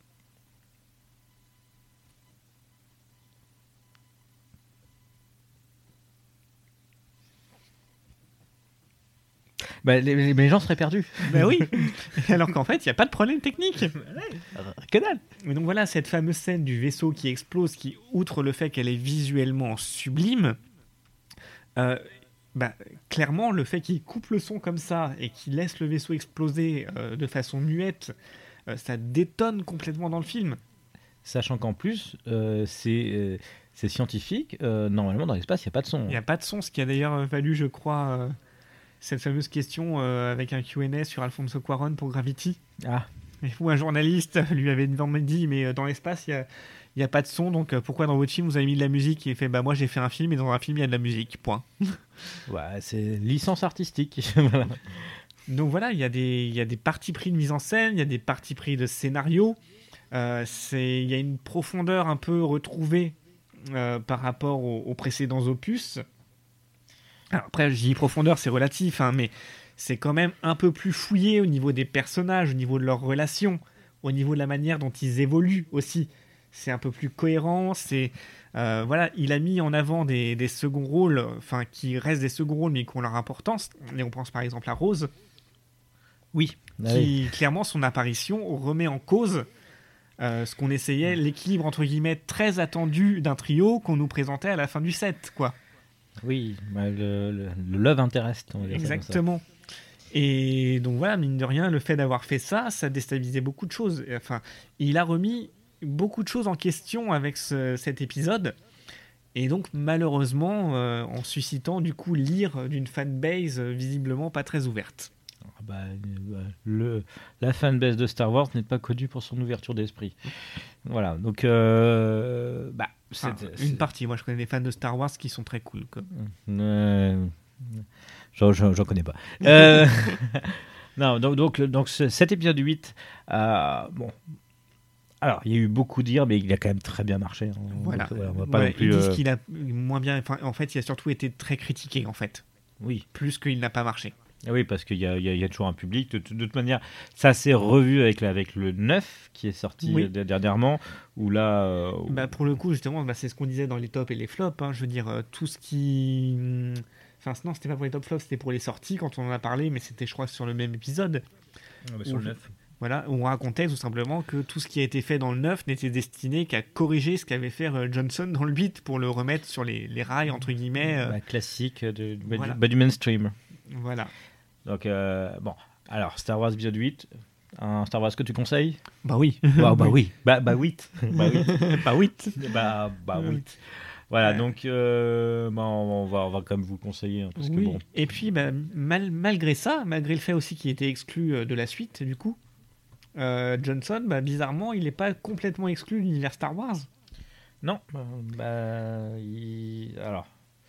Bah, les, les, les gens seraient perdus. Ben oui. Alors qu'en fait, il y a pas de problème technique. Que dalle. Mais donc voilà, cette fameuse scène du vaisseau qui explose, qui outre le fait qu'elle est visuellement sublime, euh, bah, clairement, le fait qu'il coupe le son comme ça et qu'il laisse le vaisseau exploser euh, de façon muette, euh, ça détonne complètement dans le film. Sachant qu'en plus, euh, c'est, euh, c'est scientifique. Euh, normalement, dans l'espace, il n'y a pas de son. Il n'y a pas de son, ce qui a d'ailleurs valu, je crois, euh, cette fameuse question euh, avec un Q and A sur Alfonso Cuarón pour Gravity. Ah. Où un journaliste lui avait dit, mais dans l'espace, il n'y a, il y a pas de son, donc pourquoi dans votre film, vous avez mis de la musique? Et il fait, bah moi, j'ai fait un film, et dans un film, il y a de la musique, point. Ouais, c'est licence artistique. Voilà. Donc voilà, il y a des, il y a des partis pris de mise en scène, il y a des partis pris de scénario. Euh, c'est, il y a une profondeur un peu retrouvée euh, par rapport aux, aux précédents opus. Alors après, je dis profondeur, c'est relatif, hein, mais c'est quand même un peu plus fouillé au niveau des personnages, au niveau de leurs relations, au niveau de la manière dont ils évoluent aussi. C'est un peu plus cohérent. C'est euh, voilà, il a mis en avant des, des seconds rôles, enfin qui restent des seconds rôles mais qui ont leur importance. Et on pense par exemple à Rose. Oui. Qui oui. Clairement son apparition remet en cause Euh, ce qu'on essayait, l'équilibre entre guillemets très attendu d'un trio qu'on nous présentait à la fin du set, quoi. Oui, bah, le, le, le love interest. On va dire exactement. Et donc voilà, mine de rien, le fait d'avoir fait ça, ça déstabilisait beaucoup de choses. Enfin, il a remis beaucoup de choses en question avec ce, cet épisode. Et donc malheureusement, euh, en suscitant du coup l'ire d'une fanbase euh, visiblement pas très ouverte. Bah, le, la fanbase de Star Wars n'est pas connue pour son ouverture d'esprit. Voilà, donc euh, bah, c'est, ah, c'est... une partie. Moi, je connais des fans de Star Wars qui sont très cool. Quoi. Euh, j'en, j'en, j'en connais pas. euh, non, donc, donc, donc cet épisode huit, euh, bon. Alors, il y a eu beaucoup de dire, mais il a quand même très bien marché. Hein. Voilà. Donc, voilà, on va pas ouais, non plus, ils disent euh... qu'il a moins bien. Enfin, en fait, il a surtout été très critiqué, en fait. Oui. Plus qu'il n'a pas marché. Oui, parce qu'il y a, il y a, il y a toujours un public. De, de toute manière, ça s'est revu avec, avec le neuf qui est sorti oui. dernièrement. Où là, euh, où... Bah, pour le coup, justement, bah, c'est ce qu'on disait dans les tops et les flops. Hein. Je veux dire, euh, tout ce qui. Enfin, non, c'était pas pour les top flops, c'était pour les sorties quand on en a parlé, mais c'était, je crois, sur le même épisode. Ah bah, sur où, le neuf. Voilà, où on racontait tout simplement que tout ce qui a été fait dans le neuf n'était destiné qu'à corriger ce qu'avait fait euh, Johnson dans le huit pour le remettre sur les, les rails, entre guillemets. Euh... Bah, classique de, bah, voilà. du, bah, du mainstream. Voilà. Donc, euh, bon, alors, Star Wars épisode huit, un Star Wars que tu conseilles? Bah oui. Bah, bah oui. Bah, bah huit. Bah oui. Bah huit. Bah, bah huit. Voilà, ouais. donc euh, bah, on, va, on va quand même vous le conseiller. Hein, parce oui. que bon. Et puis, bah, mal, malgré ça, malgré le fait aussi qu'il était exclu de la suite, du coup, euh, Johnson, bah, bizarrement, il n'est pas complètement exclu de l'univers Star Wars. Non. Bah, il... Alors...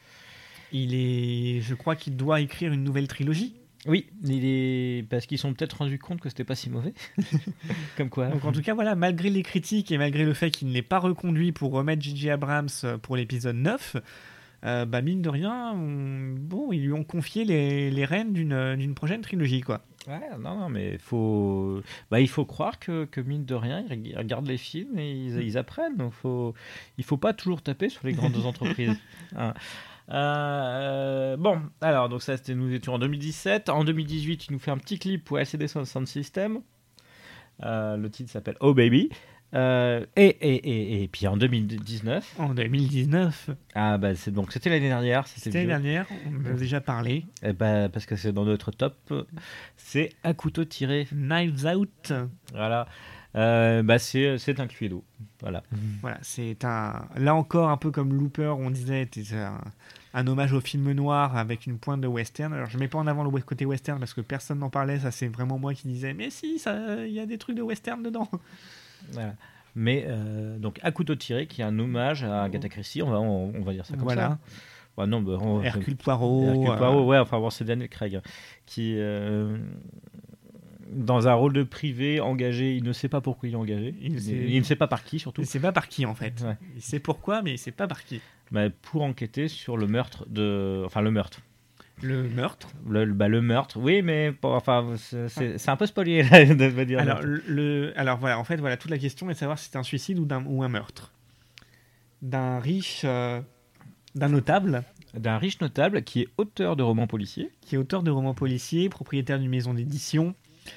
Il est, je crois qu'il doit écrire une nouvelle trilogie. Oui, il est parce qu'ils sont peut-être rendus compte que c'était pas si mauvais. Comme quoi. Donc en tout cas, voilà, malgré les critiques et malgré le fait qu'il ne l'ait pas reconduit pour remettre J J Abrams pour l'épisode neuf, euh, bah mine de rien, on... bon, ils lui ont confié les, les rênes d'une, d'une prochaine trilogie, quoi. Ouais, non, non, mais faut, bah, il faut croire que, que mine de rien, ils regardent les films et ils, ils apprennent. Donc faut, il faut pas toujours taper sur les grandes entreprises. Hein. Euh, bon, alors, donc ça, c'était, nous étions en deux mille dix-sept. En deux mille dix-huit, il nous fait un petit clip pour L C D Sound System. Euh, le titre s'appelle Oh Baby. Euh, et, et, et, et puis en deux mille dix-neuf. En deux mille dix-neuf. Ah, bah, c'est, donc c'était l'année dernière. C'était, c'était l'année dernière, on en a déjà parlé. Et bah, parce que c'est dans notre top. C'est À couteau tiré. Knives Out. Voilà. Euh, bah c'est, c'est un Cluedo. Voilà. Voilà, c'est un. Là encore, un peu comme Looper, on disait, c'est un, un hommage au film noir avec une pointe de western. Alors, je mets pas en avant le côté western parce que personne n'en parlait. Ça, c'est vraiment moi qui disais, mais si, il y a des trucs de western dedans. Voilà. Mais euh, donc, À couteau tiré, qui est un hommage à Agatha Christie, on va, on, on va dire ça comme voilà. ça. Bah non, bah, on, Hercule Poirot. Hercule Poirot, euh... ouais, enfin bon, c'est Daniel Craig qui. Euh, dans un rôle de privé engagé, il ne sait pas pourquoi il est engagé. Il, il, il ne sait pas par qui, surtout. Il ne sait pas par qui, en fait. Ouais. Il sait pourquoi, mais il ne sait pas par qui. Bah, pour enquêter sur le meurtre de... Enfin, le meurtre. Le meurtre le, bah, le meurtre, oui, mais pour, enfin, c'est, c'est, c'est un peu spoilé, là, de me dire. Alors, le, alors voilà, en fait, voilà, toute la question est de savoir si c'est un suicide ou, d'un, ou un meurtre. D'un riche... Euh, d'un notable. D'un riche notable qui est auteur de romans policiers. Qui est auteur de romans policiers, propriétaire d'une maison d'édition...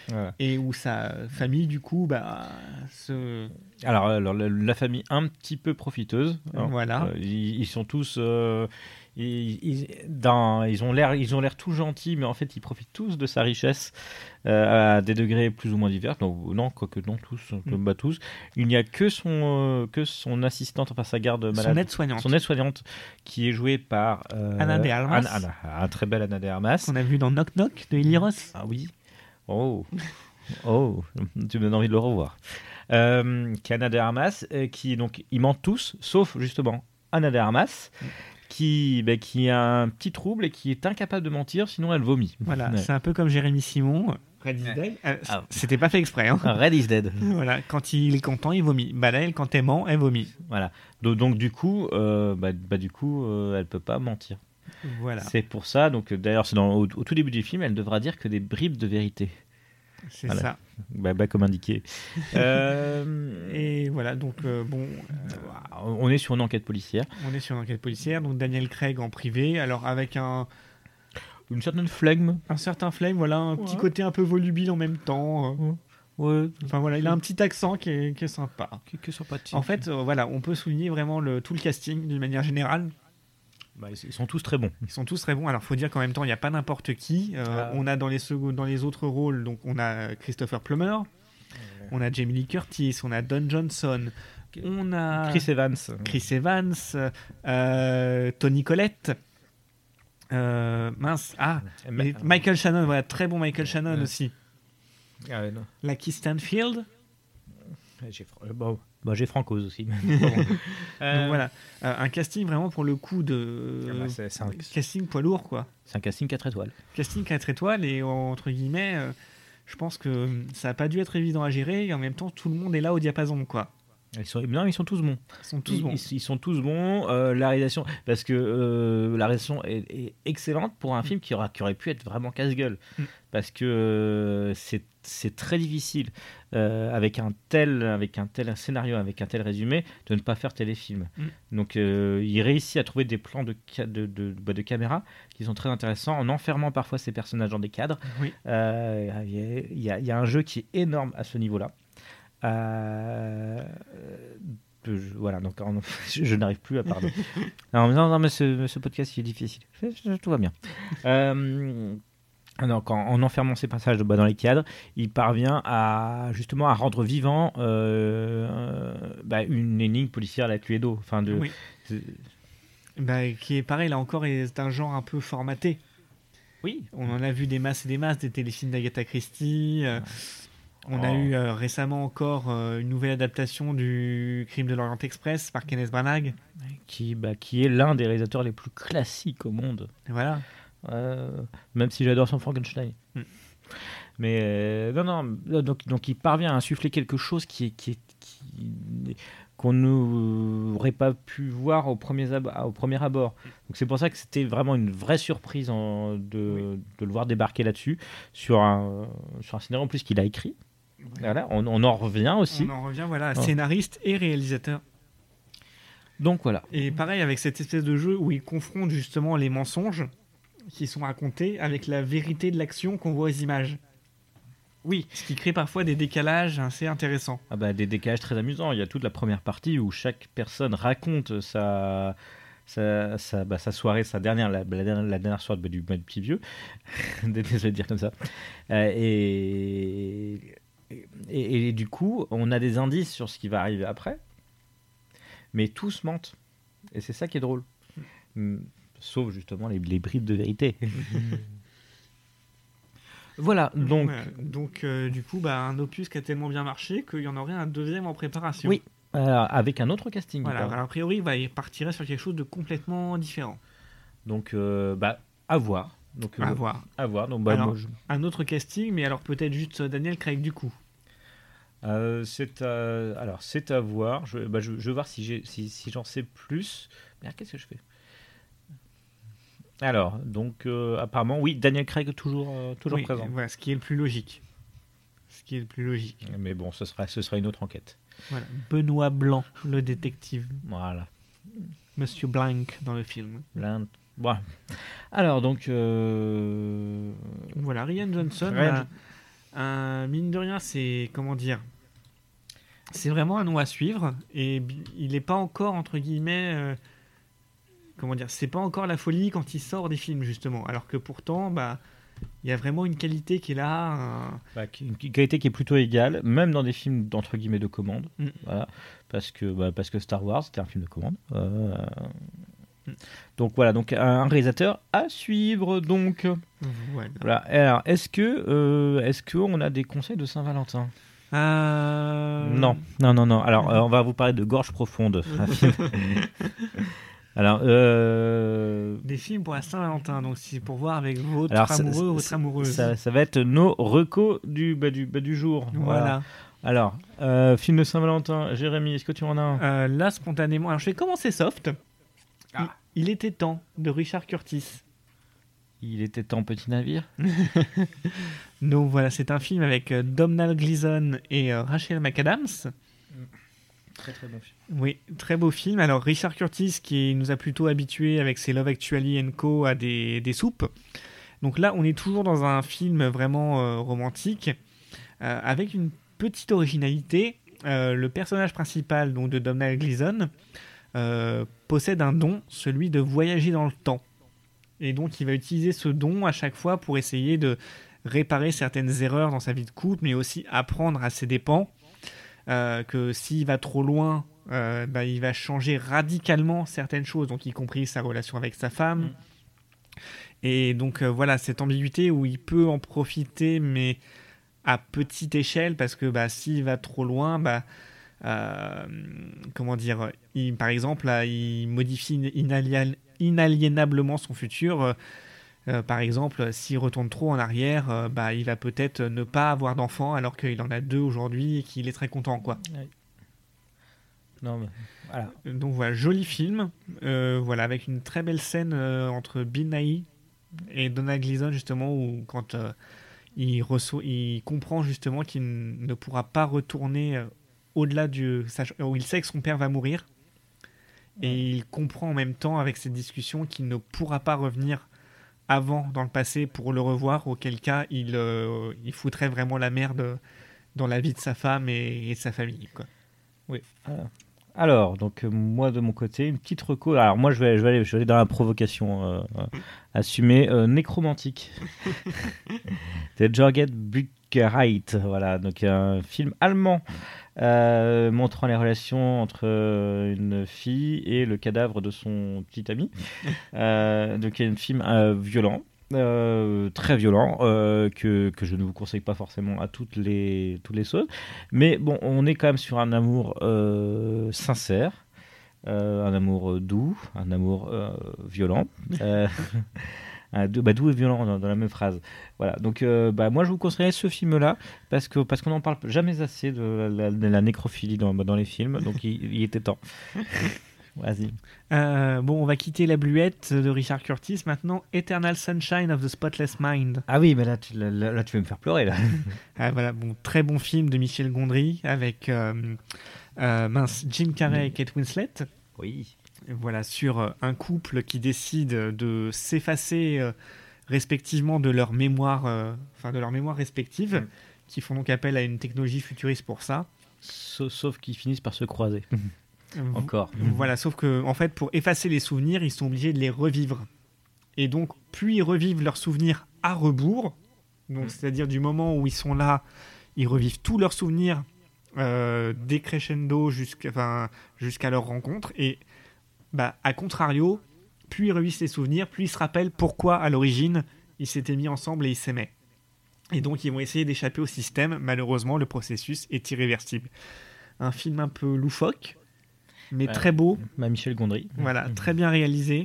Voilà. Et où sa famille, du coup, bah, se... Alors, alors la, la famille un petit peu profiteuse. Hein. Voilà. Euh, ils, ils sont tous... Euh, ils, ils, dans, ils ont l'air ils ont l'air tout gentils, mais en fait, ils profitent tous de sa richesse euh, à des degrés plus ou moins divers. Non, non quoique non, tous. Mm. Bah, tous. Il n'y a que son, euh, que son assistante, enfin sa garde malade. Son aide-soignante. Son aide-soignante, qui est jouée par... Euh, Anna de Armas. Anna, Anna, un très belle Anna de Armas. Qu'on a vu dans Knock Knock de Eli Roth. Ah oui. Oh, oh, tu me donnes envie de le revoir. Euh, qui est Anna de Armas, euh, qui donc ils mentent tous, sauf justement Anna de Armas, mm. qui, bah, qui a un petit trouble et qui est incapable de mentir, sinon elle vomit. Voilà, ouais. C'est un peu comme Jérémy Simon. Red is dead. Euh, ah. C'était pas fait exprès. Hein. Red is dead. Voilà, quand il est content, il vomit. Bah là, elle, quand elle ment, elle vomit. Voilà. Donc, donc du coup, euh, bah, bah, du coup, euh, elle peut pas mentir. Voilà. C'est pour ça. Donc d'ailleurs, c'est dans, au, au tout début du film, elle devra dire que des bribes de vérité. C'est voilà. ça. Bah, bah, comme indiqué. euh... Et voilà, donc euh, bon. Euh, on est sur une enquête policière. On est sur une enquête policière. Donc Daniel Craig en privé, alors avec un. Une certaine flegme. Un certain flegme, voilà, un ouais. petit côté un peu volubile en même temps. Ouais. Ouais. Enfin voilà, il a un petit accent qui est, qui est sympa. Qui, qui est sympathique. En fait, euh, voilà, on peut souligner vraiment le, tout le casting d'une manière générale. Bah, ils sont tous très bons. Ils sont tous très bons. Alors, faut dire qu'en même temps, il n'y a pas n'importe qui. Euh, ah. On a dans les, second, dans les autres rôles, donc on a Christopher Plummer, ouais. on a Jamie Lee Curtis, on a Don Johnson, on a Chris Evans, Chris Evans, euh, Toni Collette. Euh, mince, ah, mais Michael Shannon, voilà, très bon Michael Shannon ouais. aussi. Ah ouais, non. Lucky Stanfield. J'ai, bon, bah, j'ai Francoz aussi. bon. euh... Donc voilà, euh, un casting vraiment pour le coup de ah bah c'est, c'est un... casting poids lourd quoi. C'est un casting quatre étoiles. Casting quatre étoiles et entre guillemets, euh, je pense que ça n'a pas dû être évident à gérer et en même temps tout le monde est là au diapason quoi. Ils sont, non, ils sont tous bons. Ils sont tous ils, bons. Ils, ils sont tous bons. Euh, la réalisation, parce que euh, la réalisation est, est excellente pour un mm. film qui, aura, qui aurait pu être vraiment casse-gueule. Mm. Parce que euh, c'est, c'est très difficile, euh, avec, un tel, avec un tel scénario, avec un tel résumé, de ne pas faire téléfilm. Mm. Donc euh, il réussit à trouver des plans de, de, de, de, de caméra qui sont très intéressants, en enfermant parfois ses personnages dans des cadres. Il oui. euh, y, y, y a un jeu qui est énorme à ce niveau-là. Euh, je, voilà, donc je, je n'arrive plus à parler. non, non, non, mais ce, ce podcast il est difficile. Tout va bien. Euh, donc, en, en enfermant ses passages bah, dans les cadres, il parvient à justement à rendre vivant euh, euh, bah, une énigme policière à la Cluedo. Enfin, de, oui. Bah, qui est pareil, là encore, est un genre un peu formaté. Oui. On en a vu des masses et des masses, des téléfilms d'Agatha Christie. Euh, On oh. a eu euh, récemment encore euh, une nouvelle adaptation du Crime de l'Orient Express par Kenneth Branagh. Qui, bah, qui est l'un des réalisateurs les plus classiques au monde. Voilà. Euh, même si j'adore son Frankenstein. Mm. Mais euh, non, non, donc, donc il parvient à insuffler quelque chose qui est, qui est, qui, qu'on n'aurait pas pu voir au premier, ab- au premier abord. Donc c'est pour ça que c'était vraiment une vraie surprise en, de, oui. de le voir débarquer là-dessus, sur un, sur un scénario en plus qu'il a écrit. Voilà, on, on en revient aussi. On en revient, voilà, scénariste et réalisateur. Donc voilà. Et pareil avec cette espèce de jeu où il confronte justement les mensonges qui sont racontés avec la vérité de l'action qu'on voit aux images. Oui, ce qui crée parfois des décalages assez intéressants. Ah bah, des décalages très amusants. Il y a toute la première partie où chaque personne raconte sa... Sa, sa, bah, sa soirée, sa dernière, la, la, dernière, la dernière soirée bah, du, bah, du petit vieux. Désolé de dire comme ça. Euh, et, et, et, et du coup, on a des indices sur ce qui va arriver après, mais tous mentent. Et c'est ça qui est drôle. Mm. Sauf justement les, les bribes de vérité. Voilà, donc... Ouais, donc euh, du coup, bah, un opus qui a tellement bien marché qu'il y en aurait un deuxième en préparation. Oui. Euh, avec un autre casting. Voilà, alors, a priori, bah, il partirait sur quelque chose de complètement différent. Donc, euh, bah, à voir. Donc, à euh, voir. À voir. Donc, bah, alors, moi, je... un autre casting, mais alors peut-être juste Daniel Craig du coup. Euh, c'est à... Alors, c'est à voir. Je, bah, je, je vais voir si, j'ai, si, si j'en sais plus. Mais alors, qu'est-ce que je fais ? Alors, donc, euh, apparemment, oui, Daniel Craig toujours, euh, toujours oui, présent. Voilà, ce qui est le plus logique. Ce qui est le plus logique. Mais bon, ce sera, ce sera une autre enquête. Voilà. Benoît Blanc, le détective. Voilà. Monsieur Blanc dans le film. Blanc. Bon. Alors, donc... Euh... Voilà, Rian Johnson Rian... a, Un, mine de rien, c'est comment dire, c'est vraiment un nom à suivre et bi- il n'est pas encore entre guillemets, euh, comment dire, c'est pas encore la folie quand il sort des films justement. Alors que pourtant, bah, il y a vraiment une qualité qui est là. un- Bah, qui- une qualité qui est plutôt égale, même dans des films d'entre guillemets de commande. Mm. Voilà, parce que bah, parce que Star Wars c'était un film de commande. Euh, Donc voilà, donc un, un réalisateur à suivre. Donc Voilà. voilà. Alors est-ce que euh, est-ce que on a des conseils de Saint-Valentin? Euh, Non, non, non, non. Alors euh, on va vous parler de Gorge profonde. un film. Alors euh, Des films pour la Saint-Valentin, donc c'est pour voir avec votre Alors, ça- amoureux ou votre ça- amoureuse. ça, ça va être nos recos du bah, du bah, du jour. Voilà. Alors, euh, film de Saint-Valentin, Jérémy, est-ce que tu en as un? Euh, là, spontanément, alors je vais commencer soft. Il, il était temps de Richard Curtis. Il était temps, petit navire. Donc voilà, c'est un film avec euh, Domhnall Gleeson et euh, Rachel McAdams. Très très bon film. Oui, très beau film. Alors Richard Curtis qui nous a plutôt habitués avec ses Love Actually and Co à des, des soupes. Donc là, on est toujours dans un film vraiment euh, romantique euh, avec une petite originalité. Euh, le personnage principal donc de Domhnall Gleeson euh, possède un don, celui de voyager dans le temps. Et donc il va utiliser ce don à chaque fois pour essayer de réparer certaines erreurs dans sa vie de couple, mais aussi apprendre à ses dépens euh, que s'il va trop loin, euh, bah, il va changer radicalement certaines choses, donc y compris sa relation avec sa femme. Mm. Et donc euh, voilà, cette ambiguïté où il peut en profiter, mais à petite échelle, parce que bah, s'il va trop loin, bah, euh, comment dire, il, par exemple, là, il modifie inalien- inaliénablement son futur. Euh, euh, par exemple, s'il retourne trop en arrière, euh, bah, il va peut-être ne pas avoir d'enfant alors qu'il en a deux aujourd'hui et qu'il est très content, quoi. Non, mais voilà. Donc voilà, joli film, euh, voilà, avec une très belle scène euh, entre Bill Nighy et Domhnall Gleeson, justement, où quand euh, il, reçoit, il comprend justement qu'il n- ne pourra pas retourner euh, au-delà du... sach- où il sait que son père va mourir, et il comprend en même temps avec cette discussion qu'il ne pourra pas revenir avant dans le passé pour le revoir, auquel cas il, euh, il foutrait vraiment la merde dans la vie de sa femme et, et de sa famille, quoi. Oui. Voilà. Alors, donc euh, moi de mon côté, une petite reco. Alors moi, je vais, je vais aller, je vais aller dans la provocation euh, euh, assumée. Euh, Nécromantique. C'est Jörgen Buckerheit. Voilà, donc un film allemand euh, montrant les relations entre euh, une fille et le cadavre de son petit ami. Euh, donc il y a un film euh, violent. Euh, très violent euh, que, que je ne vous conseille pas forcément à toutes les, toutes les sauces, mais bon, on est quand même sur un amour euh, sincère, euh, un amour doux, un amour euh, violent, euh, un doux, bah, doux et violent dans, dans la même phrase. Voilà, donc euh, bah, moi je vous conseillerais ce film-là parce que parce qu'on n'en parle jamais assez de la, la, de la nécrophilie dans, dans les films, donc il, il était temps. Vas-y. Euh, bon, on va quitter la bluette de Richard Curtis. Maintenant, Eternal Sunshine of the Spotless Mind. Ah oui, mais là tu, là, là, tu vas me faire pleurer là. Ah, voilà, bon, très bon film de Michel Gondry avec euh, euh, mince, Jim Carrey et Kate Winslet. Oui. Voilà, sur euh, un couple qui décide de s'effacer euh, respectivement de leur mémoire, euh, enfin de leur mémoire respective, mm. qui font donc appel à une technologie futuriste pour ça. Sauf, sauf qu'ils finissent par se croiser. Encore. Voilà, sauf que en fait, pour effacer les souvenirs, ils sont obligés de les revivre. Et donc, plus ils revivent leurs souvenirs à rebours, donc mmh. c'est-à-dire du moment où ils sont là, ils revivent tous leurs souvenirs euh, décrescendo jusqu'à, enfin, jusqu'à leur rencontre. Et bah, à contrario, plus ils revivent ces souvenirs, plus ils se rappellent pourquoi à l'origine ils s'étaient mis ensemble et ils s'aimaient. Et donc, ils vont essayer d'échapper au système. Malheureusement, le processus est irréversible. Un film un peu loufoque, mais ouais, très beau. Bah, Michel Gondry. Voilà, mmh. très bien réalisé.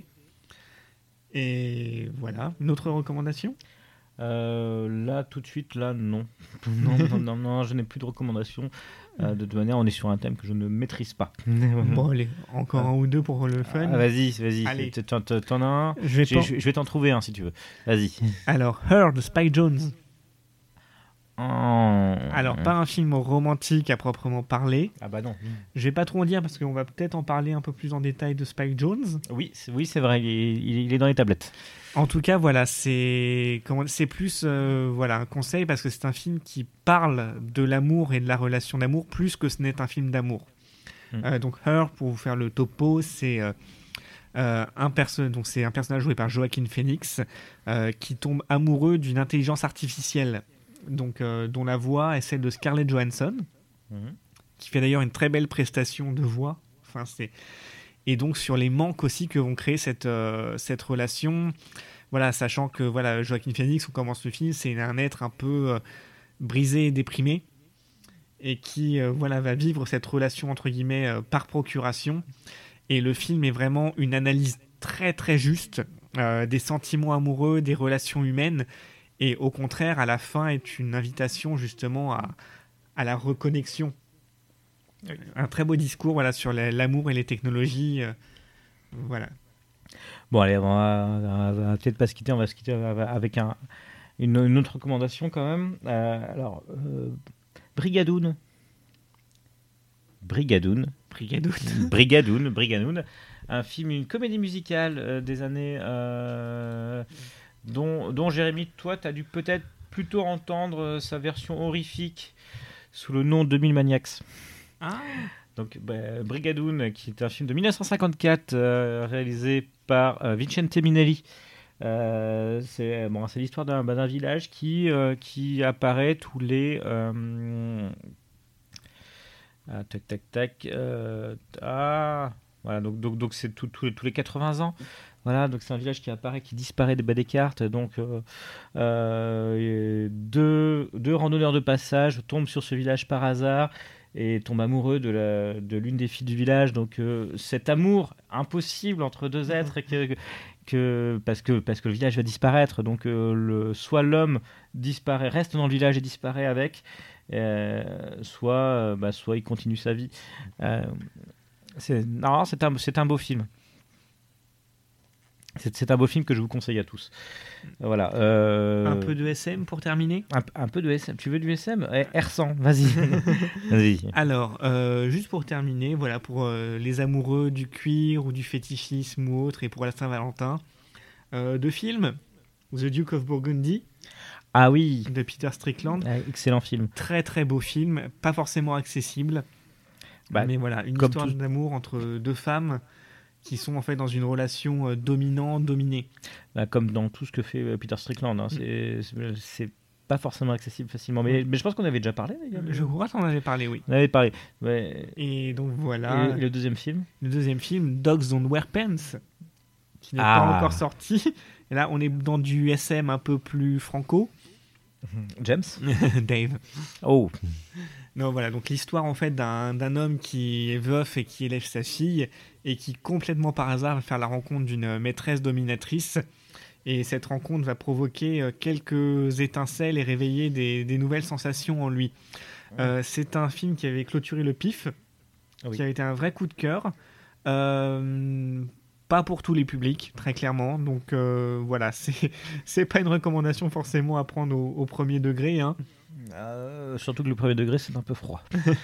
Et voilà, une autre recommandation euh, Là, tout de suite, là, non. non, non, non, non, je n'ai plus de recommandations. Euh, de toute manière, on est sur un thème que je ne maîtrise pas. Bon, allez, encore ah. un ou deux pour le fun. Ah, vas-y, vas-y. Allez. T'en, t'en as un je vais, pas... je, je vais t'en trouver un si tu veux. Vas-y. Alors, Her de Spike Jonze. Oh. Alors, pas un film romantique à proprement parler. Ah bah non. Je vais pas trop en dire parce qu'on va peut-être en parler un peu plus en détail de Spike Jonze. Oui, c'est, oui, c'est vrai, il est, il est dans les tablettes. En tout cas, voilà, c'est, comment, c'est plus euh, voilà, un conseil parce que c'est un film qui parle de l'amour et de la relation d'amour plus que ce n'est un film d'amour. Mmh. Euh, donc, Her, pour vous faire le topo, c'est, euh, euh, un, perso- donc c'est un personnage joué par Joaquin Phoenix euh, qui tombe amoureux d'une intelligence artificielle. Donc, euh, dont la voix est celle de Scarlett Johansson, mmh. qui fait d'ailleurs une très belle prestation de voix. Enfin, c'est... Et donc, sur les manques aussi que vont créer cette, euh, cette relation, voilà, sachant que voilà, Joaquin Phoenix, on commence le film, c'est un être un peu euh, brisé et déprimé, et qui euh, voilà, va vivre cette relation, entre guillemets, euh, par procuration. Et le film est vraiment une analyse très, très juste euh, des sentiments amoureux, des relations humaines, et au contraire, à la fin, est une invitation justement à, à la reconnexion. Oui. Un très beau discours voilà, sur la, l'amour et les technologies. Euh, voilà. Bon, allez, on va, on va peut-être pas se quitter, on va se quitter avec un, une, une autre recommandation quand même. Euh, alors, euh, Brigadoon. Brigadoon. Brigadoon. Brigadoon. Brigadoon. Un film, une comédie musicale euh, des années... Euh, Dont, dont Jérémy, toi, tu as dû peut-être plutôt entendre sa version horrifique sous le nom de deux mille Maniacs. Ah. Donc, bah, Brigadoon, qui est un film de dix-neuf cent cinquante-quatre euh, réalisé par euh, Vincente Minnelli. Euh, c'est, bon, c'est l'histoire d'un, d'un village qui, euh, qui apparaît tous les... Euh, ah, tac, tac, tac. Euh, ah, voilà, donc, donc, donc c'est tout, tout, tous les quatre-vingts ans. Voilà, donc c'est un village qui apparaît, qui disparaît des bas des cartes. Donc, euh, euh, deux, deux randonneurs de passage tombent sur ce village par hasard et tombent amoureux de, la, de l'une des filles du village. Donc, euh, cet amour impossible entre deux êtres, que, que, parce, que, parce que le village va disparaître. Donc, euh, le, soit l'homme disparaît, reste dans le village et disparaît avec, euh, soit, euh, bah, soit il continue sa vie. Euh, c'est, non, c'est un, c'est un beau film. C'est, c'est un beau film que je vous conseille à tous. Voilà. Euh... Un peu de S M pour terminer. Un, un peu de S M. Tu veux du S M ? R cent, vas-y. vas-y. Alors, euh, juste pour terminer, voilà, pour euh, les amoureux du cuir ou du fétichisme ou autre, et pour la Saint-Valentin, euh, deux films. The Duke of Burgundy. Ah oui. De Peter Strickland. Ah, excellent film. Très très beau film, pas forcément accessible. Bah, mais voilà, une histoire tout... d'amour entre deux femmes qui sont en fait dans une relation euh, dominant-dominée. Bah, comme dans tout ce que fait euh, Peter Strickland, hein. c'est, c'est, c'est pas forcément accessible facilement. Mais, mais je pense qu'on avait déjà parlé d'ailleurs. Je crois qu'on avait parlé, oui. On avait parlé. Mais... Et donc voilà. Et, et le deuxième film Le deuxième film, Dogs Don't Wear Pants, qui n'est ah. pas encore sorti. Et là, on est dans du S M un peu plus franco. James Dave. Oh. Non, voilà, donc l'histoire en fait d'un, d'un homme qui est veuf et qui élève sa fille et qui complètement par hasard va faire la rencontre d'une maîtresse dominatrice, et cette rencontre va provoquer quelques étincelles et réveiller des, des nouvelles sensations en lui. Ouais. Euh, c'est un film qui avait clôturé le P I F, oui. qui a été un vrai coup de cœur. Euh, pas pour tous les publics, très clairement. Donc euh, voilà, c'est, c'est pas une recommandation forcément à prendre au, au premier degré, hein. Euh, surtout que le premier degré, c'est un peu froid.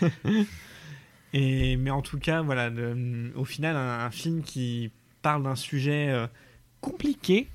Et, mais en tout cas, voilà, de, au final, un, un film qui parle d'un sujet euh, compliqué,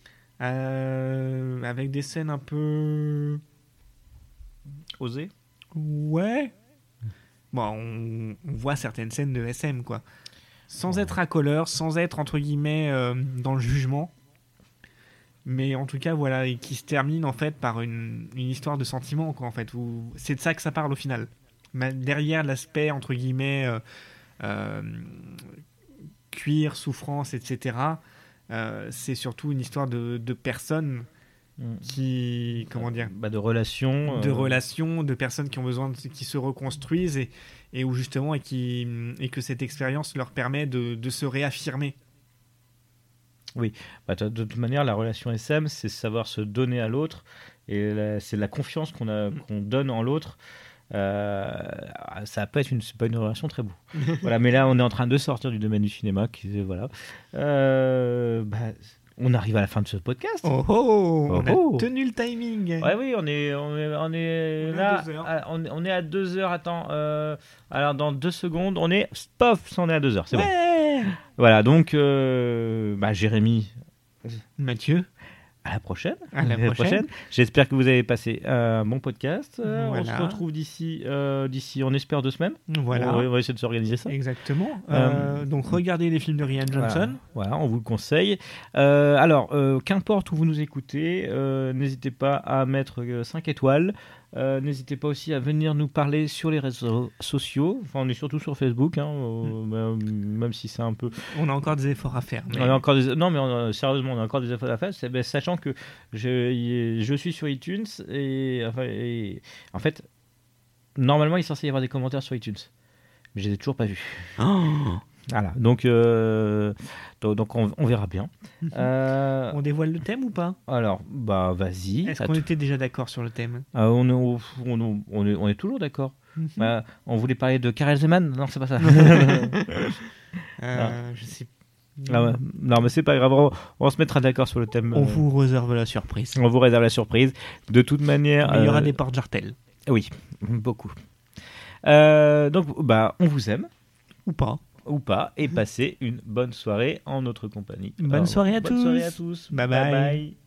euh, avec des scènes un peu... osées. Ouais. Bon, on, on voit certaines scènes de S M, quoi. Sans être racoleur, sans être, entre guillemets, euh, dans le jugement. Mais en tout cas, voilà, et qui se termine en fait par une, une histoire de sentiments, quoi, en fait. Où c'est de ça que ça parle au final. Mais derrière l'aspect, entre guillemets, euh, euh, cuir, souffrance, et cetera, euh, c'est surtout une histoire de, de personnes qui, comment dire, bah de relations, de euh... relations, de personnes qui ont besoin, de, qui se reconstruisent et, et où justement et qui et que cette expérience leur permet de, de se réaffirmer. Oui, bah, de toute manière, la relation S M, c'est savoir se donner à l'autre, et la, c'est la confiance qu'on a, qu'on donne en l'autre. Euh, ça peut être une, c'est pas une relation très beau. Voilà, mais là, on est en train de sortir du domaine du cinéma, qui, voilà. Euh, bah, on arrive à la fin de ce podcast. Oh oh, Oh on oh. a tenu le timing. Ouais, oui, on est, on est, on est On est là. à deux heures. à- on, est- on est à deux heures. Attends, euh, alors dans deux secondes, on est. Pof, on est à deux heures. C'est bon. Ouais. Voilà, donc, euh, bah, Jérémy, Mathieu, à la prochaine. à la prochaine. J'espère que vous avez passé un bon podcast. Euh, On Voilà. se retrouve d'ici, euh, d'ici, on espère deux semaines. Voilà. On va, on va essayer de s'organiser ça. Exactement. Euh, Euh, donc regardez les films de Rian Johnson. Voilà, voilà, on vous le conseille. Euh, alors, euh, qu'importe où vous nous écoutez, euh, n'hésitez pas à mettre euh, cinq étoiles. Euh, n'hésitez pas aussi à venir nous parler sur les réseaux sociaux. Enfin, on est surtout sur Facebook, hein, euh, même, même si c'est un peu. On a encore des efforts à faire. mais- On a encore des... Non, mais on a- sérieusement, on a encore des efforts à faire. C'est- ben, sachant que je, je suis sur iTunes et, enfin, et en fait, normalement, il est censé y avoir des commentaires sur iTunes, mais je les ai toujours pas vus. Voilà, donc, euh, donc, donc on, on verra bien. Euh, On dévoile le thème ou pas? alors, bah vas-y. Est-ce À qu'on tout- était déjà d'accord sur le thème? Ah, on, est, au- on, est- on est, on est toujours d'accord. Mhm. Bah, on voulait parler de Karel Zeman. Non, c'est pas ça. Euh, je sais. Ah ouais. Non, mais c'est pas grave. On, on se mettra d'accord sur le thème. On euh, vous réserve la surprise. on vous réserve la surprise. De toute manière. Mais il y aura euh, des portes jartelles. Oui, beaucoup. Euh, donc, bah, on vous aime. Ou pas. Ou pas. Et passez une bonne soirée en notre compagnie. Bonne Alors, soirée à bonne tous. soirée à tous. Bye bye. bye.